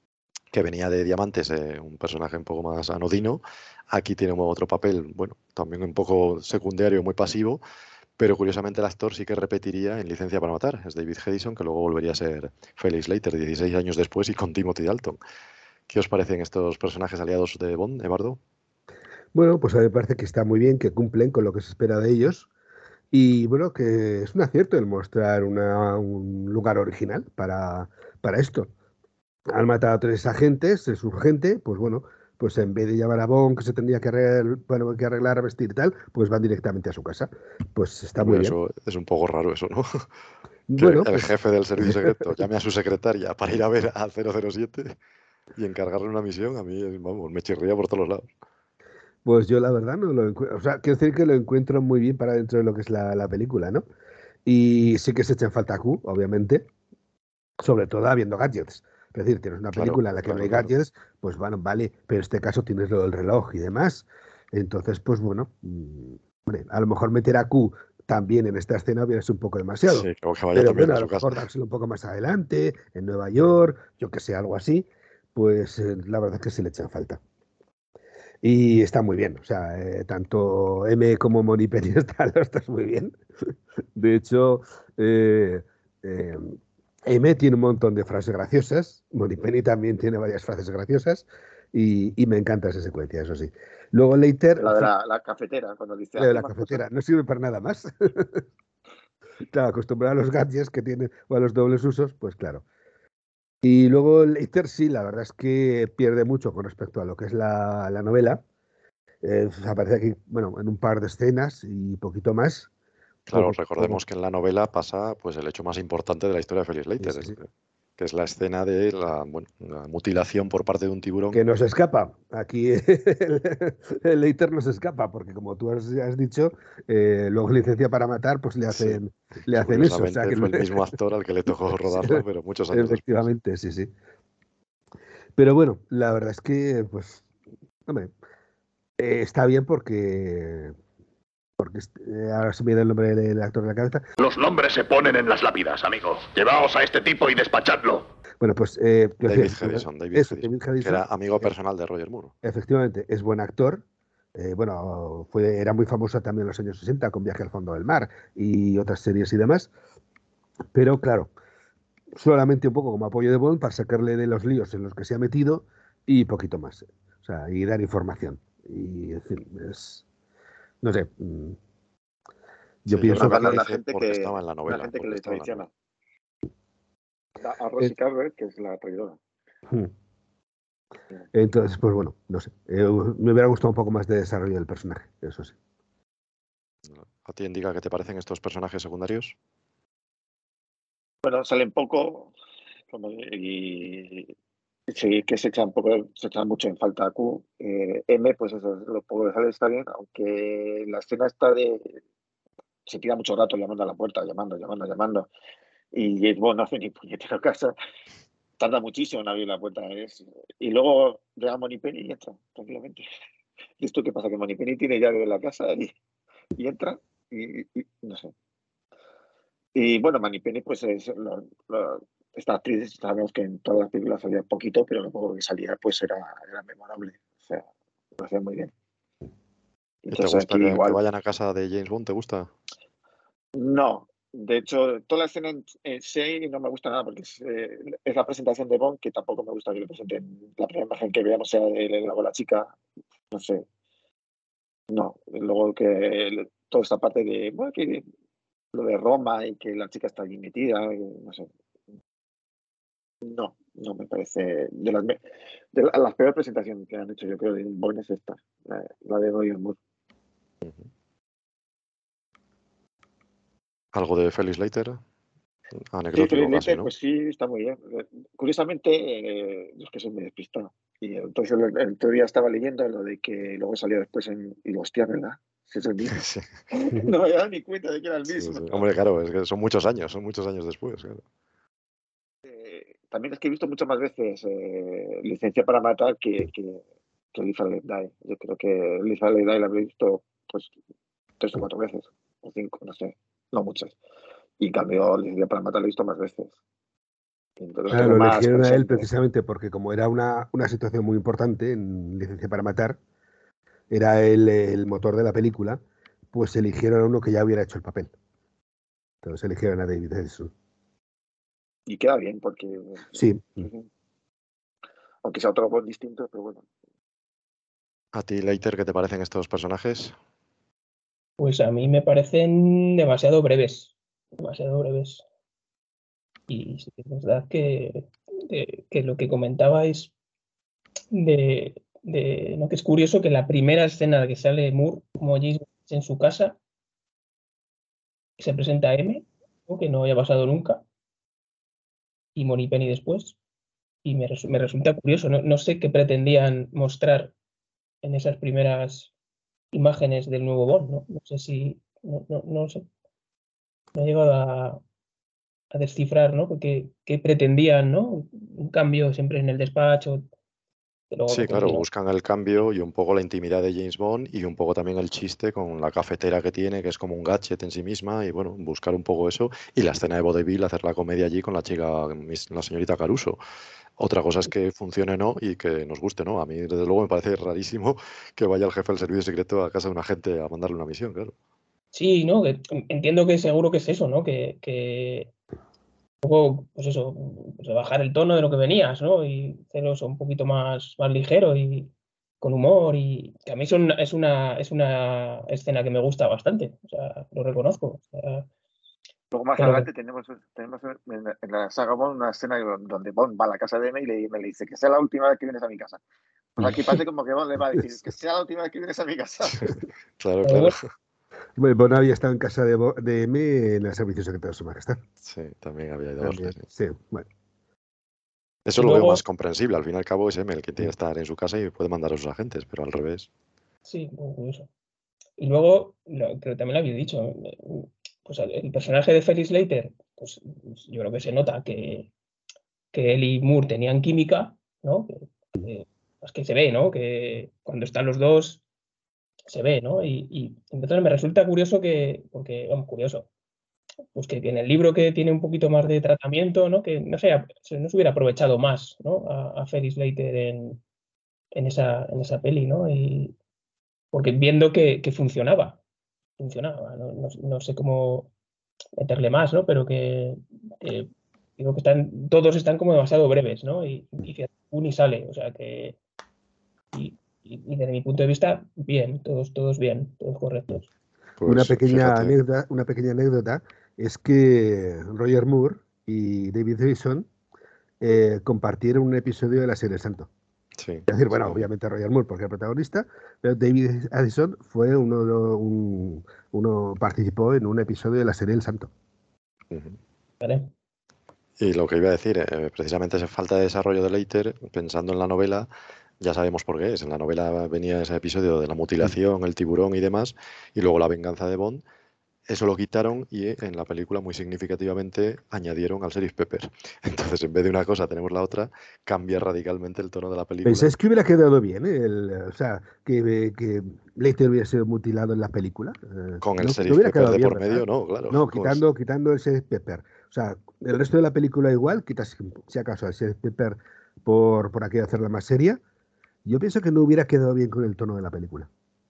Speaker 2: que venía de Diamantes, un personaje un poco más anodino. Aquí tiene otro papel, bueno, también un poco secundario, muy pasivo, pero curiosamente el actor sí que repetiría en Licencia para Matar. Es David Hedison, que luego volvería a ser Felix Leiter 16 años después y con Timothy Dalton. ¿Qué os parecen estos personajes aliados de Bond, Eduardo?
Speaker 19: Bueno, pues a mí me parece que está muy bien, que cumplen con lo que se espera de ellos. Y bueno, que es un acierto el mostrar un lugar original para esto. Han matado a 3 agentes, es urgente, pues bueno, pues en vez de llamar a Bond que se tendría que arreglar, vestir y tal, pues van directamente a su casa. Pues está muy bien.
Speaker 2: Es un poco raro eso, ¿no?
Speaker 19: Bueno,
Speaker 2: el jefe del servicio secreto llame a su secretaria para ir a ver a 007 y encargarle una misión, a mí, vamos, me chirría por todos los lados.
Speaker 19: Pues yo la verdad no lo encuentro, o sea, quiero decir que lo encuentro muy bien para dentro de lo que es la película, ¿no? Y sí que se echa en falta Q, obviamente, sobre todo habiendo gadgets. Es decir, tienes una película en la que no hay gadgets, pues bueno, vale, pero en este caso tienes lo del reloj y demás. Entonces, pues bueno, a lo mejor meter a Q también en esta escena hubiera sido un poco demasiado.
Speaker 2: Sí, como que vaya
Speaker 19: pero
Speaker 2: también
Speaker 19: bueno,
Speaker 2: a
Speaker 19: a
Speaker 2: su
Speaker 19: lo
Speaker 2: casa.
Speaker 19: mejor dárselo un poco más adelante, en Nueva York, yo que sé, algo así, pues la verdad es que se le echan falta. Y está muy bien, o sea, tanto M como Moneypenny están muy bien. De hecho, M tiene un montón de frases graciosas, Moneypenny también tiene varias frases graciosas, Y me encanta esa secuencia, eso sí. Luego Leiter...
Speaker 3: La de la cafetera, cuando dice...
Speaker 19: La de la cafetera, no sirve para nada más. Claro, acostumbrado a los gadgets que tienen o a los dobles usos, pues claro. Y luego Leiter sí, la verdad es que pierde mucho con respecto a lo que es la novela. Aparece aquí, bueno, en un par de escenas y poquito más.
Speaker 2: Claro, recordemos que en la novela pasa pues el hecho más importante de la historia de Felix Leiter, sí. Que es la escena de la mutilación por parte de un tiburón.
Speaker 19: Que nos escapa. Aquí el Leiter nos escapa, porque como tú has dicho, luego Licencia para Matar, pues le hacen eso. O sea, que
Speaker 2: fue el mismo actor al que le tocó rodarla, pero muchos años
Speaker 19: efectivamente, después. Sí. Pero bueno, la verdad es que, pues, hombre, está bien porque ahora se me da el nombre del actor de la cabeza.
Speaker 21: Los nombres se ponen en las lápidas, amigo. Llevaos a este tipo y despachadlo.
Speaker 19: Bueno, pues...
Speaker 2: David Hedison, que era amigo personal de Roger Moore.
Speaker 19: Efectivamente, es buen actor. Era muy famoso también en los años 60 con Viaje al fondo del mar y otras series y demás. Pero claro, solamente un poco como apoyo de Bond para sacarle de los líos en los que se ha metido y poquito más. O sea, y dar información. Y, en fin, no sé. Yo pienso
Speaker 3: que la gente que
Speaker 2: estaba en la novela.
Speaker 3: La gente que le traiciona. A Rosie Carver, que es la traidora.
Speaker 19: Entonces, pues bueno, no sé. Me hubiera gustado un poco más de desarrollo del personaje, eso sí.
Speaker 2: ¿A ti, Indica, qué te parecen estos personajes secundarios?
Speaker 3: Bueno, salen poco y sí que se echan mucho en falta a Q. M, pues eso, lo poco que sale está bien, aunque la escena está se tira mucho rato llamando a la puerta, llamando. Y James Bond no hace ni puñetero caso. Tarda muchísimo en abrir la puerta. Y luego llega Moneypenny y entra, tranquilamente. ¿Y esto qué pasa? Que Moneypenny tiene llave de la casa y entra y no sé. Y bueno, Moneypenny, pues esta actriz, sabemos que en todas las películas salía poquito, pero lo poco que salía pues era memorable. O sea, lo hacía muy bien.
Speaker 2: Entonces, ¿te gusta que vayan a casa de James Bond? ¿Te gusta?
Speaker 3: No. De hecho, toda la escena en sí no me gusta nada porque es la presentación de Bond, que tampoco me gusta que le presenten. La primera imagen que veamos sea de él con la chica, no sé. No, luego que toda esta parte de bueno, que lo de Roma y que la chica está allí metida, no sé. No me parece. De las peores presentaciones que han hecho, yo creo, de Bond es esta, la de Roger Moore.
Speaker 2: ¿Algo de Felix Leiter?
Speaker 3: Sí, Felix Leiter, ¿no? Pues sí, está muy bien. Curiosamente, yo es que soy muy despistado. Y entonces el otro día estaba leyendo lo de que luego salió después y hostia, ¿verdad? Si es el mismo. Sí. No me había dado ni cuenta de que era el mismo.
Speaker 2: Sí. Hombre, claro, es que son muchos años después, claro.
Speaker 3: También es que he visto muchas más veces Licencia para Matar que Live and Let Die. Yo creo que Live and Let Die la habré visto pues 3 o 4 veces, o 5, no sé, no muchas. Y en cambio, Licencia para Matar la he visto más veces. Entonces,
Speaker 19: claro, lo eligieron a él precisamente porque como era una situación muy importante en Licencia para Matar, era el motor de la película, pues eligieron a uno que ya hubiera hecho el papel. Entonces eligieron a David Hedison.
Speaker 3: Y queda bien porque...
Speaker 19: Sí.
Speaker 3: Aunque sea otro Bond distinto, pero bueno.
Speaker 2: ¿A ti, Leiter, qué te parecen estos personajes?
Speaker 20: Pues a mí me parecen demasiado breves. Y sí, es verdad que lo que comentabais de ¿no? Que es curioso que la primera escena que sale Moore como James en su casa se presenta a M, ¿no? Que no había pasado nunca, y Moneypenny después, y me resulta curioso, no sé qué pretendían mostrar en esas primeras imágenes del nuevo Bond, no sé si no sé, no he llegado a descifrar, ¿no? Qué pretendían, ¿no? Un cambio siempre en el despacho.
Speaker 2: Sí, claro, buscan el cambio y un poco la intimidad de James Bond y un poco también el chiste con la cafetera que tiene, que es como un gadget en sí misma, y bueno, buscar un poco eso. Y la escena de Vodevil, hacer la comedia allí con la chica, la señorita Caruso. Otra cosa es que funcione o no y que nos guste, ¿no? A mí, desde luego, me parece rarísimo que vaya el jefe del servicio secreto a casa de un agente a mandarle una misión, claro.
Speaker 20: Sí, ¿no? Entiendo que seguro que es eso, ¿no? Que Luego, pues eso, pues bajar el tono de lo que venías, ¿no? Y hacerlo un poquito más ligero y con humor. Y que a mí es una escena que me gusta bastante, o sea, lo reconozco. O sea,
Speaker 3: luego más adelante tenemos en la saga Bond una escena donde Bond va a la casa de M y me le dice que sea la última vez que vienes a mi casa. Pues aquí parece como que Bond le va a decir que sea la última vez que vienes a mi casa.
Speaker 2: Claro, claro.
Speaker 19: Bueno, Bond había estado en casa de M en el servicio secreto de su majestad.
Speaker 2: Sí, también había ido.
Speaker 19: Sí, bueno.
Speaker 2: Eso lo veo más comprensible. Al fin y al cabo es M el que tiene que estar en su casa y puede mandar a sus agentes, pero al revés.
Speaker 20: Sí, muy curioso. Y luego, creo que también lo había dicho, pues el personaje de Felix Leiter, pues yo creo que se nota que él y Moore tenían química, ¿no? Es que se ve, ¿no? Que cuando están los dos se ve, ¿no? Y entonces me resulta curioso curioso, pues que en el libro que tiene un poquito más de tratamiento, ¿no? Que no se hubiera aprovechado más, ¿no? A Felix Leiter en esa peli, ¿no? Y porque viendo que funcionaba, no sé cómo meterle más, ¿no? Pero que digo que todos están como demasiado breves, ¿no? Y Uni sale, o sea que y desde mi punto de vista, bien, todos bien, todos correctos.
Speaker 19: Pues una pequeña anécdota es que Roger Moore y David Addison compartieron un episodio de la serie Santo.
Speaker 2: Sí,
Speaker 19: es decir, bueno, obviamente Roger Moore porque era el protagonista, pero David Addison fue uno participó en un episodio de la serie El Santo.
Speaker 20: Vale.
Speaker 2: Y lo que iba a decir, precisamente esa falta de desarrollo de Leiter, pensando en la novela, ya sabemos por qué es. En la novela venía ese episodio de la mutilación, el tiburón y demás, y luego la venganza de Bond. Eso lo quitaron y en la película muy significativamente añadieron al Sheriff Pepper. Entonces, en vez de una cosa tenemos la otra, cambia radicalmente el tono de la película.
Speaker 19: ¿Pensáis que hubiera quedado bien? O sea, que Leiter hubiera sido mutilado en la película.
Speaker 2: Con el Sheriff Pepper de por medio, no, claro.
Speaker 19: No, quitando el Sheriff Pepper. O sea, el resto de la película igual, quitas si acaso al Sheriff Pepper por aquello de hacerla más seria. Yo pienso que no hubiera quedado bien con el tono de la película.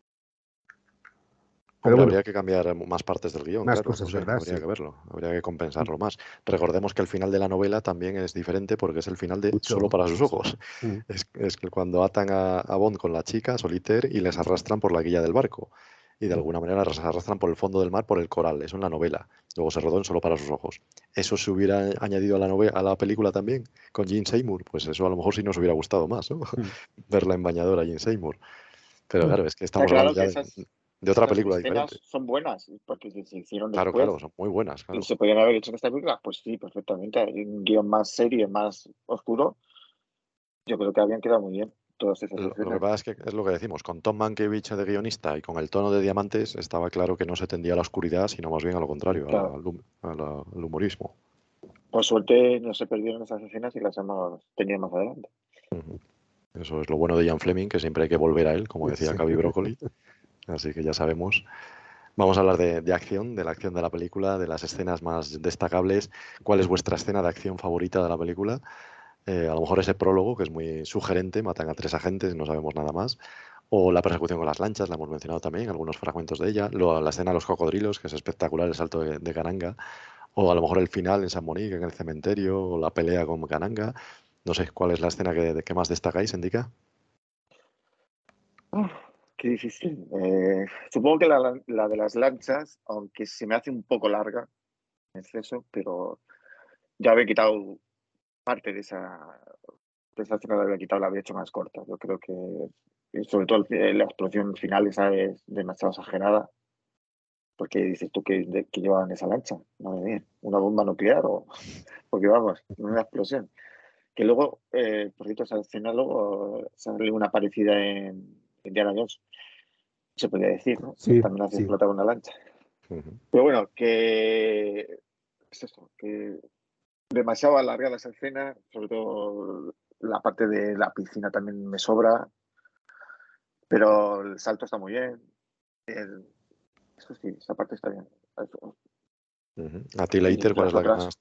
Speaker 2: Pero bueno, habría que cambiar más partes del guión,
Speaker 19: más
Speaker 2: claro,
Speaker 19: cosas,
Speaker 2: no sé,
Speaker 19: ¿verdad?
Speaker 2: habría
Speaker 19: Sí.
Speaker 2: que verlo, habría que compensarlo más. Recordemos que el final de la novela también es diferente porque es el final de Solo para sus ojos. Es que cuando atan a Bond con la chica, Solitaire, y les arrastran por la quilla del barco. Y de alguna manera les arrastran por el fondo del mar, por el coral. Eso en la novela. Luego se rodó en Solo para sus ojos. ¿Eso se hubiera añadido a la película también? Con Gene Seymour. Pues eso a lo mejor sí nos hubiera gustado más, ¿no? Verla en bañadora, Gene Seymour. Pero claro, es que estamos hablando ya de otra película diferente.
Speaker 3: Son buenas, porque se hicieron
Speaker 2: después.
Speaker 3: Claro,
Speaker 2: son muy buenas. Claro.
Speaker 3: ¿Y se podían haber hecho en esta película? Pues sí, perfectamente. Hay un guión más serio, más oscuro. Yo creo que habían quedado muy bien todas esas escenas.
Speaker 2: Lo que pasa es que es lo que decimos, con Tom Mankiewicz de guionista y con el tono de Diamantes estaba claro que no se tendía a la oscuridad, sino más bien a lo contrario, claro. al humorismo.
Speaker 3: Por suerte no se perdieron esas escenas y las hemos tenido más adelante.
Speaker 2: Eso es lo bueno de Ian Fleming, que siempre hay que volver a él, como decía Cavi Broccoli. Así que ya sabemos. Vamos a hablar de acción, de la acción de la película, de las escenas más destacables. ¿Cuál es vuestra escena de acción favorita de la película? A lo mejor ese prólogo, que es muy sugerente, matan a 3 agentes, no sabemos nada más. O la persecución con las lanchas, la hemos mencionado también, algunos fragmentos de ella. La escena de los cocodrilos, que es espectacular, el salto de Kananga. O a lo mejor el final en San Monique, en el cementerio, o la pelea con Kananga. No sé, ¿cuál es la escena que más destacáis, Indica?
Speaker 3: Qué difícil. Supongo que la de las lanchas, aunque se me hace un poco larga en exceso, pero ya había quitado parte de esa escena, la había quitado, la había hecho más corta. Yo creo que, sobre todo la explosión final esa es demasiado exagerada. Porque dices tú que llevaban esa lancha, madre mía, una bomba nuclear o porque vamos, una explosión. Que luego, por cierto, esa escena luego sale una parecida en Indiana Jones, se podría decir, ¿no?
Speaker 19: Sí,
Speaker 3: también hace explotar una lancha. Pero bueno, que es eso, que demasiado alargada esa escena, sobre todo la parte de la piscina también me sobra, pero el salto está muy bien. Eso sí, esa parte está bien.
Speaker 2: A ti, Leiter, ¿cuál es la que más?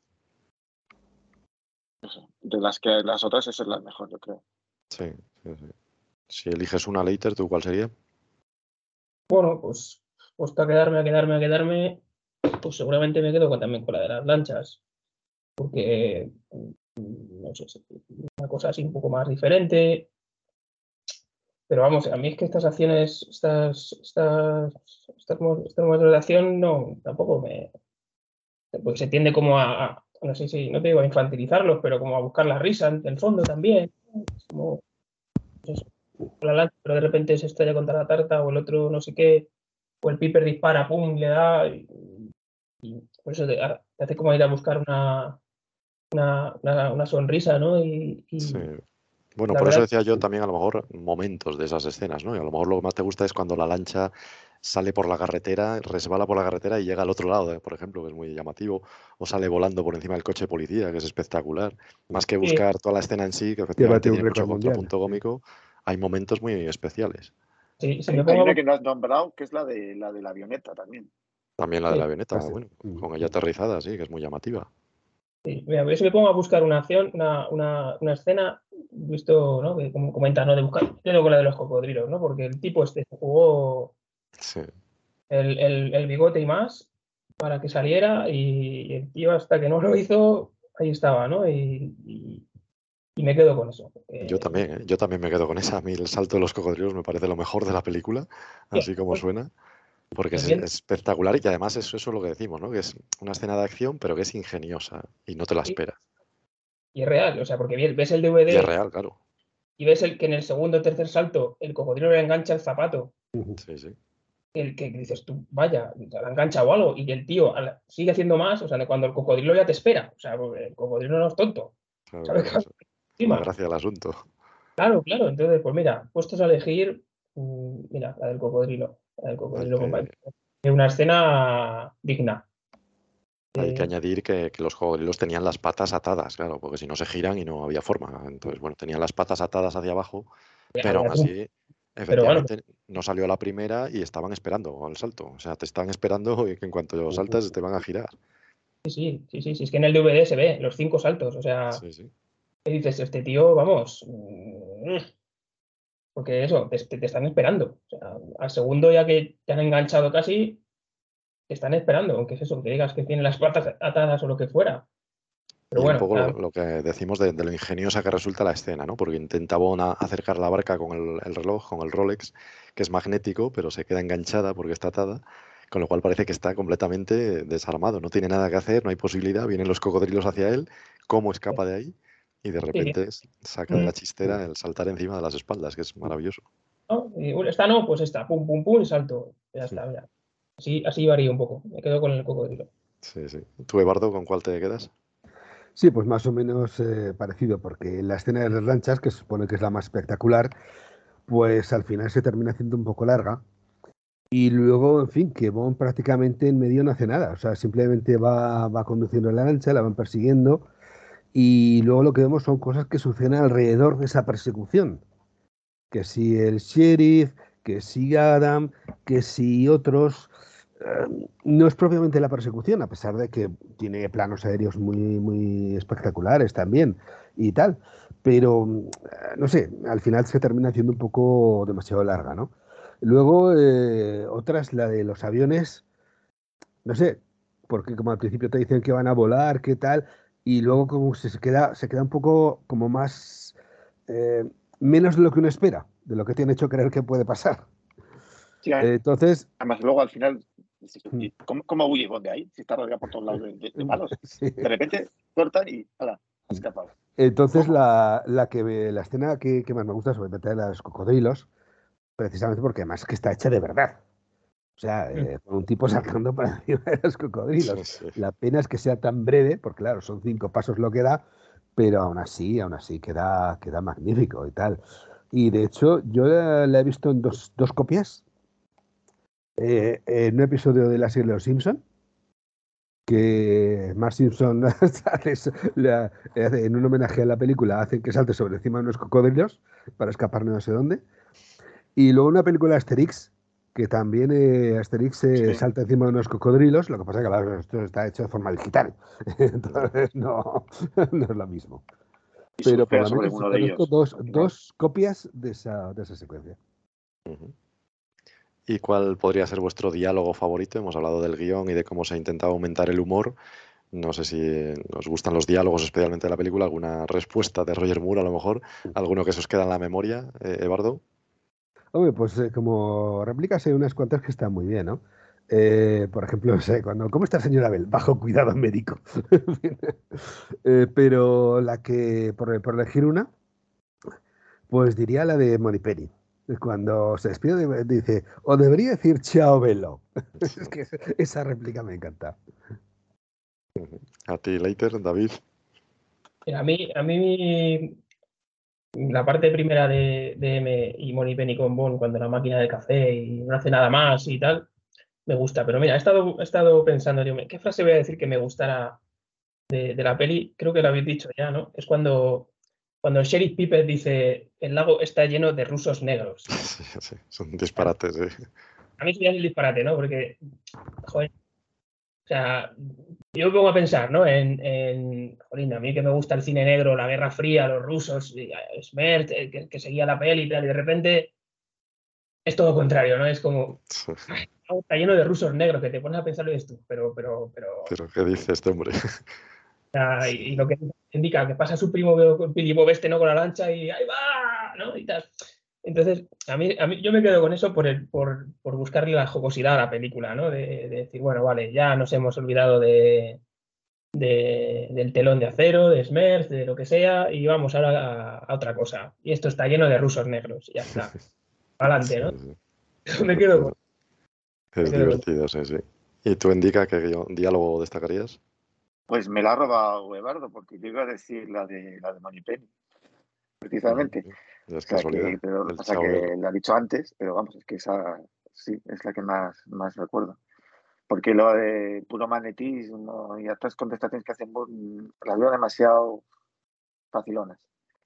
Speaker 3: De las otras, esa es la mejor, yo creo.
Speaker 2: Sí. Si eliges una, Leiter, ¿tú cuál sería?
Speaker 20: Bueno, pues a quedarme, pues seguramente me quedo también con la de las lanchas. porque, no sé, una cosa así un poco más diferente. Pero vamos, a mí es que estas acciones, estas modelos de acción, no, tampoco me... Porque se tiende como no sé si, no te digo a infantilizarlos, pero como a buscar la risa en el fondo también. Es como, pues eso, la lanza, pero de repente se estrella contra la tarta, o el otro no sé qué, o el Piper dispara, pum, le da, y por eso te hace como ir a buscar una sonrisa, ¿no?
Speaker 2: Sí. Bueno,
Speaker 20: la
Speaker 2: por eso
Speaker 20: verdad,
Speaker 2: decía yo también a lo mejor momentos de esas escenas, ¿no? Y a lo mejor lo que más te gusta es cuando la lancha sale por la carretera, resbala por la carretera y llega al otro lado, por ejemplo, que es muy llamativo, o sale volando por encima del coche de policía, que es espectacular. Más que
Speaker 20: sí,
Speaker 2: buscar toda la escena en sí, que
Speaker 19: Que
Speaker 2: efectivamente
Speaker 19: bate un
Speaker 2: tiene mucho
Speaker 19: récord mundial.
Speaker 2: contrapunto cómico, hay momentos muy especiales.
Speaker 20: sí, si
Speaker 3: Hay,
Speaker 20: me
Speaker 3: hay
Speaker 20: pongo
Speaker 3: una que no has nombrado, que es la de la avioneta también.
Speaker 2: También la de la
Speaker 20: sí,
Speaker 2: avioneta, bueno, con ella aterrizada, sí, que es muy llamativa.
Speaker 20: sí, mira, yo si me pongo a buscar una acción, una escena, visto, ¿no? Que como comenta, ¿no? De buscar, yo con la de los cocodrilos, ¿no? Porque el tipo este se jugó
Speaker 2: Sí.
Speaker 20: el bigote y más para que saliera, y el tío hasta que no lo hizo, ahí estaba, ¿no? Y me quedo con eso.
Speaker 2: Yo también, ¿eh? Yo también me quedo con esa. A mí el salto de los cocodrilos me parece lo mejor de la película, así como suena, porque es espectacular y que además eso es lo que decimos, ¿no? Que es una escena de acción, pero que es ingeniosa y no te la esperas.
Speaker 20: Y es real, o sea, porque ves el
Speaker 2: Y es
Speaker 20: DVD
Speaker 2: real, claro.
Speaker 20: y ves que en el segundo o tercer salto el cocodrilo le engancha el zapato.
Speaker 2: Sí, sí.
Speaker 20: El que dices tú, vaya, te la engancha o algo, y el tío sigue haciendo más, o sea, cuando el cocodrilo ya te espera, o sea, el cocodrilo no es tonto,
Speaker 2: Claro,
Speaker 20: ¿sabes?
Speaker 2: claro, eso. La gracia del asunto.
Speaker 20: Claro, entonces, pues mira, puestos a elegir, mira, la del cocodrilo, compañero. Es una escena digna.
Speaker 2: Hay que añadir que los cocodrilos tenían las patas atadas, claro, porque si no se giran y no había forma. Entonces, bueno, tenían las patas atadas hacia abajo, pero aún así, efectivamente, no salió la primera y estaban esperando al salto. O sea, te están esperando y que en cuanto saltas te van a girar.
Speaker 20: Sí, es que en el DVD se ve los 5 saltos, o sea, ¿qué dices? Este tío, vamos, porque eso, te están esperando. O sea, al segundo ya que te han enganchado casi, te están esperando, aunque es eso, que digas que tiene las patas atadas o lo que fuera. Pero
Speaker 2: Y
Speaker 20: bueno,
Speaker 2: un poco lo que decimos de lo ingeniosa que resulta la escena, ¿no? Porque intenta Bond acercar la barca con el reloj, con el Rolex, que es magnético, pero se queda enganchada porque está atada, con lo cual parece que está completamente desarmado, no tiene nada que hacer, no hay posibilidad, vienen los cocodrilos hacia él, cómo escapa de ahí, y de repente saca de la chistera el saltar encima de las espaldas, que es maravilloso.
Speaker 20: ¿No? Y esta no, pues esta, pum, pum, pum, y salto. Ya está, mira. Así varía un poco. Me quedo con el cocodrilo.
Speaker 2: Sí, sí. ¿Tú, Eduardo, con cuál te quedas?
Speaker 19: Sí, pues más o menos parecido, porque la escena de las lanchas, que se supone que es la más espectacular, pues al final se termina haciendo un poco larga. Y luego, en fin, que Bond prácticamente en medio no hace nada. O sea, simplemente va conduciendo la lancha, la van persiguiendo, y luego lo que vemos son cosas que suceden alrededor de esa persecución. Que si el sheriff, que si Adam, que si otros. No es propiamente la persecución, a pesar de que tiene planos aéreos muy espectaculares también y tal. Pero, no sé, al final se termina haciendo un poco demasiado larga, ¿no? Luego, otra es la de los aviones, no sé, porque como al principio te dicen que van a volar, qué tal, y luego como se queda un poco como más, menos de lo que uno espera, de lo que te han hecho creer que puede pasar.
Speaker 3: Sí,
Speaker 19: entonces,
Speaker 3: además luego al final, ¿cómo huye Bond de ahí? Si está rodeado por todos lados de malos.
Speaker 19: Sí.
Speaker 3: De repente cortan y ¡hala! Ha escapado.
Speaker 19: Entonces la escena que más me gusta es obviamente de los cocodrilos, precisamente porque además que está hecha de verdad. O sea, con un tipo saltando por encima de los cocodrilos.
Speaker 2: Sí.
Speaker 19: La pena es que sea tan breve, porque claro, son 5 pasos lo que da, pero aún así queda magnífico y tal. Y de hecho, yo la he visto en dos copias. En un episodio de la serie de Los Simpson, que Mark Simpson en un homenaje a la película hacen que salte sobre encima de unos cocodrilos para escapar no sé dónde. Y luego una película de Asterix, que también Asterix salta encima de unos cocodrilos, lo que pasa es que claro, esto está hecho de forma digital, entonces no es lo mismo. Pero por lo menos conozco dos copias de esa secuencia.
Speaker 2: ¿Y cuál podría ser vuestro diálogo favorito? Hemos hablado del guión y de cómo se ha intentado aumentar el humor, No sé si os gustan los diálogos especialmente de la película, alguna respuesta de Roger Moore a lo mejor, alguno que se os queda en la memoria, Eduardo.
Speaker 19: Hombre, pues como réplicas hay unas cuantas que están muy bien, ¿no? Por ejemplo, no sé, ¿cómo está señora Bell? Bajo cuidado médico. Pero la que, por elegir una, pues diría la de Moneypenny. Cuando se despide dice, o debería decir chao Velo. Es que esa réplica me encanta.
Speaker 2: A ti, Leiter, David.
Speaker 20: A mí la parte primera de M y Moneypenny con Bond, cuando la máquina de café y no hace nada más y tal, me gusta. Pero mira, he estado pensando, digo, ¿qué frase voy a decir que me gustara de la peli? Creo que lo habéis dicho ya, ¿no? Es cuando el sheriff Piper dice, el lago está lleno de rusos negros.
Speaker 2: Sí, son disparates, sí.
Speaker 20: A mí sería el disparate, ¿no? Porque, joder, o sea, yo me pongo a pensar, ¿no? Jolín, a mí que me gusta el cine negro, la Guerra Fría, los rusos, Smerch, que seguía la peli y tal, y de repente es todo contrario, ¿no? Es como, está lleno de rusos negros, que te pones a pensarlo y dices tú, pero...
Speaker 2: ¿Pero qué dice este hombre?
Speaker 20: Y lo que indica que pasa su primo Billy Bob ¿no? Con la lancha y ahí va, ¿no? Y tal. Entonces, a mí yo me quedo con eso por buscarle la jocosidad a la película, ¿no? De decir, bueno, vale, ya nos hemos olvidado del telón de acero, de Smerch, de lo que sea, y vamos ahora a otra cosa. Y esto está lleno de rusos negros, y ya está. Adelante, ¿no? Sí. Me quedo con...
Speaker 2: Es divertido, sí. ¿Y tú, Indica, qué diálogo destacarías?
Speaker 3: Pues me la ha robado Eduardo, porque yo iba a decir la de Moneypenny, precisamente.
Speaker 2: Es casualidad.
Speaker 3: Pero lo que pasa es que la he dicho antes, pero vamos, es que esa sí es la que más recuerdo. Porque lo de puro magnetismo y otras contestaciones que hacen las veo demasiado facilonas.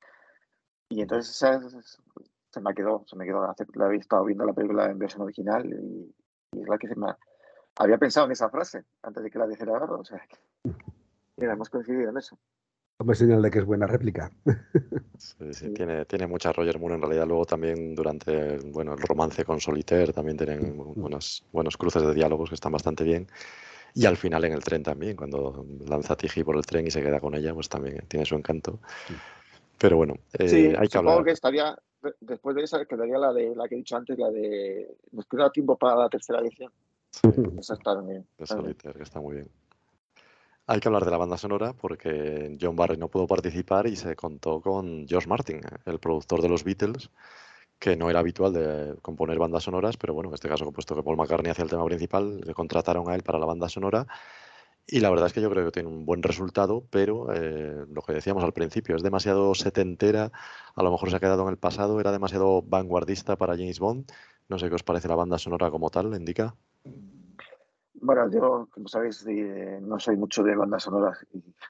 Speaker 3: Y entonces se me quedó. La había estado viendo la película en versión original y es la que se me había pensado en esa frase antes de que la dijera Eduardo. O sea, mira, hemos coincidido en eso.
Speaker 19: Como señal de que es buena réplica.
Speaker 2: Sí. Tiene mucha Roger Moore en realidad. Luego también durante el romance con Solitaire también tienen buenos cruces de diálogos que están bastante bien. Y al final en el tren también, cuando lanza a Tiji por el tren y se queda con ella, pues también tiene su encanto. Pero bueno, hay que hablar.
Speaker 3: Supongo que estaría, después de esa, quedaría la que he dicho antes, la de nos queda tiempo para la tercera edición.
Speaker 2: Sí.
Speaker 3: Esa está bien.
Speaker 2: De Solitaire, que está muy bien. Hay que hablar de la banda sonora porque John Barry no pudo participar y se contó con George Martin, el productor de los Beatles, que no era habitual de componer bandas sonoras, pero bueno, en este caso, puesto que Paul McCartney hacía el tema principal, le contrataron a él para la banda sonora y la verdad es que yo creo que tiene un buen resultado, pero lo que decíamos al principio, es demasiado setentera, a lo mejor se ha quedado en el pasado, era demasiado vanguardista para James Bond. No sé qué os parece la banda sonora como tal, Indica.
Speaker 3: Bueno, yo, como sabéis, no soy mucho de bandas sonoras.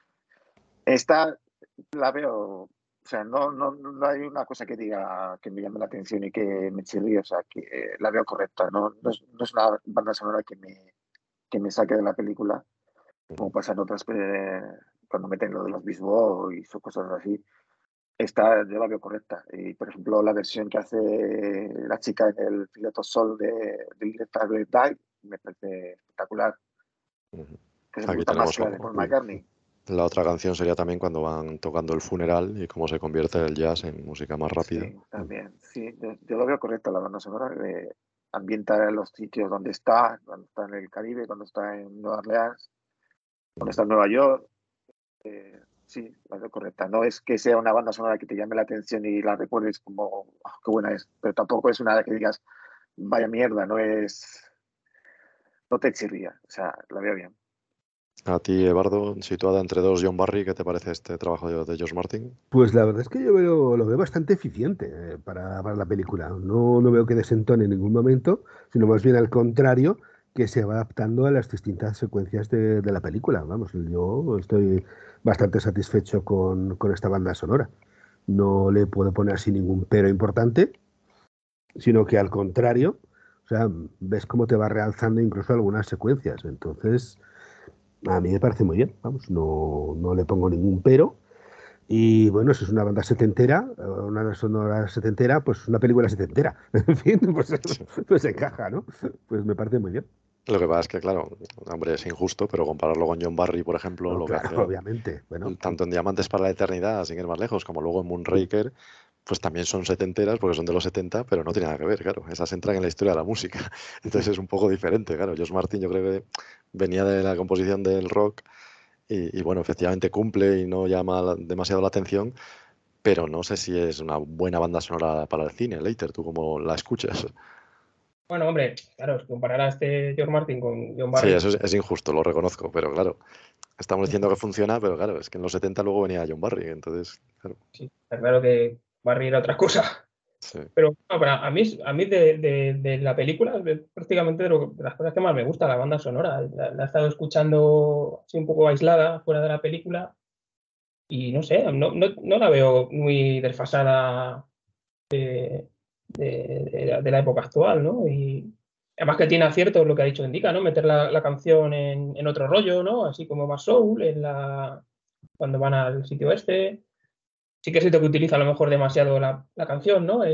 Speaker 3: Esta la veo, o sea, no hay una cosa que diga que me llame la atención y que me chirríe, o sea, que la veo correcta. No es una banda sonora que me saque de la película, como pasa en otras, cuando meten lo de los Beach Boys o cosas así. Esta yo la veo correcta. Y, por ejemplo, la versión que hace la chica en el Filet of Soul de Let It Die me parece espectacular.
Speaker 2: Aquí tenemos la otra canción sería también cuando van tocando el funeral y cómo se convierte el jazz en música más rápida.
Speaker 3: Sí, también. Sí, yo lo veo correcta la banda sonora, ambientar en los sitios donde está, cuando está en el Caribe, cuando está en Nueva Orleans, cuando está en Nueva York. Sí, la veo correcta. No es que sea una banda sonora que te llame la atención y la recuerdes como qué buena es, pero tampoco es una que digas vaya mierda, no te chirría, o sea, la veo bien.
Speaker 2: A ti, Eduardo, situada entre dos John Barry, ¿qué te parece este trabajo de George Martin?
Speaker 19: Pues la verdad es que yo lo veo bastante eficiente para la película. No veo que desentone en ningún momento, sino más bien al contrario, que se va adaptando a las distintas secuencias de la película. Vamos, yo estoy bastante satisfecho con esta banda sonora. No le puedo poner así ningún pero importante, sino que al contrario, o sea, ves cómo te va realzando incluso algunas secuencias. Entonces, a mí me parece muy bien, vamos, no le pongo ningún pero. Y bueno, si es una banda setentera, una sonora setentera, pues una película setentera. En fin, pues encaja, ¿no? Pues me parece muy bien.
Speaker 2: Lo que pasa es que, claro, hombre, es injusto, pero compararlo con John Barry, por ejemplo,
Speaker 19: No,
Speaker 2: lo que
Speaker 19: claro,
Speaker 2: hace
Speaker 19: obviamente. Bueno,
Speaker 2: tanto en Diamantes para la Eternidad, sin ir más lejos, como luego en Moonraker, pues también son setenteras, porque son de los 70, pero no tiene nada que ver, claro. Esas entran en la historia de la música. Entonces es un poco diferente, claro. George Martin yo creo que venía de la composición del rock y bueno, efectivamente cumple y no llama demasiado la atención, pero no sé si es una buena banda sonora para el cine. Leiter, ¿tú cómo la escuchas?
Speaker 20: Bueno, hombre, claro, si comparar a este George Martin con John
Speaker 2: Sí,
Speaker 20: Barry,
Speaker 2: eso es injusto, lo reconozco, pero claro, estamos diciendo que funciona, pero claro, es que en los 70 luego venía John Barry, entonces, claro.
Speaker 20: sí, está claro que Barry era otra cosa.
Speaker 2: Sí.
Speaker 20: Pero no, a mí de la película, prácticamente de las cosas que más me gusta, la banda sonora. La he estado escuchando así un poco aislada fuera de la película y no sé, no la veo muy desfasada de la época actual, ¿no? Y además que tiene aciertos lo que ha dicho Indica, ¿no? Meter la canción en otro rollo, ¿no? Así como más soul, cuando van al sitio este. Sí que es cierto que utiliza a lo mejor demasiado la canción, ¿no?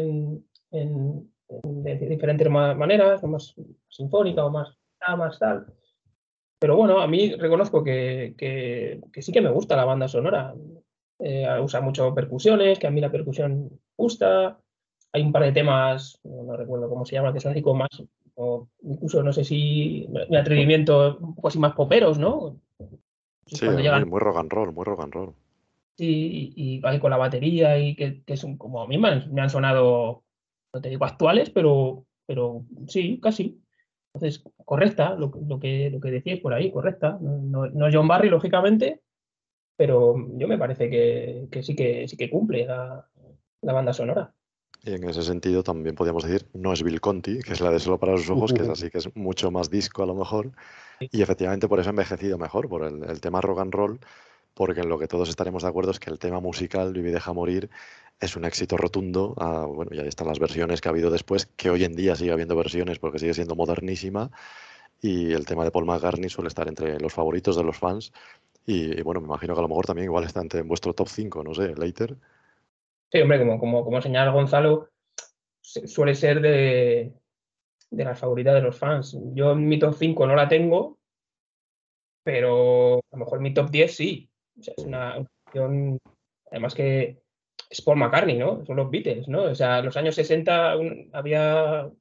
Speaker 20: De diferentes maneras, o más sinfónica o más tal. Pero bueno, a mí reconozco que sí que me gusta la banda sonora. Usa mucho percusiones, que a mí la percusión gusta. Hay un par de temas, no recuerdo cómo se llama, que son así como más, o incluso no sé si mi atrevimiento, un poco así más poperos, ¿no?
Speaker 2: Sí,
Speaker 20: Cuando llegan
Speaker 2: muy rock and roll, muy rock and roll.
Speaker 20: y ahí con la batería y que son como a mí me han sonado, no te digo actuales, pero sí, casi. Entonces, correcta, lo que decíais por ahí, correcta. No John Barry, lógicamente, pero yo me parece que sí que cumple la banda sonora.
Speaker 2: Y en ese sentido también podríamos decir, no es Bill Conti, que es la de Solo para los ojos, que es así, que es mucho más disco a lo mejor, y efectivamente por eso ha envejecido mejor, por el tema rock and roll, porque en lo que todos estaremos de acuerdo es que el tema musical, Vive y deja morir, es un éxito rotundo. Bueno, y ahí están las versiones que ha habido después, que hoy en día sigue habiendo versiones porque sigue siendo modernísima, y el tema de Paul McCartney suele estar entre los favoritos de los fans, y bueno, me imagino que a lo mejor también igual está en vuestro top 5, no sé, Leiter.
Speaker 20: Sí, hombre, como señala Gonzalo, suele ser de las favoritas de los fans. Yo en mi top 5 no la tengo, pero a lo mejor en mi top 10 sí. O sea, es una canción, además que es Paul McCartney, ¿no? Son los Beatles, ¿no? O sea, en los años 60 había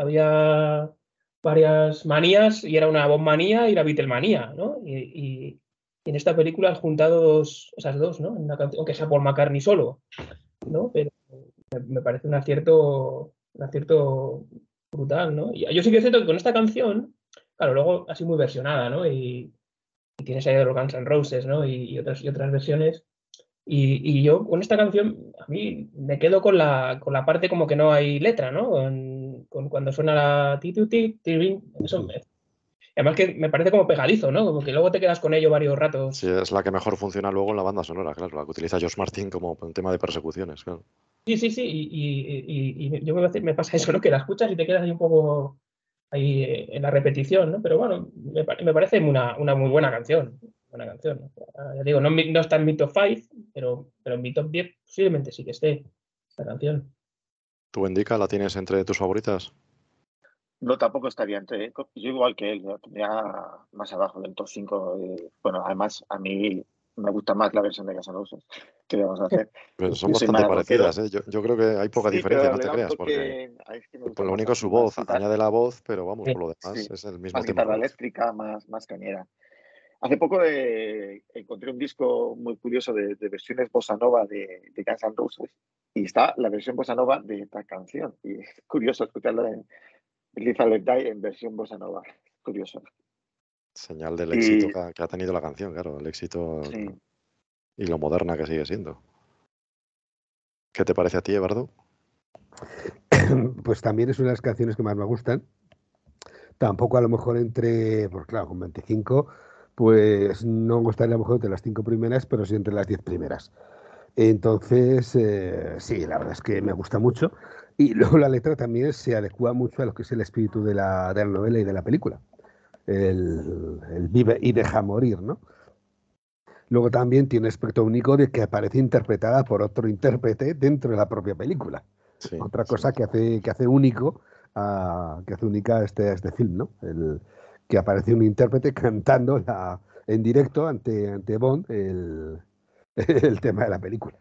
Speaker 20: varias manías y era una Beatlemanía y la Beatlemanía, ¿no? Y en esta película han juntado esas dos, ¿no? En una canción, aunque sea Paul McCartney solo, ¿no? Pero me parece un acierto brutal, ¿no? Y yo sí que es cierto que con esta canción, claro, luego así muy versionada, ¿no? Y tienes ahí de los Guns N' Roses, ¿no? Y otras versiones. Y yo con esta canción, a mí me quedo con la parte como que no hay letra, ¿no? Cuando suena la eso además que me parece como pegadizo, ¿no? Como que luego te quedas con ello varios ratos.
Speaker 2: Sí, es la que mejor funciona luego en la banda sonora, claro, la que utiliza George Martin como un tema de persecuciones, claro.
Speaker 20: Sí, y yo me pasa eso, ¿no? Que la escuchas y te quedas ahí un poco ahí en la repetición, ¿no? Pero bueno, me parece una muy buena canción. Buena canción. Ya digo, no está en mi top 5, pero en mi top 10 posiblemente sí que esté esta canción.
Speaker 2: ¿Tú, Indica, la tienes entre tus favoritas?
Speaker 3: No, tampoco estaría entre. Yo igual que él, ¿no? Tendría más abajo del top 5. Bueno, además, a mí me gusta más la versión de Guns N' Roses. ¿Qué le vamos a hacer?
Speaker 2: Pero son bastante parecidas, ¿eh? Yo creo que hay poca diferencia, no te creas, porque lo único es su voz, añade la voz, pero vamos, por lo demás es el mismo
Speaker 3: más
Speaker 2: tema.
Speaker 3: Guitarra eléctrica, más cañera. Hace poco encontré un disco muy curioso de versiones bossa nova de Guns N' Roses y está la versión bossa nova de esta canción. Y es curioso escucharla en Live and Let Die en versión bossa nova. Curioso.
Speaker 2: Señal del éxito que ha tenido la canción, claro, el éxito y lo moderna que sigue siendo. ¿Qué te parece a ti, Eduardo?
Speaker 19: Pues también es una de las canciones que más me gustan. Tampoco a lo mejor pues claro, con 25, pues no me gustaría a lo mejor entre las 5 primeras, pero sí entre las 10 primeras. Entonces, sí, la verdad es que me gusta mucho. Y luego la letra también se adecua mucho a lo que es el espíritu de la novela y de la película. El vive y deja morir, ¿no? Luego también tiene aspecto único de que aparece interpretada por otro intérprete dentro de la propia película. Sí, otra cosa que hace única este film, ¿no? que aparece un intérprete cantando en directo ante Bond el tema de la película.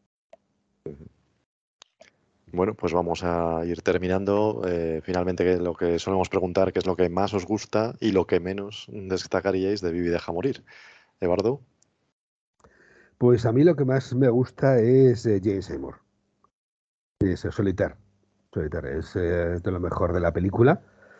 Speaker 2: Bueno, pues vamos a ir terminando. Finalmente, lo que solemos preguntar, ¿qué es lo que más os gusta y lo que menos destacaríais de Vivi deja morir? Eduardo.
Speaker 19: Pues a mí lo que más me gusta es Jane Seymour. Es Solitaire. Solitaire es de lo mejor de la película.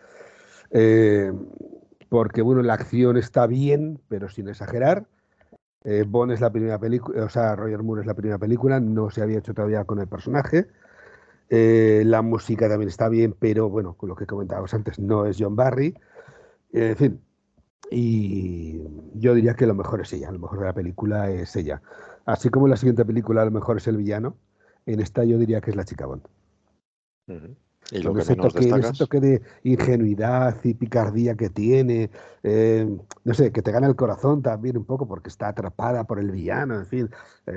Speaker 19: Porque, bueno, la acción está bien, pero sin exagerar. Bond es la primera película, o sea, Roger Moore es la primera película, no se había hecho todavía con el personaje. La música también está bien, pero bueno, con lo que comentábamos antes, no es John Barry. En fin, y yo diría que lo mejor es ella, lo mejor de la película es ella. Así como en la siguiente película a lo mejor es el villano, en esta yo diría que es la chica Bond.
Speaker 2: ¿Y lo que menos destacas?
Speaker 19: Ese toque de ingenuidad y picardía que tiene, no sé, que te gana el corazón también un poco porque está atrapada por el villano, en fin,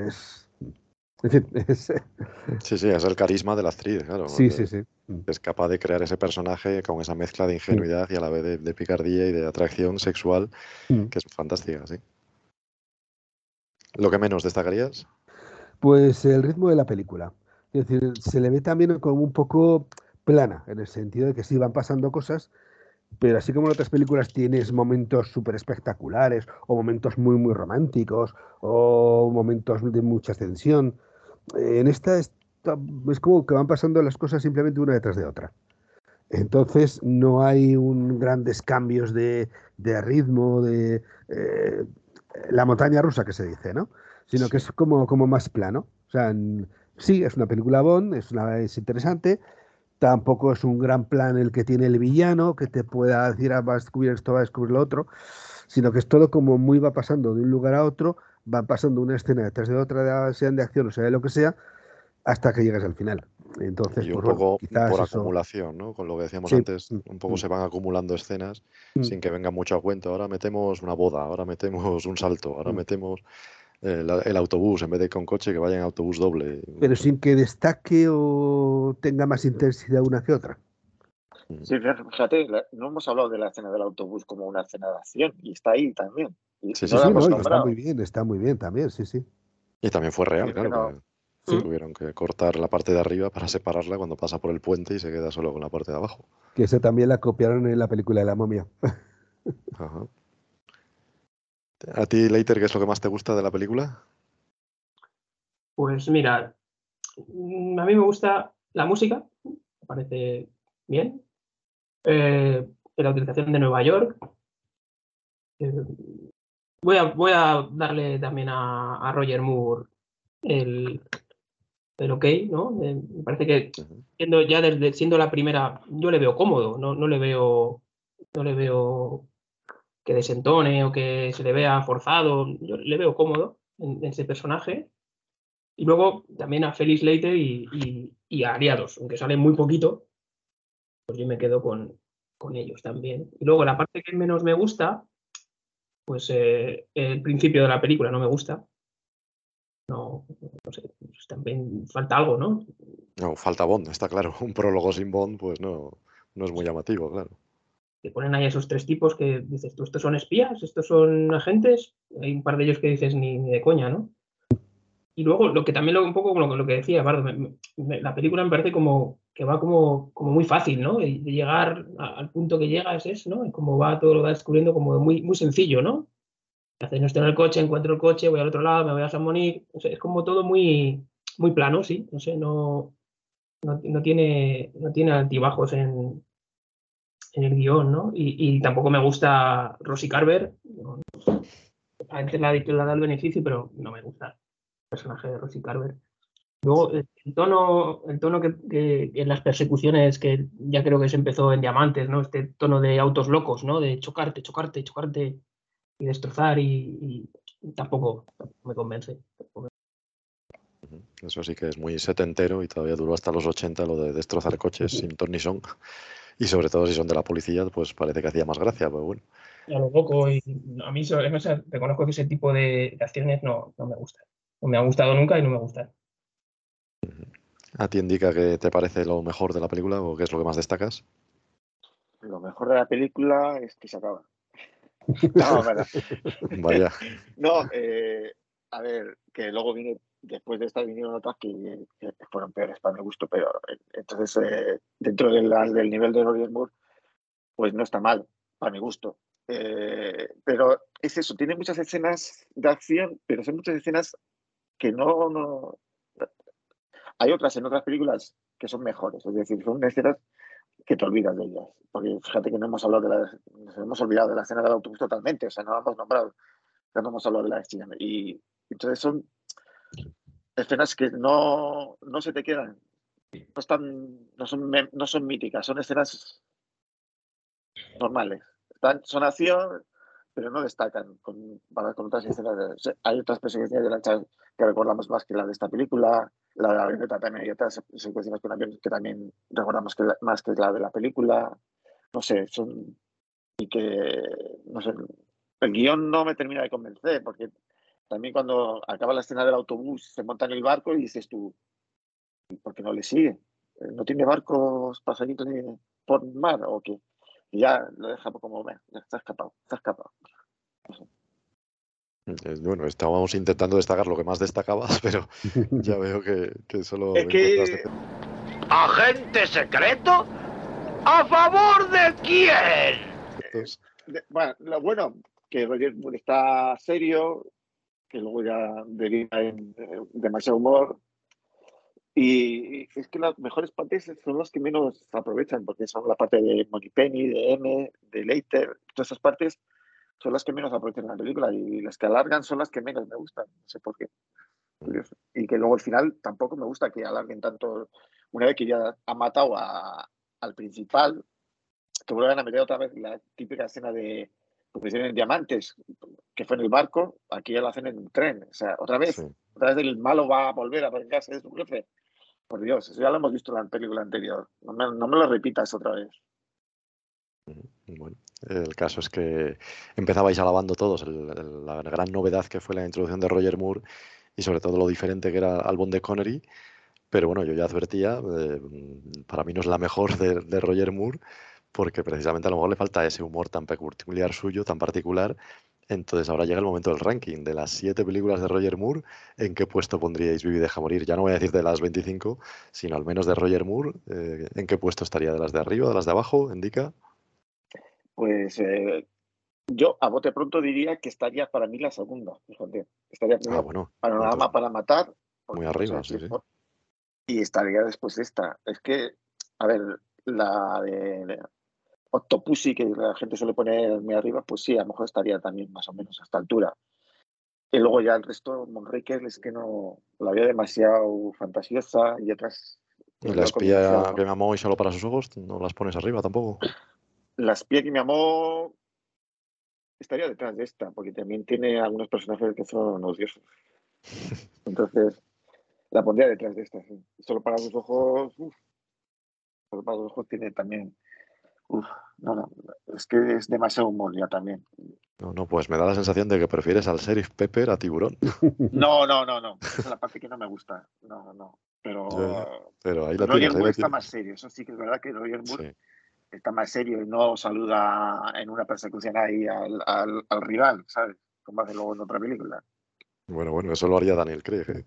Speaker 2: Sí, es el carisma de la actriz, claro.
Speaker 19: Sí.
Speaker 2: Es capaz de crear ese personaje con esa mezcla de ingenuidad y a la vez de picardía y de atracción sexual, que es fantástica, sí. ¿Lo que menos destacarías?
Speaker 19: Pues el ritmo de la película. Es decir, se le ve también como un poco plana, en el sentido de que sí van pasando cosas, pero así como en otras películas tienes momentos súper espectaculares, o momentos muy, muy románticos, o momentos de mucha tensión, en esta es como que van pasando las cosas simplemente una detrás de otra. Entonces no hay grandes cambios de ritmo, de la montaña rusa que se dice, ¿no? Sino que es como más plano. O sea, sí, es una película Bond, es interesante. Tampoco es un gran plan el que tiene el villano, que te pueda decir, va a descubrir esto, va a descubrir lo otro, sino que es todo como muy va pasando de un lugar a otro, van pasando una escena detrás de otra, sean de acción o sea de lo que sea, hasta que llegas al final. Entonces,
Speaker 2: y un
Speaker 19: pues,
Speaker 2: poco
Speaker 19: bueno,
Speaker 2: por
Speaker 19: eso...
Speaker 2: acumulación, ¿no? Con lo que decíamos
Speaker 19: Sí.
Speaker 2: antes, un poco se van acumulando escenas sin que venga mucho a cuento. Ahora metemos una boda, ahora metemos un salto, ahora metemos el autobús, en vez de con coche, que vaya en autobús doble.
Speaker 19: Pero sin que destaque o tenga más intensidad una que otra.
Speaker 3: Sí, fíjate, no hemos hablado de la escena del autobús como una escena de acción, y está ahí también. Y no la hemos nombrado.
Speaker 19: Está muy bien también, sí.
Speaker 2: Y también fue real,
Speaker 3: Sí,
Speaker 2: claro. Tuvieron que cortar la parte de arriba para separarla cuando pasa por el puente y se queda solo con la parte de abajo.
Speaker 19: Que esa también la copiaron en la película de La momia.
Speaker 2: Ajá. ¿A ti, Leiter, qué es lo que más te gusta de la película?
Speaker 20: Pues mira, a mí me gusta la música, me parece bien. La utilización de Nueva York. Voy a darle también a Roger Moore el ok, ¿no? Me parece que siendo la primera, yo le veo cómodo, no le veo que desentone o que se le vea forzado, yo le veo cómodo en ese personaje. Y luego también a Felix Leiter y a Aliados, aunque salen muy poquito, pues yo me quedo con ellos también. Y luego la parte que menos me gusta, pues el principio de la película no me gusta. No sé, pues también falta algo, ¿no?
Speaker 2: No, falta Bond, está claro. Un prólogo sin Bond, pues no es muy llamativo, claro.
Speaker 20: Te ponen ahí esos tres tipos que dices, ¿tú estos son espías? ¿Estos son agentes? Hay un par de ellos que dices ni de coña, ¿no? Y luego, lo que también un poco como lo que decía, Bardo, la película me parece como que va como muy fácil, ¿no? De llegar al punto que llegas ¿no? Y como va todo, lo va descubriendo como muy, muy sencillo, ¿no? Haces, no estoy en el coche, encuentro el coche, voy al otro lado, me voy a San Monique. O sea, es como todo muy, muy plano, sí. No sé, no tiene altibajos en el guión, ¿no? Y tampoco me gusta Rosie Carver. Antes la ha dado el beneficio, pero no me gusta el personaje de Rosie Carver. Luego, el tono que en las persecuciones, que ya creo que se empezó en Diamantes, ¿no? Este tono de autos locos, ¿no? De chocarte y destrozar y tampoco me convence.
Speaker 2: Eso sí que es muy setentero y todavía duró hasta los 80 lo de destrozar coches sin ton ni son. Y sobre todo si son de la policía, pues parece que hacía más gracia, pero bueno.
Speaker 20: A lo poco, y a mí reconozco que ese tipo de acciones no me gustan. No me ha gustado nunca y no me gustan.
Speaker 2: ¿A ti indica que te parece lo mejor de la película o qué es lo que más destacas?
Speaker 3: lo mejor de la película es que se acaba. No, verdad.
Speaker 2: Vaya.
Speaker 3: No, a ver, que luego después de esta vinieron otras que fueron peores para mi gusto, pero entonces dentro del nivel de Roger Moore, pues no está mal, para mi gusto. Pero es eso, tiene muchas escenas de acción, pero son muchas escenas que no... Hay otras en otras películas que son mejores, es decir, son escenas que te olvidas de ellas. Porque fíjate que no hemos hablado nos hemos olvidado de la escena del autobús totalmente, o sea, no la hemos nombrado, ya no hemos hablado de la escena. Y entonces son escenas que no se te quedan, no son míticas, son escenas normales. Son acción, pero no destacan con otras escenas. Hay otras persecuciones de lanchas que recordamos más que la de esta película, la de la avioneta también hay otras secuencias con aviones que también recordamos más que la de la película. No sé, no sé, el guión no me termina de convencer, porque también cuando acaba la escena del autobús se monta en el barco y dices tú, ¿por qué no le sigue? ¿No tiene barcos pasaditos por mar o qué? Y ya lo deja como, ya está escapado. No sé.
Speaker 2: Bueno, estábamos intentando destacar lo que más destacabas, pero ya veo que solo
Speaker 3: es que...
Speaker 21: ¿Agente secreto? ¿A favor de quién?
Speaker 3: Bueno, lo bueno, que Roger Moore está serio, que luego ya deriva en demasiado humor. Y es que las mejores partes son las que menos aprovechan, porque son la parte de Moneypenny, de M, de Leiter, todas esas partes son las que menos aprovechan en la película, y las que alargan son las que menos me gustan, no sé por qué. Y que luego al final tampoco me gusta que alarguen tanto, una vez que ya ha matado al principal, que vuelvan a meter otra vez la típica escena de confesión en diamantes, que fue en el barco, aquí ya lo hacen en un tren, o sea, otra vez el malo va a volver a vengarse de su jefe. Por Dios, eso ya lo hemos visto en la película anterior, no me lo repitas otra vez.
Speaker 2: Bueno, el caso es que empezabais alabando todos la gran novedad que fue la introducción de Roger Moore y sobre todo lo diferente que era al Bond de Connery, pero bueno, yo ya advertía, para mí no es la mejor de Roger Moore, porque precisamente a lo mejor le falta ese humor tan peculiar suyo, tan particular. Entonces ahora llega el momento del ranking. De las 7 películas de Roger Moore, ¿en qué puesto pondríais Vivi deja morir? Ya no voy a decir de las 25, sino al menos de Roger Moore. ¿En qué puesto estaría? ¿De las de arriba, de las de abajo? ¿Indica?
Speaker 3: Pues yo a bote pronto diría que estaría para mí la segunda, fíjate. Estaría primero
Speaker 2: bueno,
Speaker 3: Panorama para matar.
Speaker 2: Muy arriba, sí.
Speaker 3: Y estaría después esta. Es que, a ver, la de Octopussy, que la gente suele poner muy arriba, pues sí, a lo mejor estaría también más o menos a esta altura. Y luego ya el resto, Moonraker, es que no la veo demasiado fantasiosa, y otras...
Speaker 2: ¿Y la espía que me amó y solo para sus ojos? ¿No las pones arriba tampoco?
Speaker 3: La espía que me amó estaría detrás de esta, porque también tiene algunos personajes que son odiosos. Entonces, la pondría detrás de esta, sí. Solo para sus ojos, Solo para sus ojos tiene también... no, es que es demasiado humor ya también.
Speaker 2: No, pues me da la sensación de que prefieres al Sheriff Pepper a Tiburón.
Speaker 3: No. Esa es la parte que no me gusta. No.
Speaker 2: Pero ahí la
Speaker 3: Roger
Speaker 2: tienes.
Speaker 3: Moore está más serio. Eso sí que es verdad que Roger Moore está más serio y no saluda en una persecución ahí al rival, ¿sabes? Como hace luego en otra película.
Speaker 2: Bueno, eso lo haría Daniel Craig.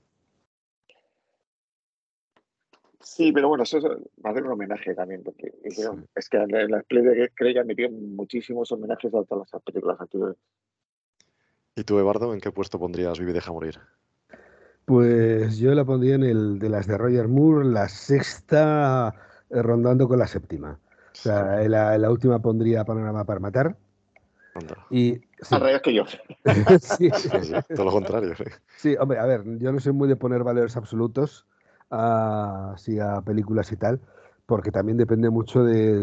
Speaker 3: Sí, pero bueno, eso es va a hacer un homenaje también, porque es que en la Play de Craig han metido muchísimos homenajes a todas las películas anteriores.
Speaker 2: ¿Y tú, Eduardo, en qué puesto pondrías Vivi deja morir?
Speaker 19: Pues yo la pondría en el de las de Roger Moore, la sexta, rondando con la séptima. O sea, en la última pondría Panorama para matar. Y, sí.
Speaker 3: Al revés que yo.
Speaker 19: Sí.
Speaker 2: Todo lo contrario.
Speaker 19: Sí, hombre, a ver, yo no soy muy de poner valores absolutos a películas y tal, porque también depende mucho de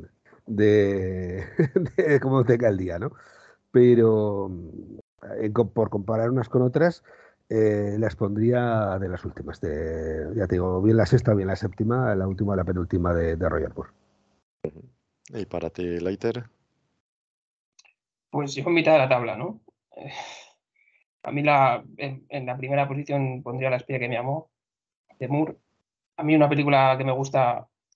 Speaker 19: cómo tenga el día, ¿no? Pero por comparar unas con otras, las pondría de las últimas. Ya te digo, bien la sexta, bien la séptima, la última, la penúltima de Roger Moore.
Speaker 2: ¿Y para ti, Leiter?
Speaker 20: Pues yo en mitad de la tabla, ¿no? A mí en la primera posición pondría La espía que me amó, de Moore. A mí una película que me gusta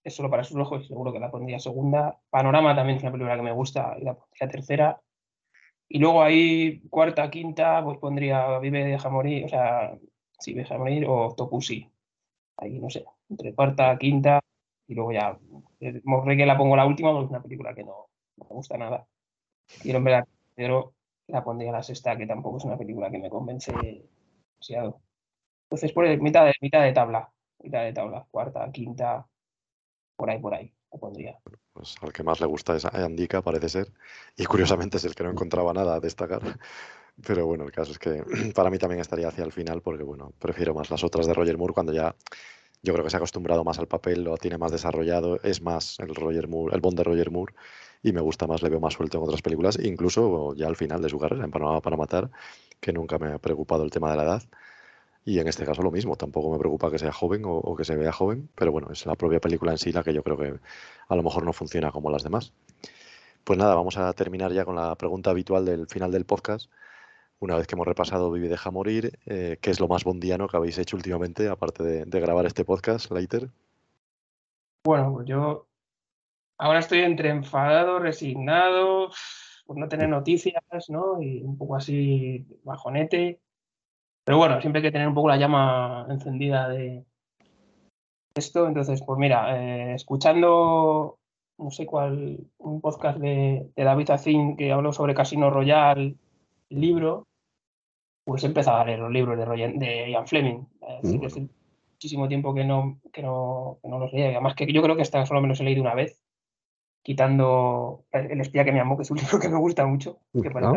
Speaker 20: es solo para sus ojos, seguro que la pondría segunda. Panorama también es una película que me gusta y la pondría tercera. Y luego ahí, cuarta, quinta, pues pondría Vive, deja morir, o sea, sí, deja morir o Tokushi. Ahí, no sé, entre cuarta, quinta, y luego ya, que la pongo la última porque es una película que no me gusta nada. Y el hombre pero la pondría la sexta, que tampoco es una película que me convence demasiado. Entonces, pues mitad de tabla, cuarta, quinta, por ahí, la pondría.
Speaker 2: Pues al que más le gusta es a Andika, parece ser, y curiosamente es el que no encontraba nada a destacar. Pero bueno, el caso es que para mí también estaría hacia el final porque, bueno, prefiero más las otras de Roger Moore cuando ya yo creo que se ha acostumbrado más al papel, lo tiene más desarrollado, es más el Roger Moore, el Bond de Roger Moore, y me gusta más, le veo más suelto en otras películas, incluso ya al final de su carrera, en Panamá para matar, que nunca me ha preocupado el tema de la edad. Y en este caso lo mismo, tampoco me preocupa que sea joven o que se vea joven, pero bueno, es la propia película en sí la que yo creo que a lo mejor no funciona como las demás. Pues nada, vamos a terminar ya con la pregunta habitual del final del podcast. Una vez que hemos repasado Vive, deja morir, ¿qué es lo más bondiano que habéis hecho últimamente, aparte de grabar este podcast, Leiter?
Speaker 20: Bueno, pues yo ahora estoy entre enfadado, resignado, por no tener noticias, ¿no? Y un poco así bajonete. Pero bueno, siempre hay que tener un poco la llama encendida de esto. Entonces, pues mira, escuchando, no sé cuál, un podcast de David Acin que habló sobre Casino Royale, el libro, pues he empezado a leer los libros de Ian Fleming. Así que hace muchísimo tiempo que no los leía. Además que yo creo que esta solo me los he leído una vez, quitando El espía que me amó, que es un libro que me gusta mucho. Que parece.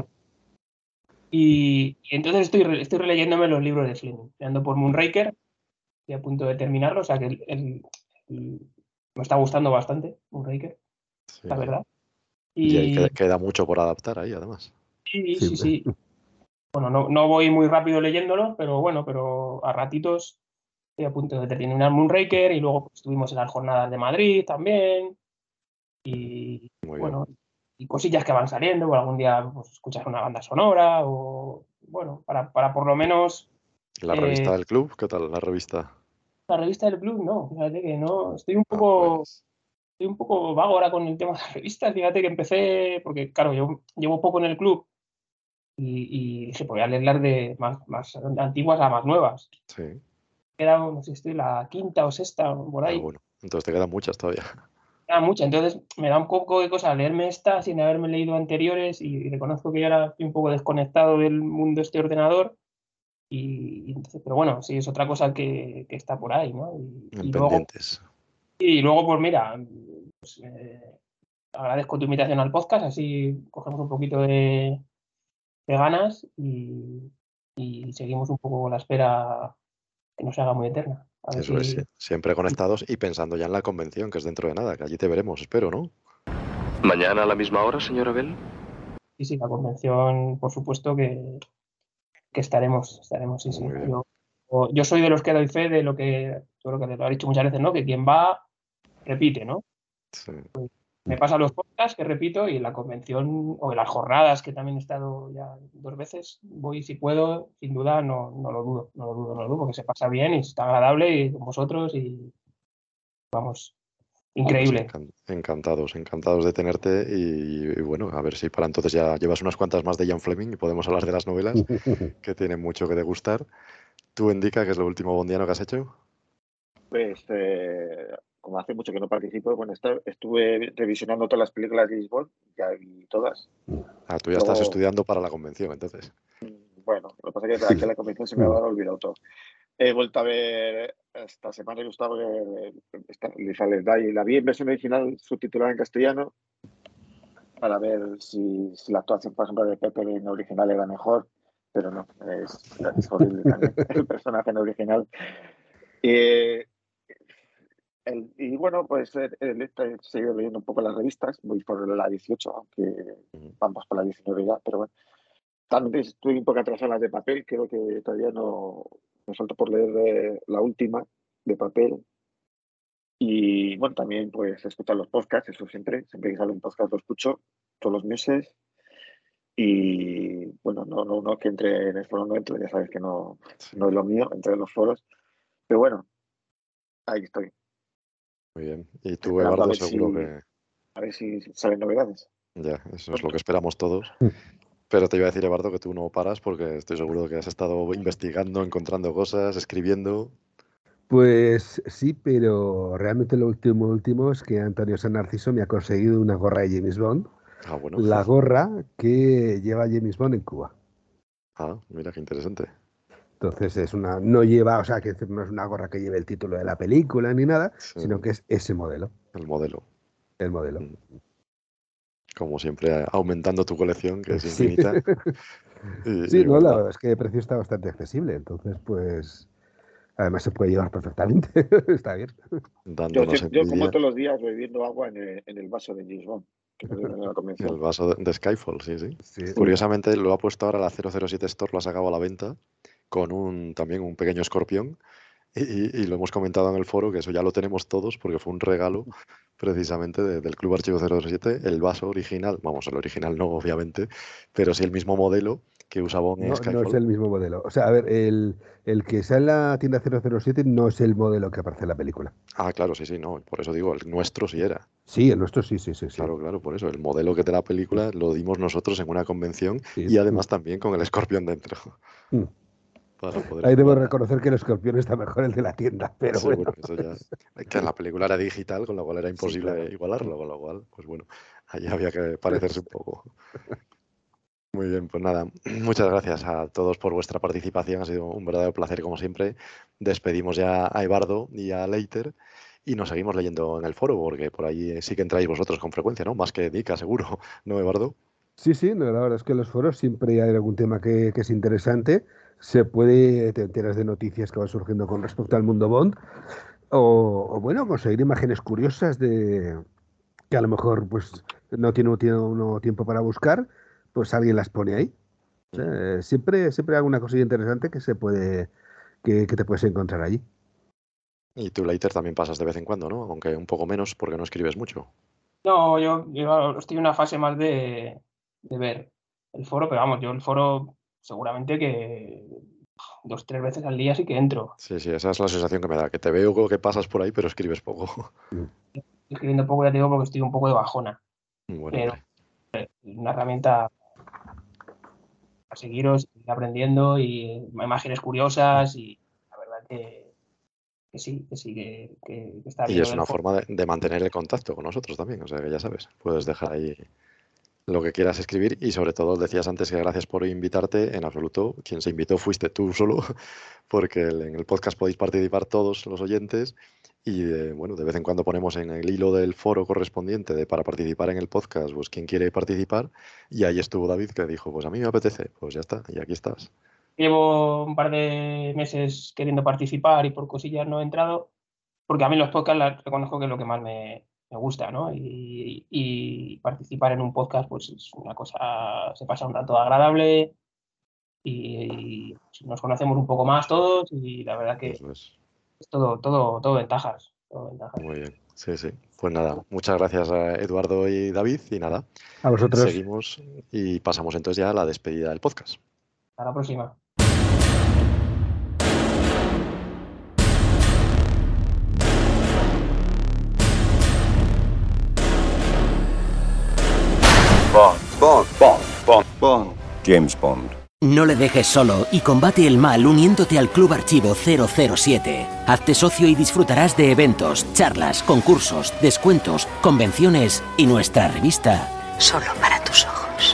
Speaker 20: Y entonces estoy releyéndome los libros de Fleming. Ando por Moonraker, estoy a punto de terminarlo, o sea que me está gustando bastante Moonraker,
Speaker 2: Sí.
Speaker 20: la verdad.
Speaker 2: Y ahí queda mucho por adaptar ahí, además.
Speaker 20: Sí. Bueno, no voy muy rápido leyéndolo, pero a ratitos estoy a punto de terminar Moonraker y luego pues, estuvimos en las jornadas de Madrid también. Y bueno, y cosillas que van saliendo, o algún día pues, escuchas una banda sonora, o bueno, para por lo menos.
Speaker 2: ¿La revista del club? ¿Qué tal la revista?
Speaker 20: La revista del club, no, fíjate que no, estoy un poco vago ahora con el tema de las revistas, fíjate que empecé, porque claro, yo llevo poco en el club y dije, pues voy a leer las de más antiguas a más nuevas.
Speaker 2: Sí.
Speaker 20: Queda, no sé, estoy la quinta o sexta, por ahí.
Speaker 2: Bueno, entonces te quedan muchas todavía.
Speaker 20: Queda mucha, entonces me da un poco de cosa leerme esta sin haberme leído anteriores y reconozco que ya ahora estoy un poco desconectado del mundo este ordenador. Y entonces, pero bueno, sí, es otra cosa que está por ahí, ¿no?
Speaker 2: En pendientes.
Speaker 20: Y luego, pues mira, pues, agradezco tu invitación al podcast, así cogemos un poquito de ganas y seguimos un poco la espera que no se haga muy eterna. A ver
Speaker 2: Eso es, siempre conectados y pensando ya en la convención, que es dentro de nada, que allí te veremos, espero, ¿no?
Speaker 10: ¿Mañana a la misma hora, señor Abel?
Speaker 20: Sí, la convención, por supuesto que estaremos, sí. Yo soy de los que doy fe de lo que lo ha dicho muchas veces, ¿no? Que quien va, repite, ¿no?
Speaker 2: Sí.
Speaker 20: Me pasa los podcasts que repito y en la convención o en las jornadas, que también he estado ya 2 veces, voy si puedo, sin duda, no lo dudo, porque se pasa bien y está agradable y con vosotros y vamos, increíble.
Speaker 2: Pues encantados de tenerte y bueno, a ver si para entonces ya llevas unas cuantas más de Ian Fleming y podemos hablar de las novelas, que tienen mucho que degustar. ¿Tú, Indica, qué es lo último bondiano que has hecho?
Speaker 3: Pues como hace mucho que no participo, bueno, estuve revisionando todas las películas de Lisbon, ya vi todas.
Speaker 2: Ah, tú ya estás estudiando para la convención, entonces.
Speaker 3: Bueno, lo que pasa es que aquí en la convención se me ha olvidado todo. He vuelto a ver esta semana, me gustaba ver Elizabeth Day, la vi en versión original subtitulada en castellano para ver si la actuación, por ejemplo, de Pepper en original era mejor, pero no, es horrible también el personaje en original. Y bueno, pues he seguido leyendo un poco las revistas, voy por la 18, aunque vamos por la 19 ya, pero bueno. También estoy un poco atrasado en las de papel, creo que todavía no me falta por leer la última de papel. Y bueno, también pues escuchar los podcasts, eso siempre que sale un podcast lo escucho todos los meses. Y bueno, no que entre en el foro, no entro, ya sabes que no es lo mío, entre en los foros. Pero bueno, ahí estoy.
Speaker 2: Muy bien. Y tú, Eduardo, seguro que...
Speaker 3: A ver si salen novedades.
Speaker 2: Ya, eso es lo que esperamos todos. Pero te iba a decir, Eduardo, que tú no paras porque estoy seguro de que has estado investigando, encontrando cosas, escribiendo.
Speaker 19: Pues sí, pero realmente lo último es que Antonio San Narciso me ha conseguido una gorra de James Bond.
Speaker 2: Ah, bueno.
Speaker 19: La gorra que lleva James Bond en Cuba.
Speaker 2: Ah, mira qué interesante.
Speaker 19: Entonces no lleva, o sea, que no es una gorra que lleve el título de la película ni nada,
Speaker 2: Sí.
Speaker 19: sino que es ese modelo.
Speaker 2: El modelo.
Speaker 19: El modelo.
Speaker 2: Como siempre, aumentando tu colección, que es
Speaker 19: Sí.
Speaker 2: infinita.
Speaker 19: Sí, no, la verdad es que el precio está bastante accesible, entonces pues además se puede llevar perfectamente. Está bien.
Speaker 3: Yo como todos los días bebiendo agua en el vaso de James Bond, que me dieron en la convención.
Speaker 2: El vaso de Skyfall, sí. Curiosamente lo ha puesto ahora la 007 Store, lo ha sacado a la venta con también un pequeño escorpión y lo hemos comentado en el foro, que eso ya lo tenemos todos porque fue un regalo precisamente del Club Archivo 007, el vaso original, vamos, el original no obviamente, pero sí el mismo modelo que usa Bond en Skyfall.
Speaker 19: No es el mismo modelo. O sea, a ver, el que sale en la tienda 007 no es el modelo que aparece en la película.
Speaker 2: Ah, claro, sí, no, por eso digo, el nuestro sí era.
Speaker 19: Sí, el nuestro sí.
Speaker 2: Claro, por eso, el modelo que de la película lo dimos nosotros en una convención y además también con el escorpión dentro.
Speaker 19: Ahí debo reconocer que el escorpión está mejor el de la tienda, pero
Speaker 2: seguro,
Speaker 19: bueno.
Speaker 2: Eso ya, que la película era digital, con lo cual era imposible igualarlo, con lo cual, pues bueno, ahí había que parecerse un poco. Muy bien, pues nada, muchas gracias a todos por vuestra participación, ha sido un verdadero placer como siempre. Despedimos ya a Eduardo y a Leiter y nos seguimos leyendo en el foro, porque por ahí sí que entráis vosotros con frecuencia, ¿no? Más que Dica, seguro, ¿no, Eduardo?
Speaker 19: Sí, no, la verdad es que en los foros siempre hay algún tema que es interesante. Te enteras de noticias que van surgiendo con respecto al mundo Bond o bueno, conseguir imágenes curiosas de que a lo mejor pues no tiene uno tiempo para buscar, pues alguien las pone ahí. O sea, siempre hay alguna cosilla interesante que te puedes encontrar allí.
Speaker 2: Y tú, Leiter, también pasas de vez en cuando, ¿no? Aunque un poco menos porque no escribes mucho.
Speaker 20: No, yo estoy en una fase más de ver el foro, pero vamos, yo el foro seguramente que 2-3 veces al día sí que entro.
Speaker 2: Sí, esa es la sensación que me da, que te veo que pasas por ahí, pero escribes poco.
Speaker 20: Estoy escribiendo poco, ya te digo, porque estoy un poco de bajona.
Speaker 2: Bueno,
Speaker 20: pero es una herramienta para seguiros, ir aprendiendo y imágenes curiosas y la verdad que está bien.
Speaker 2: Y es una forma de mantener el contacto con nosotros también, o sea que ya sabes, puedes dejar ahí lo que quieras escribir y sobre todo decías antes que gracias por invitarte, en absoluto, quien se invitó fuiste tú solo, porque en el podcast podéis participar todos los oyentes y bueno, de vez en cuando ponemos en el hilo del foro correspondiente para participar en el podcast, pues quien quiere participar y ahí estuvo David que dijo, pues a mí me apetece, pues ya está, y aquí estás.
Speaker 20: Llevo un par de meses queriendo participar y por cosillas no he entrado, porque a mí los podcasts reconozco que es lo que más me gusta, ¿no? Y participar en un podcast pues es una cosa, se pasa un rato agradable y nos conocemos un poco más todos y la verdad que es todo ventajas.
Speaker 2: Muy bien, sí. Pues nada, muchas gracias a Eduardo y David y nada.
Speaker 19: A vosotros.
Speaker 2: Seguimos y pasamos entonces ya a la despedida del podcast.
Speaker 20: Hasta la próxima.
Speaker 6: Bond. James Bond.
Speaker 22: No le dejes solo y combate el mal uniéndote al Club Archivo 007. Hazte socio y disfrutarás de eventos, charlas, concursos, descuentos, convenciones y nuestra revista.
Speaker 13: Solo para tus ojos.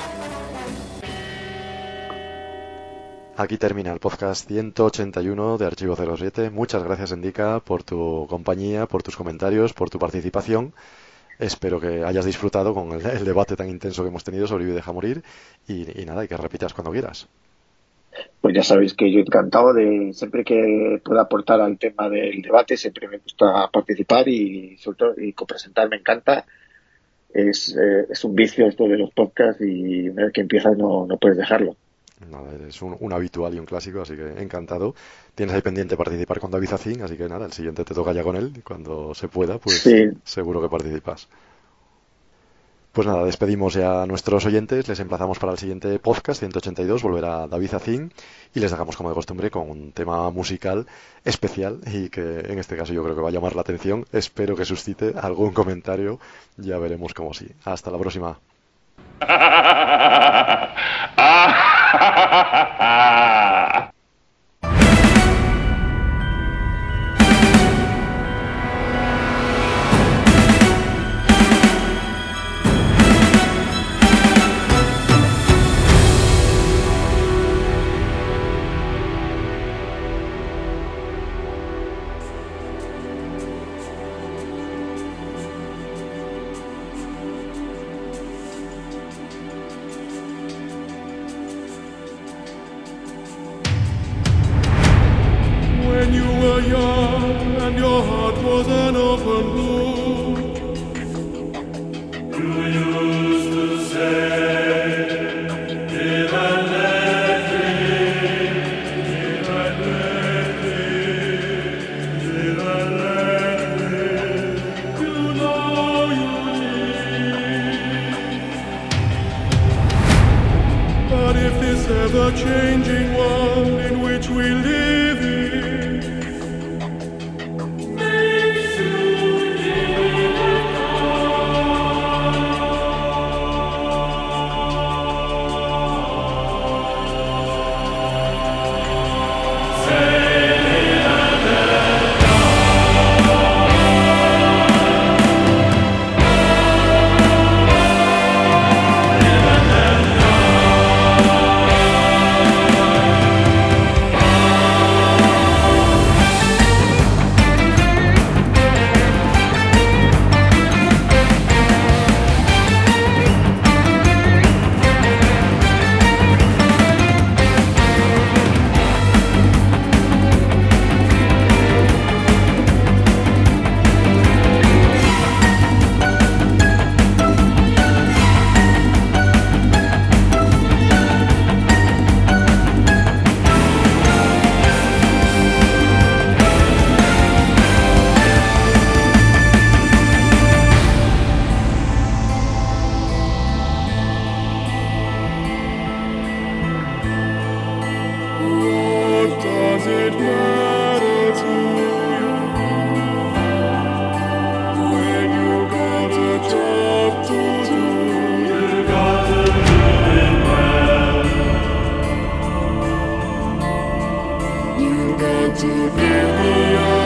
Speaker 2: Aquí termina el podcast 181 de Archivo 07. Muchas gracias, Endica, por tu compañía, por tus comentarios, por tu participación. Espero que hayas disfrutado con el debate tan intenso que hemos tenido sobre Vive, deja morir y nada, y que repitas cuando quieras.
Speaker 3: Pues ya sabéis que yo encantado de siempre que pueda aportar al tema del debate, siempre me gusta participar y sobre todo y copresentar me encanta. Es un vicio esto de los podcasts y una vez que empiezas no puedes dejarlo.
Speaker 2: Nada, eres un habitual y un clásico, así que encantado. Tienes ahí pendiente participar con David Zacín, así que nada, el siguiente te toca ya con él. Cuando se pueda, pues sí, seguro que participas. Pues nada, despedimos ya a nuestros oyentes, les emplazamos para el siguiente podcast 182, volverá David Zacín y les dejamos como de costumbre con un tema musical especial y que en este caso yo creo que va a llamar la atención, espero que suscite algún comentario, ya veremos cómo sí. Hasta la próxima.
Speaker 7: When you were young and your heart was an open book, you used to say, live and let live, live and let live, live and let live. You know you live. But if this ever-changing world in which we live to give me